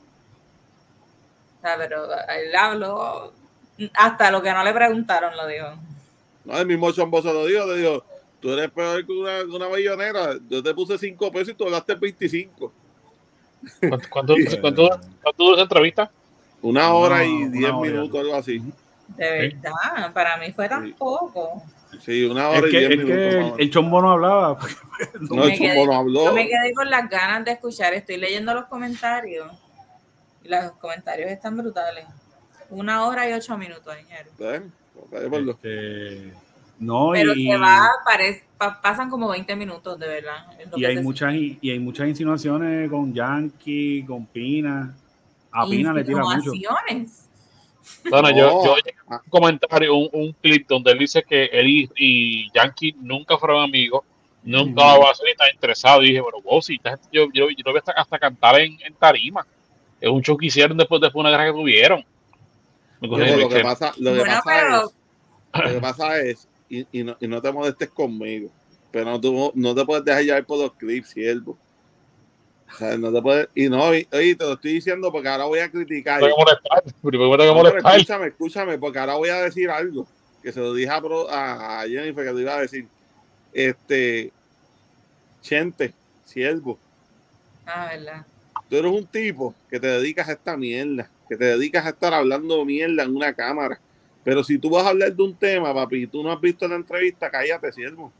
O sea, pero él habló, hasta lo que no le preguntaron lo dijo. No, el mismo Chombo se lo dijo, le dijo, tú eres peor que una, una bellonera. Yo te puse cinco pesos y tú hablaste veinticinco. ¿Cuánto, cuánto, Sí. cuánto, cuánto duró esa entrevista? Una No, hora y una diez hora. minutos, algo así. De verdad, para mí fue tan Sí. poco. Sí, una Es hora y que, diez es minutos. que el, más o el Chombo no hablaba. menos. No, me el Chombo quedé- no habló. Yo me quedé con las ganas de escuchar, estoy leyendo los comentarios y los comentarios están brutales. Una hora y ocho minutos, señor. ¿Eh? Ok, por lo- Este, no, Pero y, se va, parece, pa- pasan como veinte minutos, de verdad. es lo y que hay se muchas y hay muchas insinuaciones con Yankee, con Pina. A siente. Pina le tira mucho. Insinuaciones. Bueno, No, yo, yo ah, un comentario, un, un clip donde él dice que él y, y Yankee nunca fueron amigos, nunca Ujú. va a ser tan interesado. Y dije, pero wow, si esta gente- yo, yo, yo lo vi hasta, hasta cantar en, en tarima. Es un show que hicieron después, después de una guerra que tuvieron. Me Loco, cogí- lo que que- pasa, lo que Bueno, pasa pero- es, lo que pasa es, y, y, no, y no te molestes conmigo, pero no, tú, no te puedes dejar llevar por los clips, siervo. O sea, no te puedes, y no, y, oye, te lo estoy diciendo porque ahora voy a criticar. tengo que molestar. Primero me tengo que No, pero molestar. escúchame, escúchame, porque ahora voy a decir algo que se lo dije a, Pro- a Jennifer que lo iba a decir. Este, Chente, siervo, Ah, verdad. tú eres un tipo que te dedicas a esta mierda, que te dedicas a estar hablando mierda en una cámara. Pero si tú vas a hablar de un tema, papi, y tú no has visto la entrevista, cállate, siervo.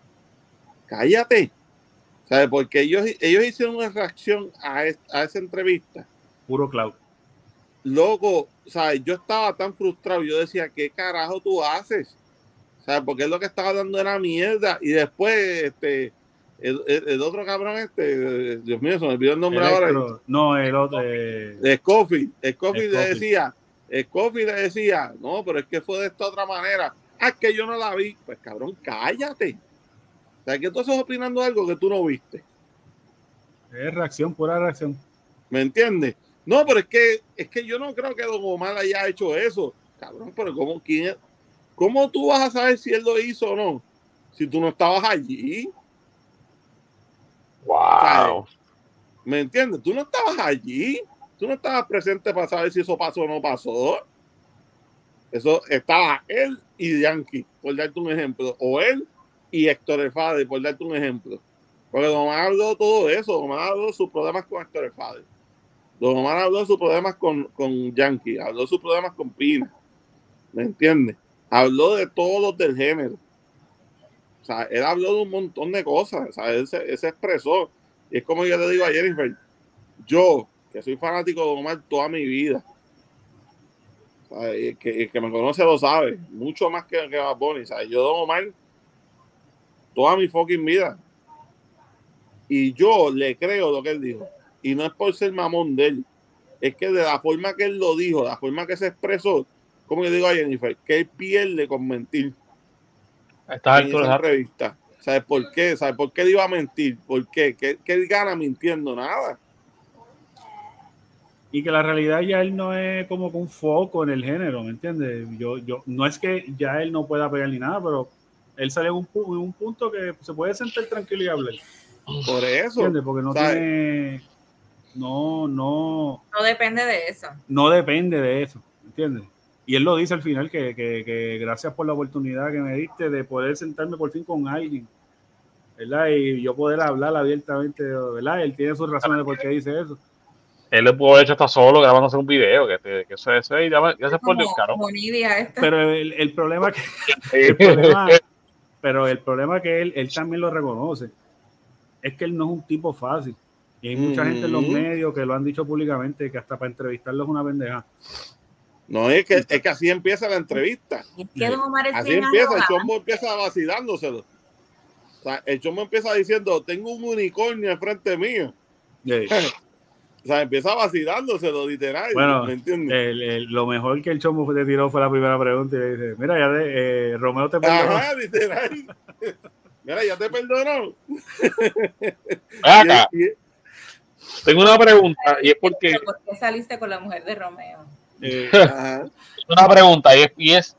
Cállate. ¿Sabes? Porque ellos, ellos hicieron una reacción a, es- a esa entrevista. Puro cloud. Loco, ¿sabes? Yo estaba tan frustrado, yo decía, ¿qué carajo tú haces? ¿Sabes? Porque él lo que estaba dando era mierda. Y después, este, el, el, el otro cabrón, este, Dios mío, se me olvidó el nombre Electro, ahora. no, el otro. Eh, Scofield. Scofield le Scofield. decía, Scofield le decía, no, pero es que fue de esta otra manera. Ah, es que yo no la vi. Pues cabrón, cállate. O sea, que tú estás opinando algo que tú no viste. Es reacción, pura reacción. ¿Me entiendes? No, pero es que, es que yo no creo que Don Omar haya hecho eso. Cabrón, pero ¿cómo, quién, ¿cómo tú vas a saber si él lo hizo o no? Si tú no estabas allí. Wow. ¿Me entiendes? Tú no estabas allí. Tú no estabas presente para saber si eso pasó o no pasó. Eso estaba él y Yankee, por darte un ejemplo. O él y Héctor El Father, por darte un ejemplo. Porque Don Omar habló de todo eso. Don Omar habló de sus problemas con Héctor El Father. Don Omar habló de sus problemas con, con Yankee. Habló de sus problemas con Pina. ¿Me entiendes? Habló de todos los del género. O sea, él habló de un montón de cosas. O sea, él se, él se expresó. Y es como yo le digo a Jennifer, yo, que soy fanático de Don Omar toda mi vida, o sea, el, que, el que me conoce lo sabe, mucho más que, que Bad Bunny. O sea, yo Don Omar toda mi fucking vida. Y yo le creo lo que él dijo. Y no es por ser mamón de él. Es que de la forma que él lo dijo, la forma que se expresó, como yo digo a Jennifer, que él pierde con mentir Estás en esa entrevista. ¿Sabes por qué? ¿Sabes por qué él iba a mentir? ¿Por qué? ¿Qué, qué él gana mintiendo? Nada. Y que la realidad ya él no es como que un foco en el género, ¿me entiendes? Yo, yo, no es que ya él no pueda pegar ni nada, pero él sale en un, en un punto que se puede sentar tranquilo y hablar. Por eso. ¿Entiendes? Porque no ¿sabes? tiene... No, no... No depende de eso. No depende de eso, ¿entiendes? Y él lo dice al final, que, que, que gracias por la oportunidad que me diste de poder sentarme por fin con alguien, ¿verdad? Y yo poder hablar abiertamente, ¿verdad? Él tiene sus razones de por qué dice eso. Él le pudo haber hecho hasta solo grabándose un video, que, te, que eso es, y ya, ya se Como, pone caro. como Nidia esta. Pero el, el problema que... El problema, pero el problema que él, él también lo reconoce, es que él no es un tipo fácil. Y hay mucha Mm-hmm. gente en los medios que lo han dicho públicamente, que hasta para entrevistarlo es una pendeja. No, es que, es que así empieza la entrevista. Es que Don Omar es Así bien empieza, el arrogante. chombo empieza vacilándoselo. O sea, el chombo empieza diciendo, tengo un unicornio enfrente mío. Sí. O sea, empieza vacilándoselo, literal. Bueno, ¿me entiendes? El, el, lo mejor que el chombo te tiró fue la primera pregunta y le dice, mira, ya de, eh, Romeo te perdonó. Ajá, literal. Mira, ya te perdonó. Acá, y, y, tengo una pregunta, y es porque... ¿Por qué saliste con la mujer de Romeo? Eh, ajá. Una pregunta, y es, y es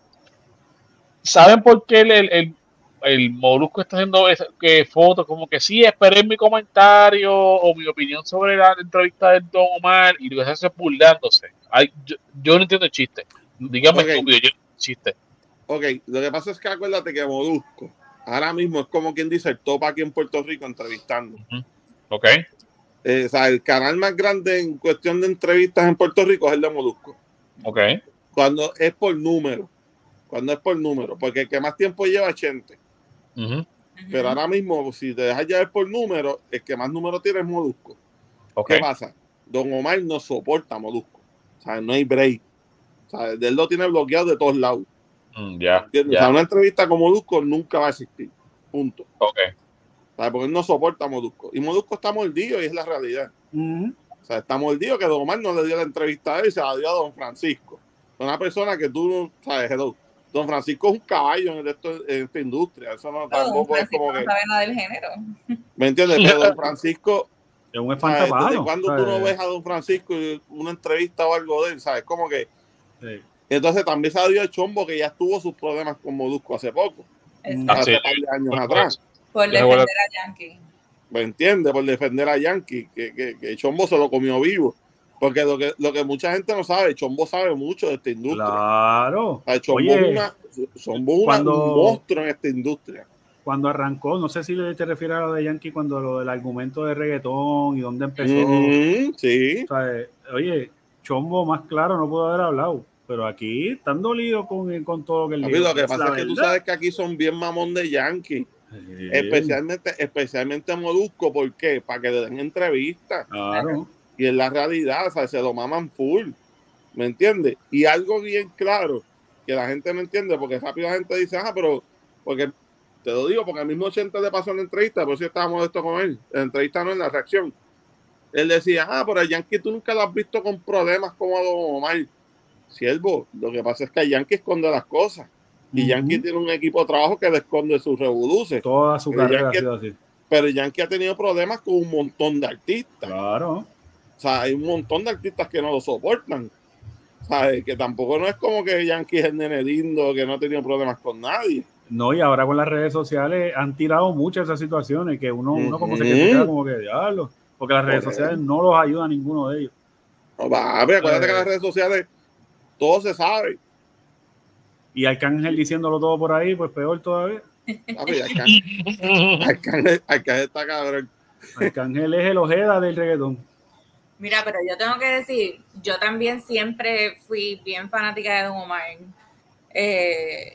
¿saben por qué el, el, el, el Molusco está haciendo esa, que fotos? Como que sí, esperen mi comentario o mi opinión sobre la entrevista de Don Omar, y lo que hace es burlándose. Ay, yo, yo no entiendo el chiste. Dígame Okay. estúpido, yo no entiendo el chiste. Ok, lo que pasa es que acuérdate que Molusco ahora mismo es como quien dice el top aquí en Puerto Rico entrevistando. Uh-huh. Ok. Eh, o sea, el canal más grande en cuestión de entrevistas en Puerto Rico es el de Molusco. Ok. Cuando es por número. Cuando es por número. Porque el que más tiempo lleva es Chente. Uh-huh. Pero ahora mismo, si te dejas llevar por número, el que más número tiene es Molusco. Okay. ¿Qué pasa? Don Omar no soporta a Molusco. O sea, no hay break. O sea, él lo tiene bloqueado de todos lados. Mm, yeah, yeah. O sea, una entrevista con Molusco nunca va a existir. Punto. Ok. O sea, porque él no soporta a Molusco. Y Molusco está mordido y es la realidad. uh-huh. O sea, está mordido que Don Omar no le dio la entrevista a él y se la dio a Don Francisco. Una persona que tú, sabes, hello. Don Francisco es un caballo en, esto, en esta industria. Eso no, no tampoco es como no que... sabe nada del género. ¿Me entiendes? Pero Don Francisco... Es un espantapájaro. ¿Desde cuando tú no ves a Don Francisco y una entrevista o algo de él? ¿Sabes? Como que... Sí. Entonces también se dio el chombo que ya tuvo sus problemas con Molusco hace poco. Exacto. Hace un par de años Por atrás. Por defender a Yankee. ¿Me entiendes? Por defender a Yankee. Que, que, que Chombo se lo comió vivo. Porque lo que, lo que mucha gente no sabe, Chombo sabe mucho de esta industria. Claro. O sea, Chombo Oye, es una, Chombo una, cuando, un monstruo en esta industria. Cuando arrancó, no sé si te refieres a lo de Yankee, cuando lo del argumento de reggaetón y dónde empezó. Mm-hmm, sí. O sea, oye, Chombo más claro no pudo haber hablado. Pero aquí están dolidos con, con todo lo que él dijo. Lo que pasa es que tú sabes que aquí son bien mamón de Yankee. Sí. Especialmente, especialmente Molusco. ¿Por qué? Para que le den entrevistas. Claro. Y en la realidad, o sea, se lo maman full. ¿Me entiendes? Y algo bien claro que la gente no entiende, porque rápido la gente dice, ah, pero, porque te lo digo, porque el mismo ochenta le pasó en la entrevista, por si estábamos molesto con él, en la entrevista no, en la reacción. Él decía, ah, pero el Yankee tú nunca lo has visto con problemas como a Don Omar. Siervo, lo que pasa es que el Yankee esconde las cosas. Y uh-huh. Yankee tiene un equipo de trabajo que le esconde sus revoluces. Toda su pero carrera Yankee, ha sido así. Pero el Yankee ha tenido problemas con un montón de artistas. Claro. O sea, hay un montón de artistas que no lo soportan. ¿Sabes? Que tampoco no es como que Yankee es el nene lindo, que no ha tenido problemas con nadie. No, y ahora con las redes sociales han tirado muchas de esas situaciones que uno, uh-huh. uno como se queda como que diablo, porque las redes okay. sociales no los ayudan a ninguno de ellos. No, va, pero acuérdate eh, que en las redes sociales todo se sabe. Y Arcángel diciéndolo todo por ahí, pues peor todavía. Papi, Arcángel, Arcángel, Arcángel está cabrón. Arcángel es el Ojeda del reggaetón. Mira, pero yo tengo que decir, yo también siempre fui bien fanática de Don Omar. Eh,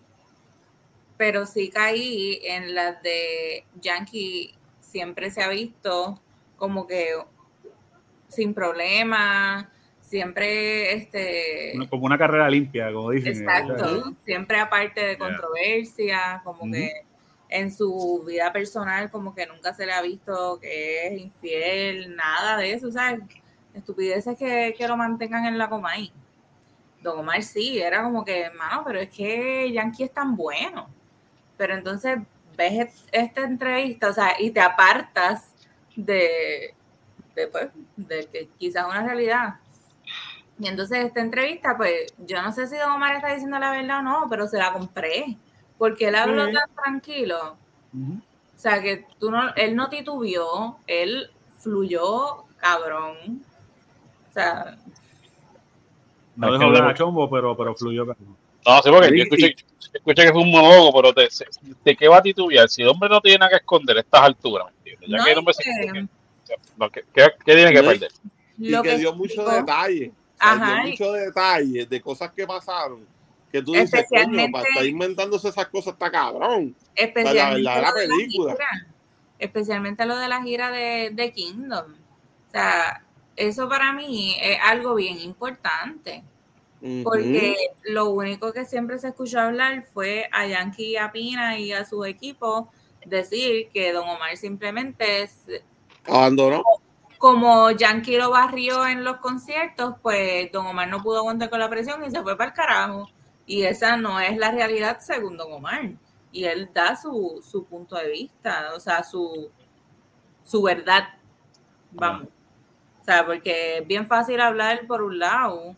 pero sí caí en las de Yankee, siempre se ha visto como que sin problemas, siempre este una, como una carrera limpia, como dicen. Exacto, ¿verdad? Siempre aparte de controversia, yeah. como uh-huh. que en su vida personal como que nunca se le ha visto que es infiel, nada de eso, ¿sabes? Estupideces que, que lo mantengan en la Comay. Don Omar sí, era como que, hermano, pero es que Yankee es tan bueno. Pero entonces ves esta entrevista, o sea, y te apartas de, de, pues, de que quizás una realidad. Y entonces esta entrevista, pues, yo no sé si Don Omar está diciendo la verdad o no, pero se la compré. Porque él habló sí. tan tranquilo. Uh-huh. O sea, que tú no, él no titubeó, él fluyó cabrón. O sea... No dejó hablar a Chombo, pero, pero fluyó cabrón. No, sí, porque sí. yo escuché, escuché que fue un monólogo, pero ¿de, de qué va a titubear? Si el hombre no tiene nada que esconder a estas alturas, ¿me entiendes? Ya no que el hombre que... se... No, ¿qué, qué, ¿Qué tiene que no perder? Y que, que dio muchos detalles. Dio muchos detalles de cosas que pasaron. Que tú dices, coño, para estar inventándose esas cosas está cabrón. Especialmente la, la, la película. La especialmente lo de la gira de, de Kingdom. O sea, eso para mí es algo bien importante. Uh-huh. Porque lo único que siempre se escuchó hablar fue a Yankee, a Pina y a su equipo decir que Don Omar simplemente es, abandonó. Como Yankee lo barrió en los conciertos, pues Don Omar no pudo aguantar con la presión y se fue para el carajo. Y esa no es la realidad según Don Omar. Y él da su, su punto de vista, o sea, su, su verdad. Vamos. O sea, porque es bien fácil hablar por un lado.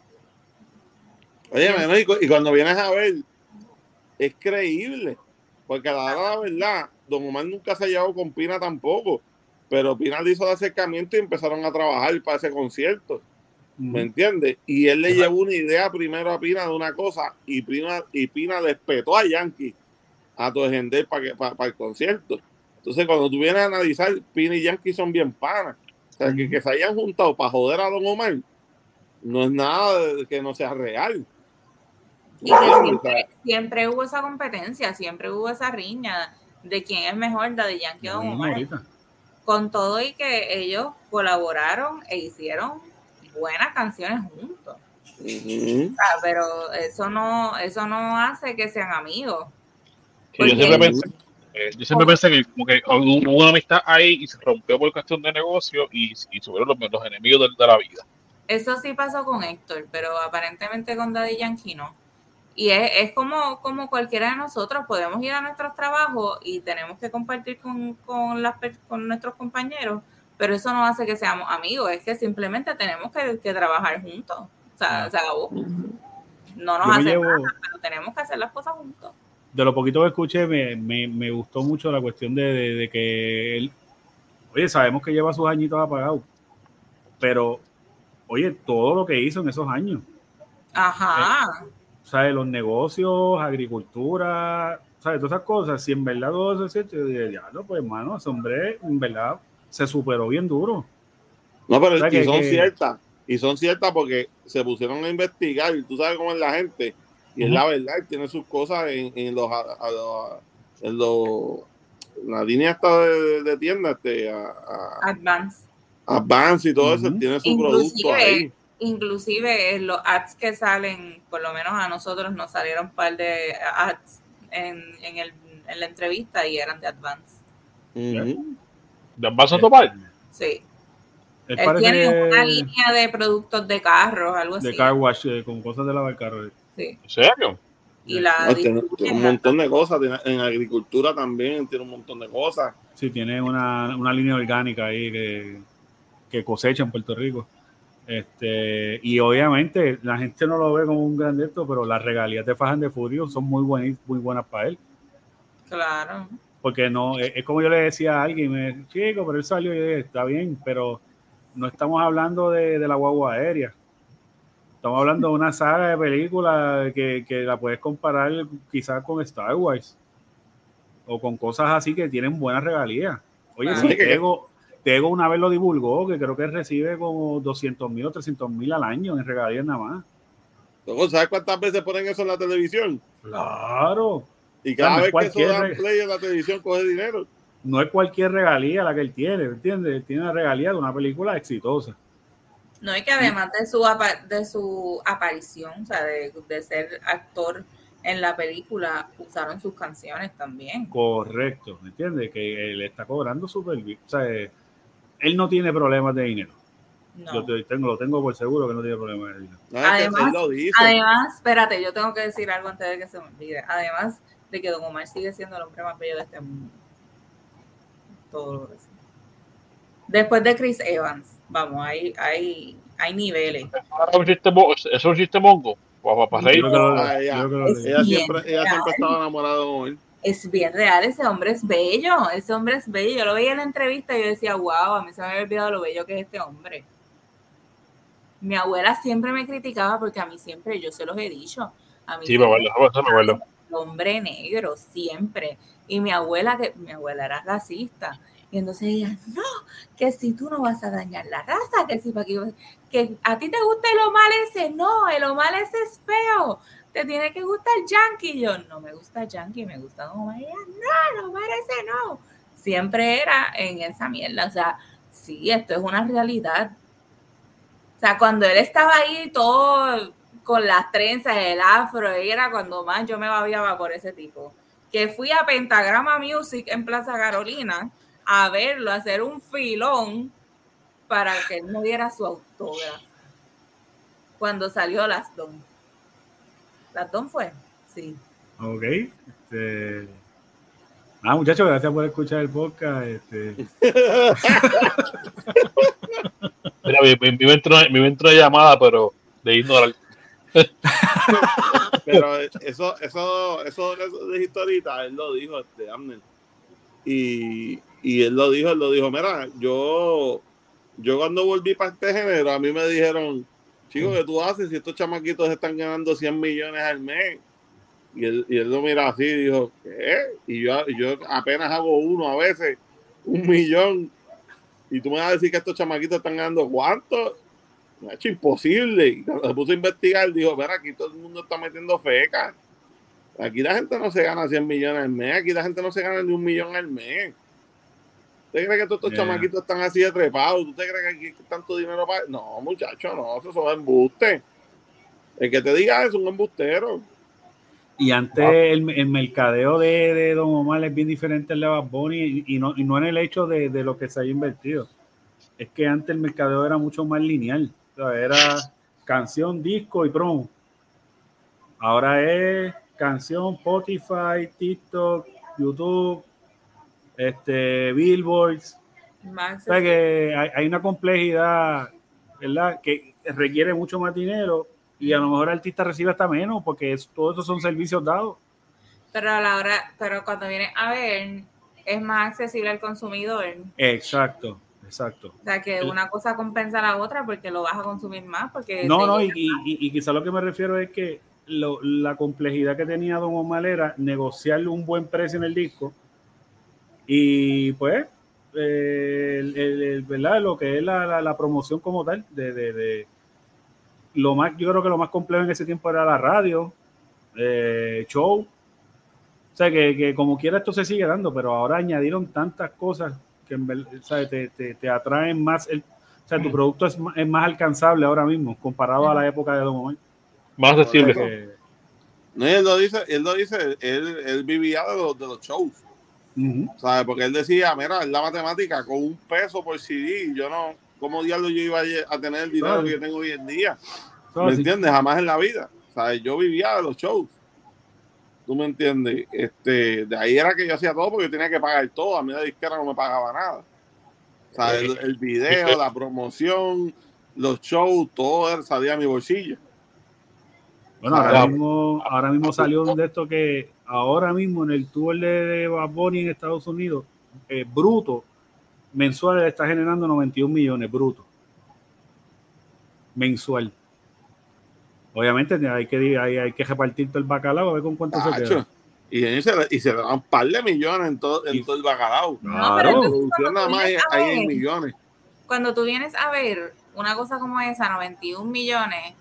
Oye, menos, y, y cuando vienes a ver, es creíble. Porque a la, la verdad, Don Omar nunca se ha llevado con Pina tampoco. Pero Pina le hizo el acercamiento y empezaron a trabajar para ese concierto. ¿Me entiendes? Y él le Ajá. llevó una idea primero a Pina de una cosa y Pina, y Pina le espetó a Yankee a tu gente para, para, para el concierto. Entonces, cuando tú vienes a analizar, Pina y Yankee son bien panas. O sea, uh-huh. que, que se hayan juntado para joder a Don Omar no es nada de, que no sea real. Y que siempre, siempre hubo esa competencia, siempre hubo esa riña de quién es mejor, la de Yankee o Don Omar. Ahorita. Con todo y que ellos colaboraron e hicieron buenas canciones juntos. Uh-huh. Ah, pero eso no, eso no hace que sean amigos. Sí, yo siempre pensé, eh, yo siempre pensé que como que hubo una amistad ahí y se rompió por cuestión de negocio y, y subieron los, los enemigos de, de la vida. Eso sí pasó con Héctor, pero aparentemente con Daddy Yankee no. Y es, es como, como cualquiera de nosotros, podemos ir a nuestros trabajos y tenemos que compartir con, con, las, con nuestros compañeros, pero eso no hace que seamos amigos, es que simplemente tenemos que, que trabajar juntos. O sea, se acabó. No nos hace llevo, nada, pero tenemos que hacer las cosas juntos. De lo poquito que escuché, me, me, me gustó mucho la cuestión de, de, de que él, oye, sabemos que lleva sus añitos apagados, pero, oye, todo lo que hizo en esos años. Ajá. Eh, ¿sabes? Los negocios, agricultura, ¿sabes? Todas esas cosas. Si en verdad todo eso es cierto, yo diría, ya, no, pues, hermano, ese hombre, en verdad, se superó bien duro. No, pero o sea, y que, son que... ciertas. Y son ciertas porque se pusieron a investigar. Y tú sabes cómo es la gente. Y uh-huh. es la verdad, tiene sus cosas en, en los... A, a, a, en los la línea esta de, de tienda, este, a, a, Advance. Advance y todo uh-huh. eso, tiene su Inclusive, producto ahí. inclusive los ads que salen, por lo menos a nosotros nos salieron un par de ads en, en, el, en la entrevista y eran de Advance. Uh-huh. ¿De Advance Autopart? Sí. Él, Él tiene una línea de productos de carros, algo de así. De car wash, eh, con cosas de lavar carro. Sí. ¿En serio? Y la no, tiene, tiene un montón de cosas. Tiene, en agricultura también tiene un montón de cosas. Sí, tiene una, una línea orgánica ahí que, que cosecha en Puerto Rico. Este, y obviamente la gente no lo ve como un gran esto, pero las regalías de Fast and the Furious son muy buenas, muy buenas para él. Claro. Porque no, es, es como yo le decía a alguien, me dice, chico, pero él salió y yo dije, está bien, pero no estamos hablando de, de la guagua aérea. Estamos hablando de una saga de películas que, que la puedes comparar quizás con Star Wars o con cosas así que tienen buenas regalías. Oye, Ah, si Tego, Tego una vez lo divulgó, que creo que recibe como doscientos mil o trescientos mil al año en regalías nada más. ¿Sabes cuántas veces ponen eso en la televisión? Claro. Y cada o sea, no vez que eso dan reg... play en la televisión coge dinero. No es cualquier regalía la que él tiene, ¿entiendes? Él tiene una regalía de una película exitosa. No, y que además de su, de su aparición, o sea, de, de ser actor en la película, usaron sus canciones también. Correcto, ¿me entiendes? Que él está cobrando súper bien. O sea, él no tiene problemas de dinero. No. Yo te, tengo, lo tengo por seguro que no tiene problemas de dinero. No, además, él lo dice. además, espérate, yo tengo que decir algo antes de que se me olvide. Además de que Don Omar sigue siendo el hombre más bello de este mundo. Todo eso. Después de Chris Evans, vamos, hay, hay, hay niveles. ¿Eso es un chiste mongo? Para, para reír. Ah, ella, ella, siempre, ella siempre estaba enamorada de él. Es bien real, ese hombre es bello, ese hombre es bello. Yo lo veía en la entrevista y yo decía, wow, a mí se me había olvidado lo bello que es este hombre. Mi abuela siempre me criticaba porque a mí siempre, yo se los he dicho. A mí sí, me acuerdo, me acuerdo. El hombre negro, siempre. Y mi abuela, que mi abuela era racista. Y entonces ella, no, que si tú no vas a dañar la raza, que si para que, que a ti te gusta el Omar ese, no, el Omar ese es feo, te tiene que gustar Yankee. Yo, no me gusta Yankee, me gusta Don Omar. Y ella, no, el Omar ese no. Siempre era en esa mierda, o sea, sí, esto es una realidad. O sea, cuando él estaba ahí todo con las trenzas, el afro, era cuando más yo me babiaba por ese tipo. Que fui a Pentagrama Music en Plaza Carolina a verlo, a hacer un filón para que él me diera su autógrafo. Cuando salió Las Don. ¿Las Don fue? Sí. Ok. Este... Ah, muchachos, gracias por escuchar el podcast. Este... Mira, me, me, me, entró, me entró una llamada, pero de ignorar. Pero eso, eso, eso que dijiste ahorita, él lo dijo, este, Abner. Y, y él lo dijo, él lo dijo, mira, yo, yo cuando volví para este género, a mí me dijeron, chicos, ¿qué tú haces si estos chamaquitos están ganando cien millones al mes? Y él, y él lo mira así y dijo, ¿qué? Y yo, yo apenas hago uno a veces, un millón. Y tú me vas a decir que estos chamaquitos están ganando ¿cuánto? Me ha hecho imposible. Y cuando se puso a investigar, dijo, mira, aquí todo el mundo está metiendo feca. Aquí la gente no se gana cien millones al mes, aquí la gente no se gana ni un millón al mes. ¿Usted cree que todos estos yeah. chamaquitos están así de trepados? ¿Usted cree que aquí hay tanto dinero para...? No, muchachos, no, eso son embustes. El que te diga es un embustero. Y antes wow. el, el mercadeo de, de Don Omar es bien diferente al de Bad Bunny y, y, no, y no en el hecho de, de lo que se haya invertido. Es que antes el mercadeo era mucho más lineal. O sea, era canción, disco y promo. Ahora es canción, Spotify, TikTok, YouTube, este, Billboards. Max, o sea que hay, hay una complejidad, ¿verdad? Que requiere mucho más dinero y a lo mejor el artista recibe hasta menos porque es, todo eso son servicios dados. Pero a la hora, pero cuando viene a ver, es más accesible al consumidor. Exacto, exacto. O sea que una cosa compensa a la otra porque lo vas a consumir más. Porque no, no, y, y, y quizá lo que me refiero es que Lo, la complejidad que tenía Don Omar era negociarle un buen precio en el disco y pues eh, el, el, el, ¿verdad? Lo que es la, la, la promoción como tal de, de, de lo más, yo creo que lo más complejo en ese tiempo era la radio, eh, show, o sea que, que como quiera esto se sigue dando, pero ahora añadieron tantas cosas que en verdad, ¿sabes? Te, te, te atraen más el, O sea, tu producto es, es más alcanzable ahora mismo comparado a la época de Don Omar. Más accesible. Que, No, y él lo dice, él lo dice, él, él vivía de los, de los shows. uh-huh. ¿Sabes? Porque él decía, mira, la matemática con un peso por C D, yo no, ¿cómo diablos yo iba a tener el dinero Sorry. que yo tengo hoy en día? Sorry. ¿Me entiendes? Jamás en la vida. ¿Sabes? Yo vivía de los shows. ¿Tú me entiendes? Este, de ahí era que yo hacía todo porque yo tenía que pagar todo. A mí la disquera no me pagaba nada. ¿Sabes? El, el video, la promoción, los shows, todo salía a mi bolsillo. Bueno, ahora mismo, ahora mismo salió un de esto que ahora mismo en el tour de Bad Bunny en Estados Unidos, eh, bruto, mensual está generando noventa y un millones, bruto. Mensual. Obviamente hay que, hay, hay que repartir todo el bacalao a ver con cuánto Tacho. se queda. Y se, y se dan un par de millones en todo, en y, todo el bacalao. No, pero la producción nada más hay en millones. Cuando tú vienes a ver una cosa como esa, noventa y un millones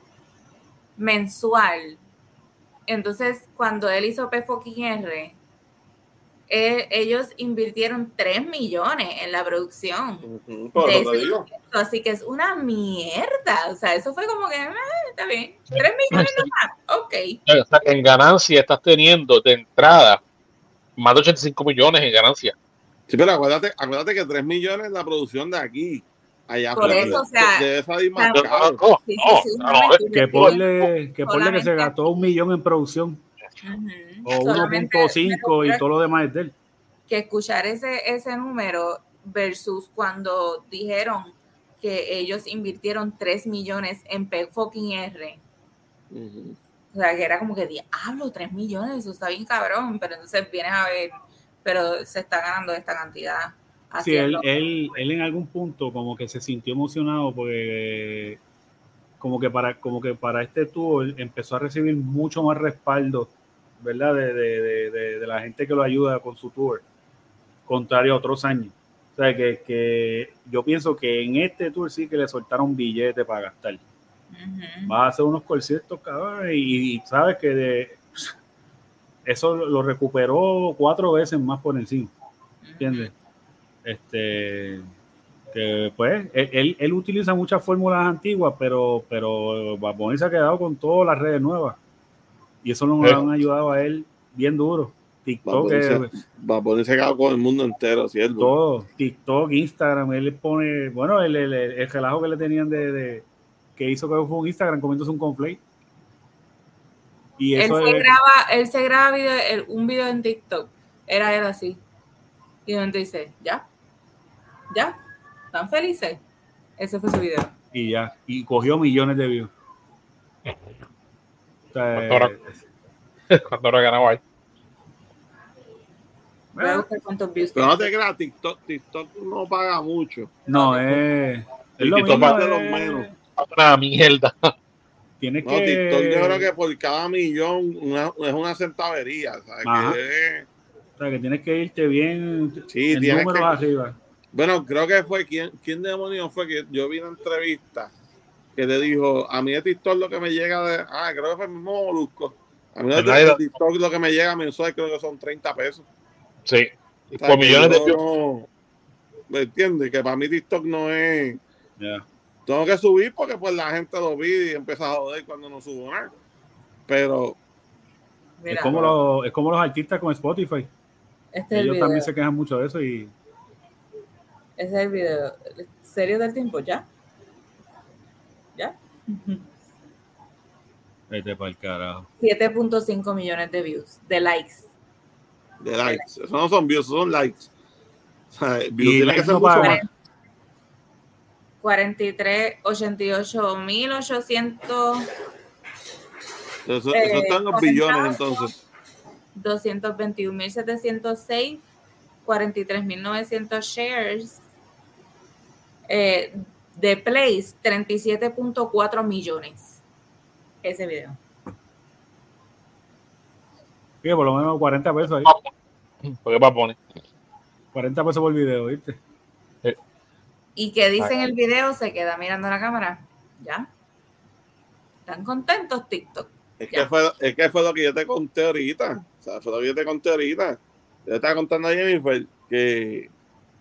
mensual, entonces cuando él hizo P fucking R, eh, ellos invirtieron tres millones en la producción. Uh-huh, por lo que digo. Así que es una mierda. O sea, eso fue como que, ah, está bien. tres millones nomás. Ok. O sea, en ganancia estás teniendo de entrada más de ochenta y cinco millones en ganancia. Sí, pero acuérdate, acuérdate que tres millones es la producción de aquí. Allá por eso, de, o sea, debe salir más no, caro. No, sí, sí, sí, no, no, no, que ponle que, ponle que se gastó un millón en producción. Uh-huh. O uno punto cinco y todo lo demás es de él. Que escuchar ese, ese número versus cuando dijeron que ellos invirtieron tres millones en P fucking R. Uh-huh. O sea, que era como que, diablo, tres millones, eso está bien cabrón. Pero entonces vienes a ver, pero se está ganando esta cantidad. Sí, él, él, él en algún punto como que se sintió emocionado porque como que para, como que para este tour empezó a recibir mucho más respaldo, ¿verdad? De, de, de, de, de la gente que lo ayuda con su tour, contrario a otros años. O sea, que, que yo pienso que en este tour sí que le soltaron billetes para gastar. Uh-huh. Vas a hacer unos conciertos, cabrón, y, y sabes que de, eso lo recuperó cuatro veces más por encima, ¿entiendes? Uh-huh. Este, que pues, él, él, él utiliza muchas fórmulas antiguas, pero, pero Bad Bunny se ha quedado con todas las redes nuevas, y eso nos han ayudado a él bien duro. TikTok, Bad Bunny se quedó con el mundo entero, ¿cierto? Todo, TikTok, Instagram, él le pone, bueno, el, el, el, el relajo que le tenían de, de que hizo que fue un Instagram comiéndose un cornflake. Y él eso se es, graba, él se graba video, el, un video en TikTok, era él así, y donde dice, ya, ya, ¿están felices? Ese fue su video. Y ya, y cogió millones de views. O sea, ¿Cuánto habrá ganado ahí? Voy a buscar cuántos views. Pero no te creas, TikTok, TikTok no paga mucho. No, es. Es lo TikTok mismo de los menos. Una mierda. Tienes no, que. TikTok yo creo que por cada millón una, es una centavería. ¿Sabes? Que, o sea, que tienes que irte bien. Sí, en números que, arriba. Bueno, creo que fue. ¿Quién, quién demonios fue? Que yo vi una entrevista que le dijo: a mí de TikTok lo que me llega de. Ah, creo que fue el mismo Molusco. A mí de, de TikTok lo que me llega mensual creo que son treinta pesos. Sí, o sea, por millones de views. No, ¿me entiendes? Que para mí TikTok no es. Yeah. Tengo que subir porque pues la gente lo pide y empieza a joder cuando no subo nada. Pero. Mira, es, como los, es como los artistas con Spotify. Este Ellos es también se quejan mucho de eso y. Ese es el video. ¿Serio del tiempo? ¿Ya? ¿Ya? Vete para el carajo. siete punto cinco millones de views, de likes. De likes. Eso no son views, son likes. O sea, views y tiene que ser mucho más. cuarenta y tres, ochenta y ocho mil ochocientos. Eso, eh, eso está en los billones entonces. doscientos veintiún mil setecientos seis, cuarenta y tres mil novecientos shares. Eh, de plays, treinta y siete punto cuatro millones. Ese video. Sí, por lo menos cuarenta pesos ahí. ¿Por qué va a poner? cuarenta pesos por video, ¿viste? Sí. ¿Y qué dice en el video? Se queda mirando la cámara. ¿Ya? ¿Están contentos, TikTok? Es que, fue, es que fue lo que yo te conté ahorita. O sea, fue lo que yo te conté ahorita. Yo te estaba contando a Jennifer que, que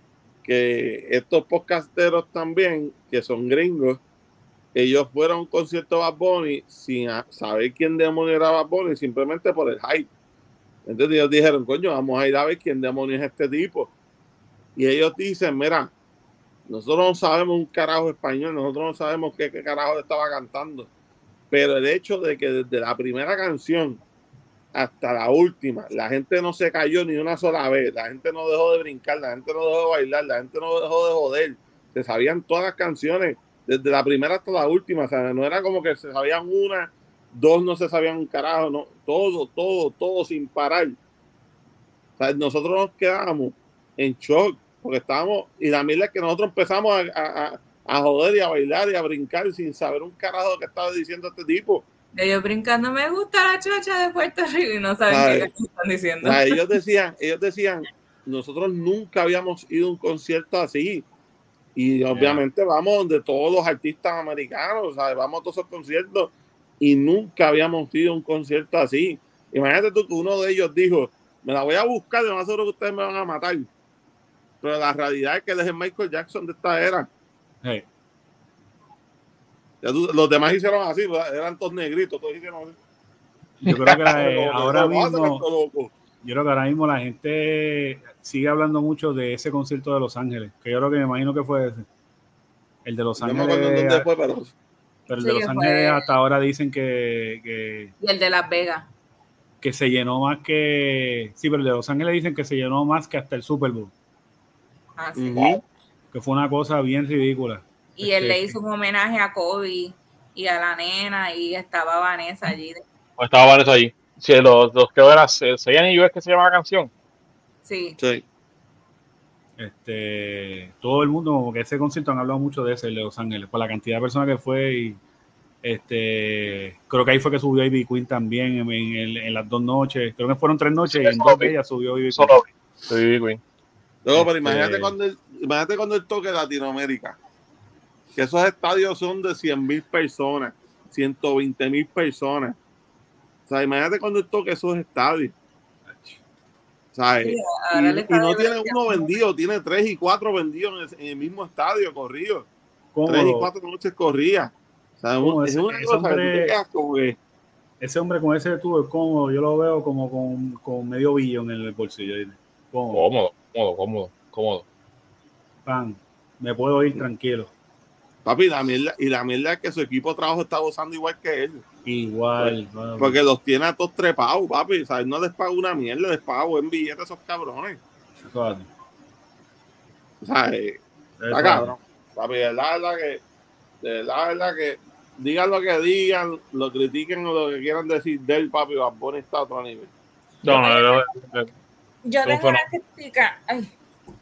que estos podcasteros también, que son gringos, ellos fueron a un concierto de Bad Bunny sin saber quién demonios era Bad Bunny, simplemente por el hype. Entonces ellos dijeron, coño, vamos a ir a ver quién demonios es este tipo. Y ellos dicen, mira, nosotros no sabemos un carajo español, nosotros no sabemos qué, qué carajo estaba cantando. Pero el hecho de que desde la primera canción hasta la última, la gente no se cayó ni una sola vez, la gente no dejó de brincar, la gente no dejó de bailar, la gente no dejó de joder, se sabían todas las canciones, desde la primera hasta la última, o sea, no era como que se sabían una, dos no se sabían un carajo, no, todo, todo, todo sin parar. O sea, nosotros nos quedábamos en shock, porque estábamos, y la mierda es que nosotros empezamos a, a, a joder y a bailar y a brincar sin saber un carajo que estaba diciendo este tipo. Ellos brincando, me gusta la chocha de Puerto Rico y no saben Ay, qué están diciendo. Ay, ellos decían, ellos decían, nosotros nunca habíamos ido a un concierto así. Y obviamente yeah. vamos donde todos los artistas americanos, ¿sabes? Vamos a todos esos conciertos y nunca habíamos ido a un concierto así. Imagínate tú que uno de ellos dijo, me la voy a buscar, yo no seguro que ustedes me van a matar. Pero la realidad es que él es el Michael Jackson de esta era. Hey. Ya tú, los demás hicieron así, eran todos negritos, todos hicieron así. Yo creo que la, eh, ahora mismo, yo creo que ahora mismo la gente sigue hablando mucho de ese concierto de Los Ángeles, que yo creo que me imagino que fue ese. El de Los Ángeles. No me acuerdo dónde fue, pero, pero el sí, de Los Ángeles fue... hasta ahora dicen que, que. Y el de Las Vegas. Que se llenó más que. Sí, pero el de Los Ángeles dicen que se llenó más que hasta el Super Bowl. Ah, sí. Uh-huh. Que fue una cosa bien ridícula. Y él le hizo un homenaje a Kobe y a la nena y estaba Vanessa allí. Estaba Vanessa allí. Sí, los, los que era Seyan y yo es que se llama la canción. Sí. Sí. Este, todo el mundo, como que ese concierto han hablado mucho de ese, el de Los Ángeles, por la cantidad de personas que fue y este, creo que ahí fue que subió Ivy Queen también en, en, en las dos noches. Creo que fueron tres noches sí, y en dos de ellas subió Ivy Queen. Solo Ivy Queen. Luego, pero imagínate este... cuando el, imagínate cuando el toque de Latinoamérica. Que esos estadios son de cien mil personas, ciento veinte mil personas. O sea, imagínate cuando toque esos estadios. ¿Sabes? Sí, y, y no tiene uno vendido, tiene tres y cuatro vendidos en el, en el mismo estadio corrido. ¿Cómo? Tres y cuatro noches corridas. O sea, un, ese, es una ese cosa hombre, que como que... ese hombre con ese tubo es cómodo, yo lo veo como con, con medio billón en el bolsillo. Cómodo, cómodo, cómodo, cómodo. cómodo. Pan, me puedo ir tranquilo. Papi, la mierda, y la mierda es que su equipo de trabajo está gozando igual que él. Igual. Pues, papi. Porque los tiene a todos trepados, papi. O sea, él no les paga una mierda, les paga buen billete a esos cabrones. Claro. O sea, eh, está cabrón. Papi, de verdad, verdad que, de verdad, verdad que digan lo que digan, lo critiquen o lo que quieran decir del papi, Bad Bunny está a otro nivel. No, no, no, no. Yo tengo una crítica. Ay.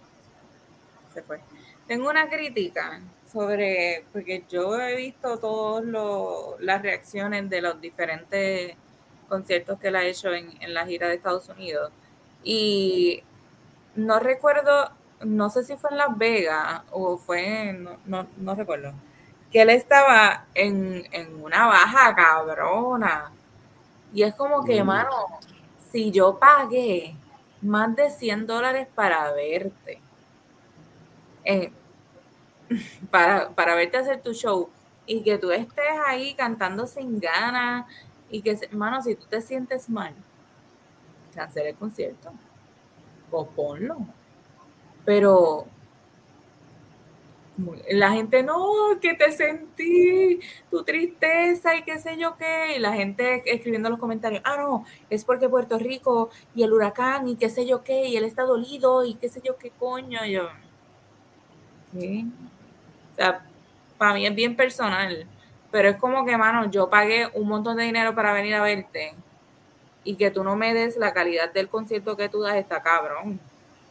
Se fue. Tengo una crítica sobre, porque yo he visto todas las reacciones de los diferentes conciertos que él ha hecho en, en la gira de Estados Unidos y no recuerdo, no sé si fue en Las Vegas o fue, no, no, no recuerdo, que él estaba en, en una baja cabrona y es como que, mm. mano, si yo pagué más de cien dólares para verte, eh, Para, para verte hacer tu show y que tú estés ahí cantando sin ganas y que, hermano, si tú te sientes mal, cancela el concierto o ponlo. Pero la gente, no, que te sentí tu tristeza y qué sé yo qué, y la gente escribiendo en los comentarios, ah, no, es porque Puerto Rico y el huracán y qué sé yo qué, y él está dolido y qué sé yo qué coño. Y yo, ¿qué? O sea, para mí es bien personal, pero es como que, mano, yo pagué un montón de dinero para venir a verte y que tú no me des la calidad del concierto que tú das, está cabrón.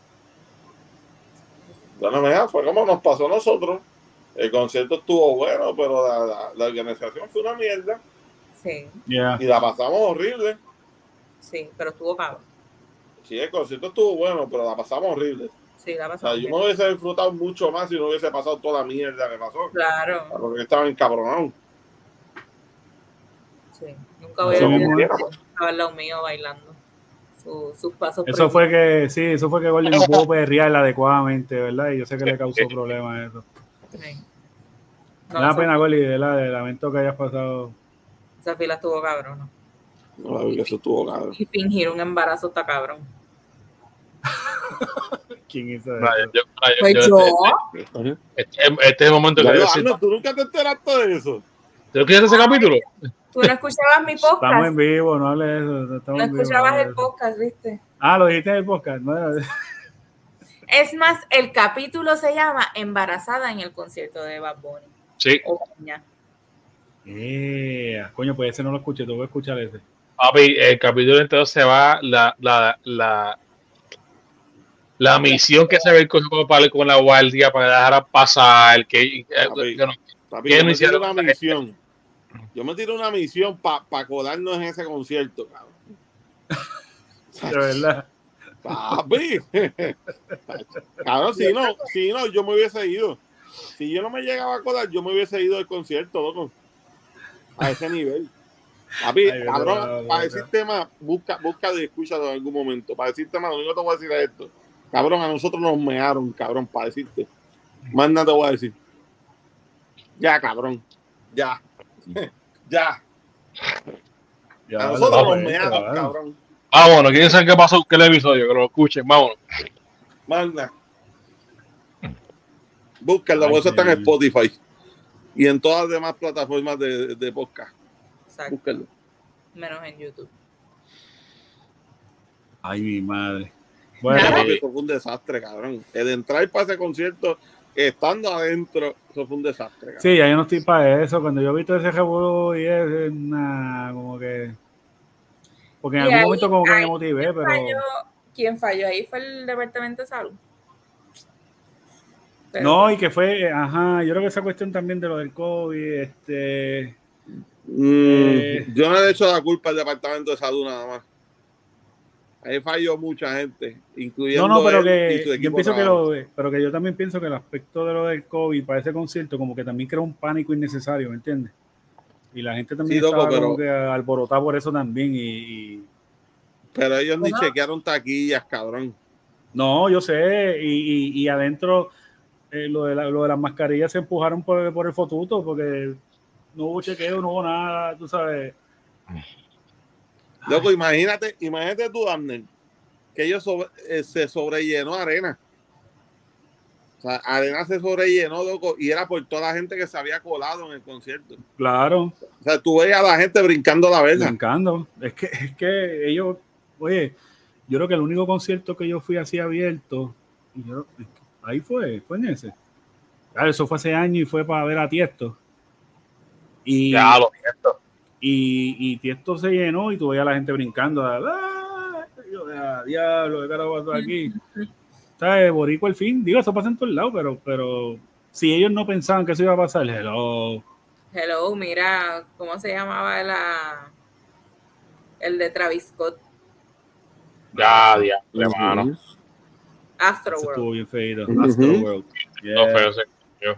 Bueno, mira, fue como nos pasó a nosotros. El concierto estuvo bueno, pero la, la, la organización fue una mierda. Sí. Yeah. Y la pasamos horrible. Sí, pero estuvo cabrón. Sí, el concierto estuvo bueno, pero la pasamos horrible. Sí, la pasamos. O sea, yo me hubiese disfrutado mucho más si no hubiese pasado toda la mierda que pasó. Claro. Porque estaba encabronado. Sí, nunca voy a olvidar al lado mío bailando. su, sus pasos. Eso fue que, sí, eso fue que Gordy no pudo perrear adecuadamente, ¿verdad? Y yo sé que le causó problemas eso. Sí. Me No, da esa, pena, Gordy, de la, lamento que hayas pasado. esa fila estuvo cabrón. No, no, eso estuvo cabrón. Y fingir un embarazo está cabrón. ¿Quién hizo No, eso? yo, no, yo, Pues yo- yo, este, este- este es el momento que Ya yo lo, decir. Arnold, ¿tú nunca te enteraste de eso? ¿Tú quieres ese capítulo? tú no escuchabas mi Estamos podcast. en vivo, no hables de eso. No, estamos No en vivo, escuchabas hables el de eso. podcast, ¿viste? Ah, lo dijiste en el podcast. No era... Es más, el capítulo se llama Embarazada en el concierto de Bad Bunny. Sí. O niña. Eh, coño, pues ese no lo escuché, tú voy a escuchar ese. Papi, el capítulo entero se va la, la, la, la misión que se ve como para con la guardia para dejar pasar, que, Papi, que no, papi, que yo no me tiré hicieron una misión. Yo me tiré una misión para pa colarnos en ese concierto, cabrón. De verdad. Papi. Cabrón, si no, si no, yo me hubiese ido. Si yo no me llegaba a colar, yo me hubiese ido del concierto, loco. A ese nivel. Papi, Ay, cabrón, verdad, para verdad. decirte más, busca, busca y escúchalo en algún momento. Para decirte más, lo único que te voy a decir es esto. Cabrón, a nosotros nos mearon, cabrón, para decirte. Más nada te voy a decir. Ya, cabrón. Ya. Ya. Ya, A nosotros vale, nos pues, mearon, claro. cabrón. Vámonos, ¿quieren saber qué pasó? ¿Qué el episodio? Que lo escuchen, vámonos. Manda. Búscalo, Ay, por eso está en señor. Spotify. Y en todas las demás plataformas de, de podcast. Exacto. Búscalo. Menos en YouTube. Ay, mi madre. No, Bueno, Nada. papi, eso fue un desastre, cabrón. El entrar para ese concierto, estando adentro, eso fue un desastre, cabrón. sí, ya yo no estoy para eso. Cuando yo he visto ese revolú y es eh, una, como que... Porque en Y algún ahí- momento como que me ahí motivé, ¿quién pero... falló? ¿Quién falló ahí? Fue el Departamento de Salud. Pero, No, y que fue, ajá, yo creo que esa cuestión también de lo del COVID, este... Mm, Eh. yo no le he hecho la culpa al Departamento de Salud nada más. Ahí falló mucha gente, incluyendo No, no, pero él y que su yo equipo de pienso que trabajo. lo, pero que yo también pienso que el aspecto de lo del COVID para ese concierto como que también creó un pánico innecesario, ¿me entiendes? Y la gente también Sí, loco, estaba como pero- que alborotada por eso también y, y- Pero ellos ni Bueno. chequearon taquillas, cabrón. no, yo sé, y, y, y adentro eh, lo, de la- lo de las mascarillas se empujaron por, por el fotuto porque no hubo chequeo, no hubo nada, tú sabes. Loco, imagínate, imagínate tú, Abner, que ellos sobre- eh, se sobrellenó arena. O sea, arena se sobrellenó, loco, y era por toda la gente que se había colado en el concierto. Claro, O sea, tú veías a la gente brincando la verga. brincando. Es que, es que ellos, oye, yo creo que el único concierto que yo fui así abierto, y yo- ahí fue, fue en ese. Claro, eso fue hace años y fue para ver a Tiesto. Y, Ya lo siento. y, y Tiesto se llenó y tú veías a la gente brincando. ¡Ah! Yo, "Ah, diablo, ¿qué carajo pasó aquí? ¿Sabes? Boricua al fin. Digo, eso pasa en todos lados, pero, pero si ellos no pensaban que eso iba a pasar, hello. hello, mira, ¿cómo se llamaba la, el de Travis Scott? Ya, ya, hermano. Ujú. Eso Astroworld. estuvo bien feito. Ujú. Astroworld. Yeah. No fue ese. Yo.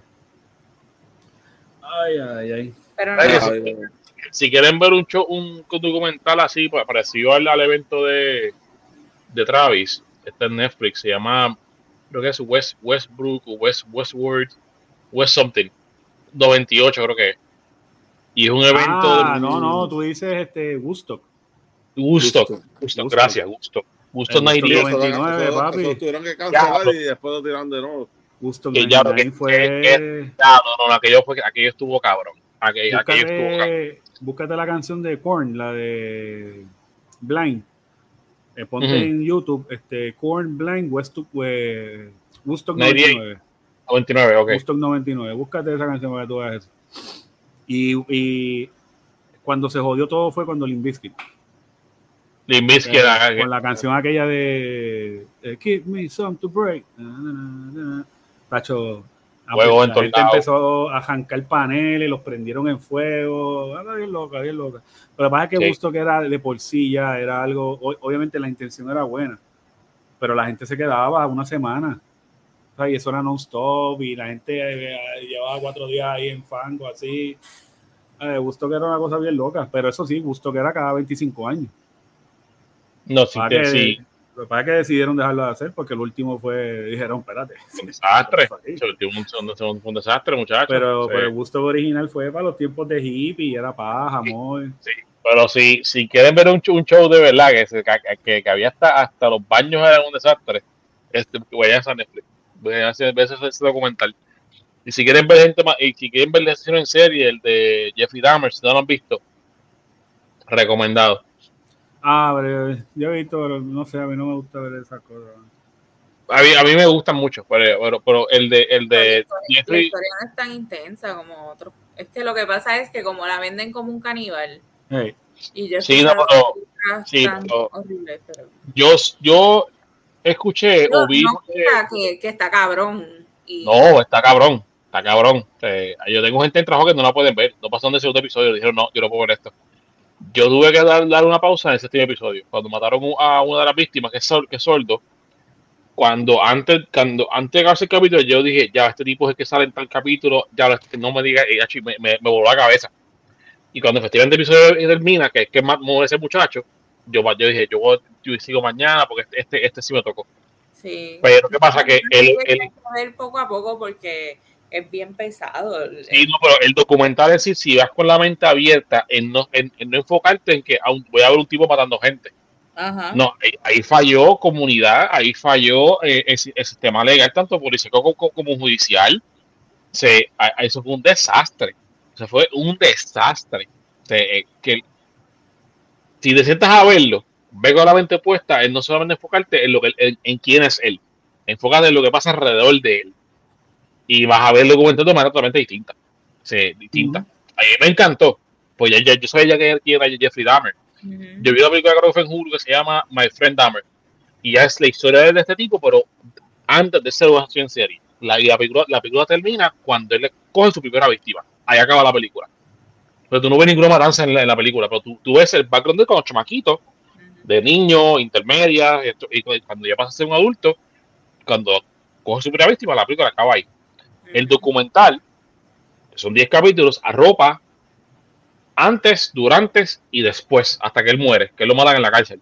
Ay, ay, ay. Pero no, Ay, Ay, sí. Si quieren ver un show, un documental así, pues, parecido al, al evento de, de Travis, está en Netflix, se llama, creo que es West, Westbrook o West, Westward, West something, noventa y ocho creo que es. Y es un evento Ah, de no, no, tú dices este Woodstock. Woodstock, Woodstock. Woodstock, gracias, Woodstock. Woodstock El Woodstock noventa y ocho. eso, lo- veintinueve, eso- papi. eso tuvieron que cancelar Ya, y después lo tiraron de nuevo. Woodstock Que ya, noventa y nueve que- fue... que- Ya, no, no, aquello, fue, aquello estuvo cabrón. Aquello, aquello estuvo cabrón. Búscate, búscate la canción de Korn, la de Blind. Eh, ponte Ujú. en YouTube, este, Korn Blind Woodstock, eh, Woodstock noventa y ocho. noventa y nueve. noventa y nueve, ok. Woodstock noventa y nueve. Búscate esa canción para que tú veas eso. Y, y cuando se jodió todo fue cuando Limp Bizkit. Limp Bizkit, Eh, la- con la canción aquella de eh, Give Me Some to Break. Na, na, na, na. Tacho, Fuego en la todos gente lados. empezó a arrancar paneles, los prendieron en fuego. Ah, bien loca, bien loca. Pero lo que pasa es que Sí. Woodstock era de por sí ya, era algo, o- obviamente la intención era buena, pero la gente se quedaba una semana. O sea, y eso era non-stop y la gente eh, llevaba cuatro días ahí en fango, así. Eh, Woodstock era una cosa bien loca, pero eso sí, Woodstock era cada veinticinco años. No, sí, Para que, que, sí. Lo que pasa es que decidieron dejarlo de hacer porque el último fue, dijeron, espérate. Un desastre. Fue Se metió un, un, un desastre, muchachos. Pero, Sí. pero el Woodstock original fue para los tiempos de hippie, era paja, amor. Sí, pero si, si quieren ver un, un show de verdad, que, se, que, que había hasta, hasta los baños eran un desastre, este, vayan a Netflix, vayan a hacer ese, ese documental. Y si quieren ver gente más, y si quieren ver la sesión en serie, el de Jeffrey Dahmer, si no lo han visto, recomendado. Ah, pero yo he visto, pero no sé, a mí no me gusta ver esas cosas. A mí, a mí me gustan mucho, pero, pero, pero el de, el de la historia, Jeffrey... la historia no es tan intensa como otro. Es que lo que pasa es que como la venden como un caníbal, Hey. y yo sí, no, pero, sí, pero, horrible, pero yo, yo escuché no, o vi... no que, que está cabrón. Y... No, está cabrón, está cabrón. Eh, yo tengo gente en trabajo que no la pueden ver, no pasan de segundo episodio, dijeron, no, yo no puedo ver esto. Yo tuve que dar, dar una pausa en ese séptimo episodio, cuando mataron a una de las víctimas, que es, sol, que es sordo. Cuando antes, cuando antes de acabarse el capítulo, yo dije, ya, este tipo es el que sale en tal capítulo, ya, no me diga, me, me, me voló la cabeza. Y cuando efectivamente el episodio termina, que es que muere ese muchacho, yo, yo dije, yo, yo sigo mañana porque este, este, este sí me tocó. Sí. Pero ¿qué pasa? Que él... él ver poco a poco porque es bien pesado. Sí, no, pero el documental es decir, si vas con la mente abierta en no, en, en no enfocarte en que aún voy a ver un tipo matando gente. Ajá. No, ahí, ahí falló comunidad, ahí falló eh, el, el sistema legal, tanto policial como, como judicial. Se, a, eso fue un desastre. Eso fue un desastre. Se, eh, que, si te sientas a verlo, ve con la mente puesta en no solamente enfocarte en, lo que, en, en quién es él, enfócate en lo que pasa alrededor de él. Y vas a ver el documental de manera totalmente distinta. Sí, distinta. Uh-huh. A mí me encantó. Pues ya, ya yo sabía que era Jeffrey Dahmer. Uh-huh. Yo vi una película que fue en Hulu que se llama My Friend Dahmer. Y ya es la historia de este tipo, pero antes de ser una acción en serie. La, la, película, la película termina cuando él le coge su primera víctima. Ahí acaba la película. Pero tú no ves ninguna matanza en la, en la película, pero tú, tú ves el background de cuando chamaquito, de niño, intermedia, y, esto, y cuando ya pasa a ser un adulto, cuando coge su primera víctima, la película acaba ahí. El documental, que son diez capítulos, arropa antes, durante y después, hasta que él muere, que él lo matan en la cárcel.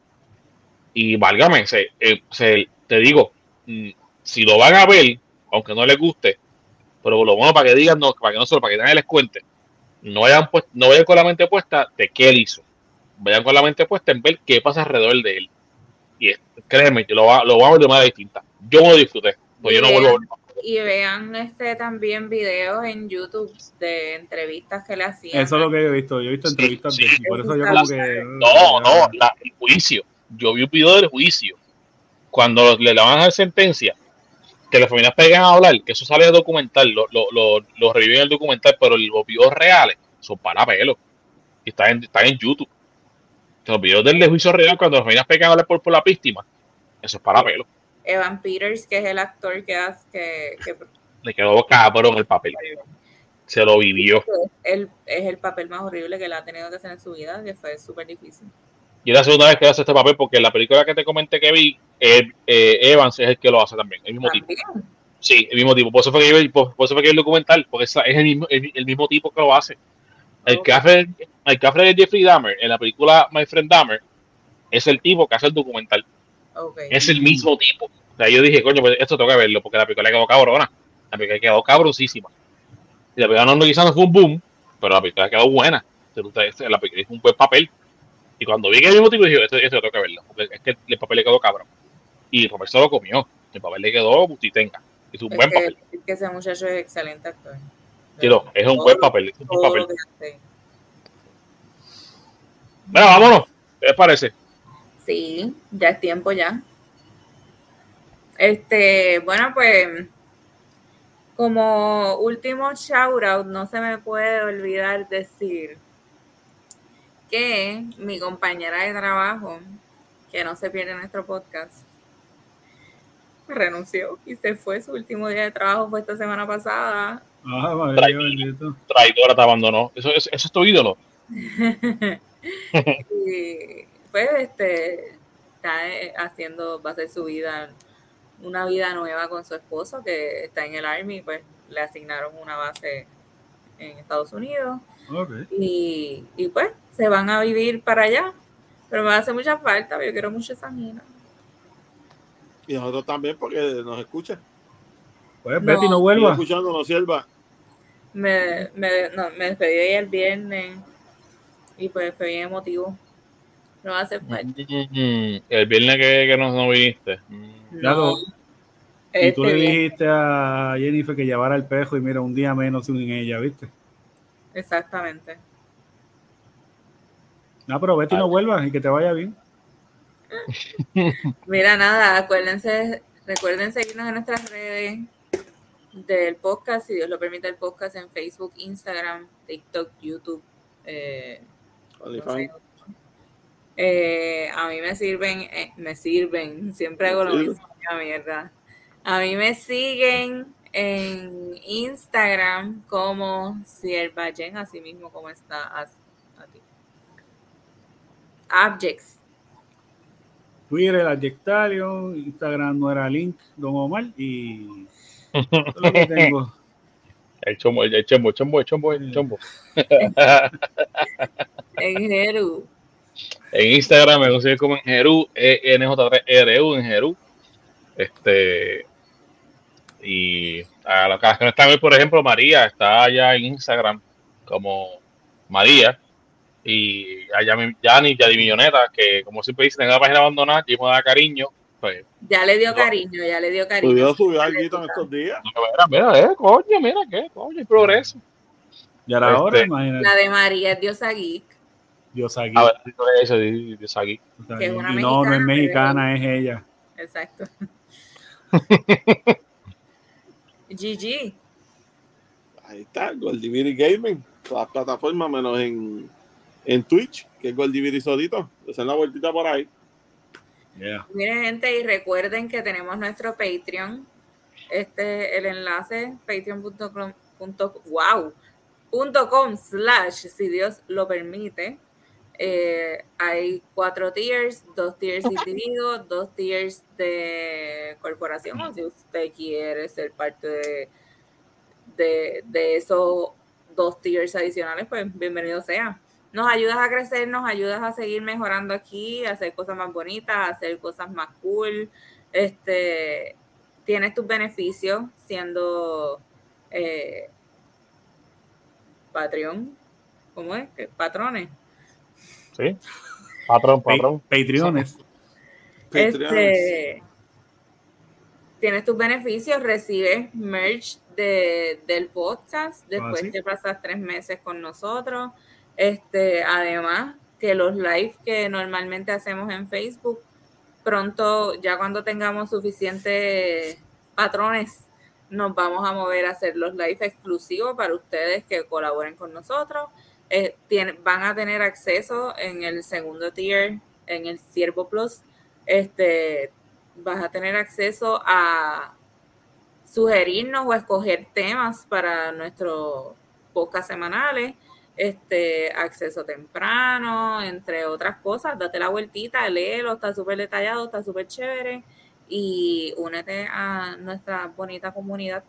Y válgame, se, eh, se, te digo, mmm, si lo van a ver, aunque no les guste, pero lo bueno para que digan, no, para que no solo, para que nadie les cuente, no vayan, pues, no vayan con la mente puesta de qué él hizo. Vayan con la mente puesta en ver qué pasa alrededor de él. Y créeme, lo va, lo va a ver de manera distinta. Yo me lo disfruté, pues yo no vuelvo a ver. Y vean este también videos en YouTube de entrevistas que le hacían. Eso es lo que yo he visto. Yo he visto entrevistas sí, de sí. por eso yo como que... No, no, la, el juicio. Yo vi un video del juicio. Cuando le van a dar sentencia, que las familias pegan a hablar, que eso sale del documental, lo, lo, lo, lo reviven en el documental, pero los videos reales son para pelo. Y están en, están en YouTube. Los videos del juicio real, cuando las familias pegan a hablar por, por la víctima, eso es para pelo. Evan Peters, que es el actor que hace que, que... le quedó cabrón el papel, se lo vivió. El, es el papel más horrible que él ha tenido que hacer en su vida, que fue súper difícil. Y es la segunda vez que hace este papel, porque en la película que te comenté que vi, eh, eh, Evans es el que lo hace también, el mismo ¿También? tipo. Sí, el mismo tipo. Por eso fue que yo vi, por, por eso fue que vi el documental, porque es el mismo, el, el mismo tipo que lo hace. El que hace, el que hace de Jeffrey Dahmer en la película My Friend Dahmer es el tipo que hace el documental. Okay. Es el mismo tipo. O sea, yo dije, coño, pues esto tengo que verlo, porque la película quedó cabrona. La película quedó cabrosísima. Y la película no, quizás no fue un boom, pero la película quedó buena. La película es un buen papel. Y cuando vi que el mismo tipo, dije, esto, esto tengo que verlo. Porque es que el papel le quedó cabrón. Y el papel se lo comió. El papel le quedó bustitenga. Es un es buen que, papel. Es que ese muchacho es excelente actor. Sí, no, es un buen papel. Es un buen papel. Bueno, vámonos. ¿Qué les parece? Sí, ya es tiempo ya. Este, bueno, pues como último shout out, no se me puede olvidar decir que mi compañera de trabajo, que no se pierde nuestro podcast, renunció y se fue. Su último día de trabajo fue esta semana pasada. Ah, madre Traidora, traidora te abandonó. Eso, eso, eso es tu ídolo. Y pues este está haciendo, va a hacer su vida, una vida nueva con su esposo que está en el Army, pues le asignaron una base en Estados Unidos. Okay. Y, y pues se van a vivir para allá. Pero me hace mucha falta, yo quiero mucho esa Gina. Y nosotros también, porque nos escucha. Pues No. Betty, no Sigue vuelva. escuchándonos, sierva. Me, me, no, me despedí ahí el viernes y pues fue bien emotivo. No hace falta. Mm, el viernes que, que no, no viniste. Mm. Ya No, lo- y tú este le viernes, dijiste a Jennifer que llevara el pejo y mira, un día menos sin ella, ¿viste? exactamente. No, pero Betty, no Ay. vuelva y que te vaya bien. Mira, nada, acuérdense, recuerden seguirnos en nuestras redes del podcast, si Dios lo permite, el podcast en Facebook, Instagram, TikTok, YouTube. Eh, no sé. Eh, a mí me sirven, eh, me sirven, siempre hago lo Sí. mismo, la mierda. A mí me siguen en Instagram como Siervayen, así mismo como está as- aquí. Objects. Twitter, el Adjectario, Instagram no era link, Don Omar, y eso es lo que tengo. El chombo, el chombo, el chombo, el chombo, el chombo. En Jeru. En Instagram me consigue como en Jeru, E N J tres R U, en Jeru. Este. Y a las que no están hoy, por ejemplo, María está allá en Instagram como María. Y allá mi Yanni, Yadi Milloneta, que como siempre dicen, en la página abandonada, y me da cariño. Pues, Ya le dio no, cariño, ya le dio cariño. Subió, subió algo en estos días. mira, mira, eh, coño, mira, qué, coño, hay progreso. Y ahora, ahora, Este, imagínate, La de María es Diosa Geek. Dios aquí. A ver, eso de, de Sagi. que es una y no, no es mexicana, mexicana, es ella. Exacto. G G. Ahí está, Goldiviri Gaming. Todas las plataformas menos en, en Twitch, que es Goldiviri solito. Hacen la vueltita por ahí. Yeah. Miren, gente, y recuerden que tenemos nuestro Patreon. Este, el enlace, patreon punto com, wow, punto com slash, si Dios lo permite. Eh, hay cuatro tiers, dos tiers individuos, dos tiers de corporación, o si usted quiere ser parte de, de, de esos dos tiers adicionales, pues bienvenido sea. Nos ayudas a crecer, nos ayudas a seguir mejorando aquí, a hacer cosas más bonitas, a hacer cosas más cool. Este, tienes tus beneficios siendo eh, Patreon, ¿cómo es? Patrones. Sí, patrón, patrón. Pa- Patreones. Este, tienes tus beneficios, recibes merch de, del podcast después Ah, ¿sí? que pasas tres meses con nosotros. Este, además, que los live que normalmente hacemos en Facebook, pronto, ya cuando tengamos suficientes patrones, nos vamos a mover a hacer los live exclusivos para ustedes que colaboren con nosotros. Eh, tiene, van a tener acceso en el segundo tier, en el Siervo Plus. Este, vas a tener acceso a sugerirnos o escoger temas para nuestros podcasts semanales, este, acceso temprano, entre otras cosas. Date la vueltita, léelo, está súper detallado, está súper chévere, y únete a nuestra bonita comunidad.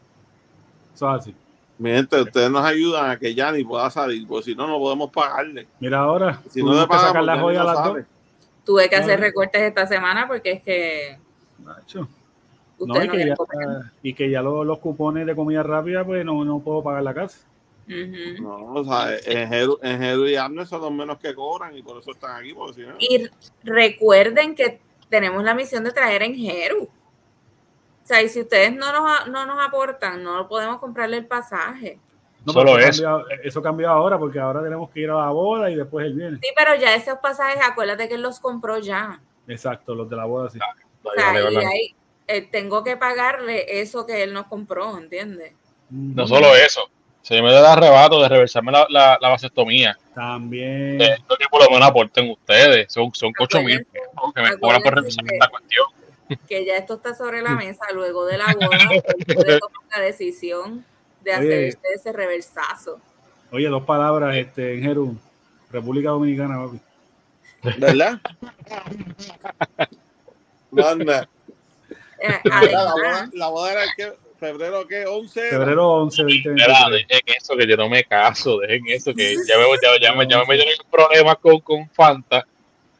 Eso es así. Mi gente, ustedes nos ayudan a que Yanni pueda salir, porque si no, no podemos pagarle. Mira ahora, Si no tuvimos le que pagamos, sacar la Yanni joya a no las sale. dos. Tuve que hacer Vale. recortes esta semana porque es que Macho. ustedes No, y no que quieren ya, comer. y que ya los, los cupones de comida rápida, pues no, no puedo pagar la casa. Ujú. No, o sea, en Jeru, en Jeru y Abner son los menos que cobran y por eso están aquí, porque si no. Y recuerden que tenemos la misión de traer en Jeru. O sea, y si ustedes no nos, no nos aportan, no podemos comprarle el pasaje. No, Solo pero eso. Cambió, eso cambió ahora porque ahora tenemos que ir a la boda y después él viene. Sí, pero ya esos pasajes, acuérdate que él los compró ya. Exacto, los de la boda sí. O sea, y ahí eh, tengo que pagarle eso que él nos compró, ¿entiendes? No solo eso, se me da arrebato de reversarme la, la, la vasectomía. También. Esto que por lo menos aporten ustedes, son, son ocho mil Acuérdense- pesos que me cobran por reversarme acuérdense esta cuestión. Que ya esto está sobre la mesa luego de la boda, él puede tomar la decisión de Oye. hacerse ese reversazo. Oye, dos palabras este, en Jeru. República Dominicana, papi. ¿Verdad? Manda. Eh, La boda, además, la boda era el que, febrero que once. era? Febrero once, veinte Mira, veintitrés. dejen eso, que yo no me caso, dejen eso, que ya me, ya, ya me, ya me metieron en problemas con, con Fanta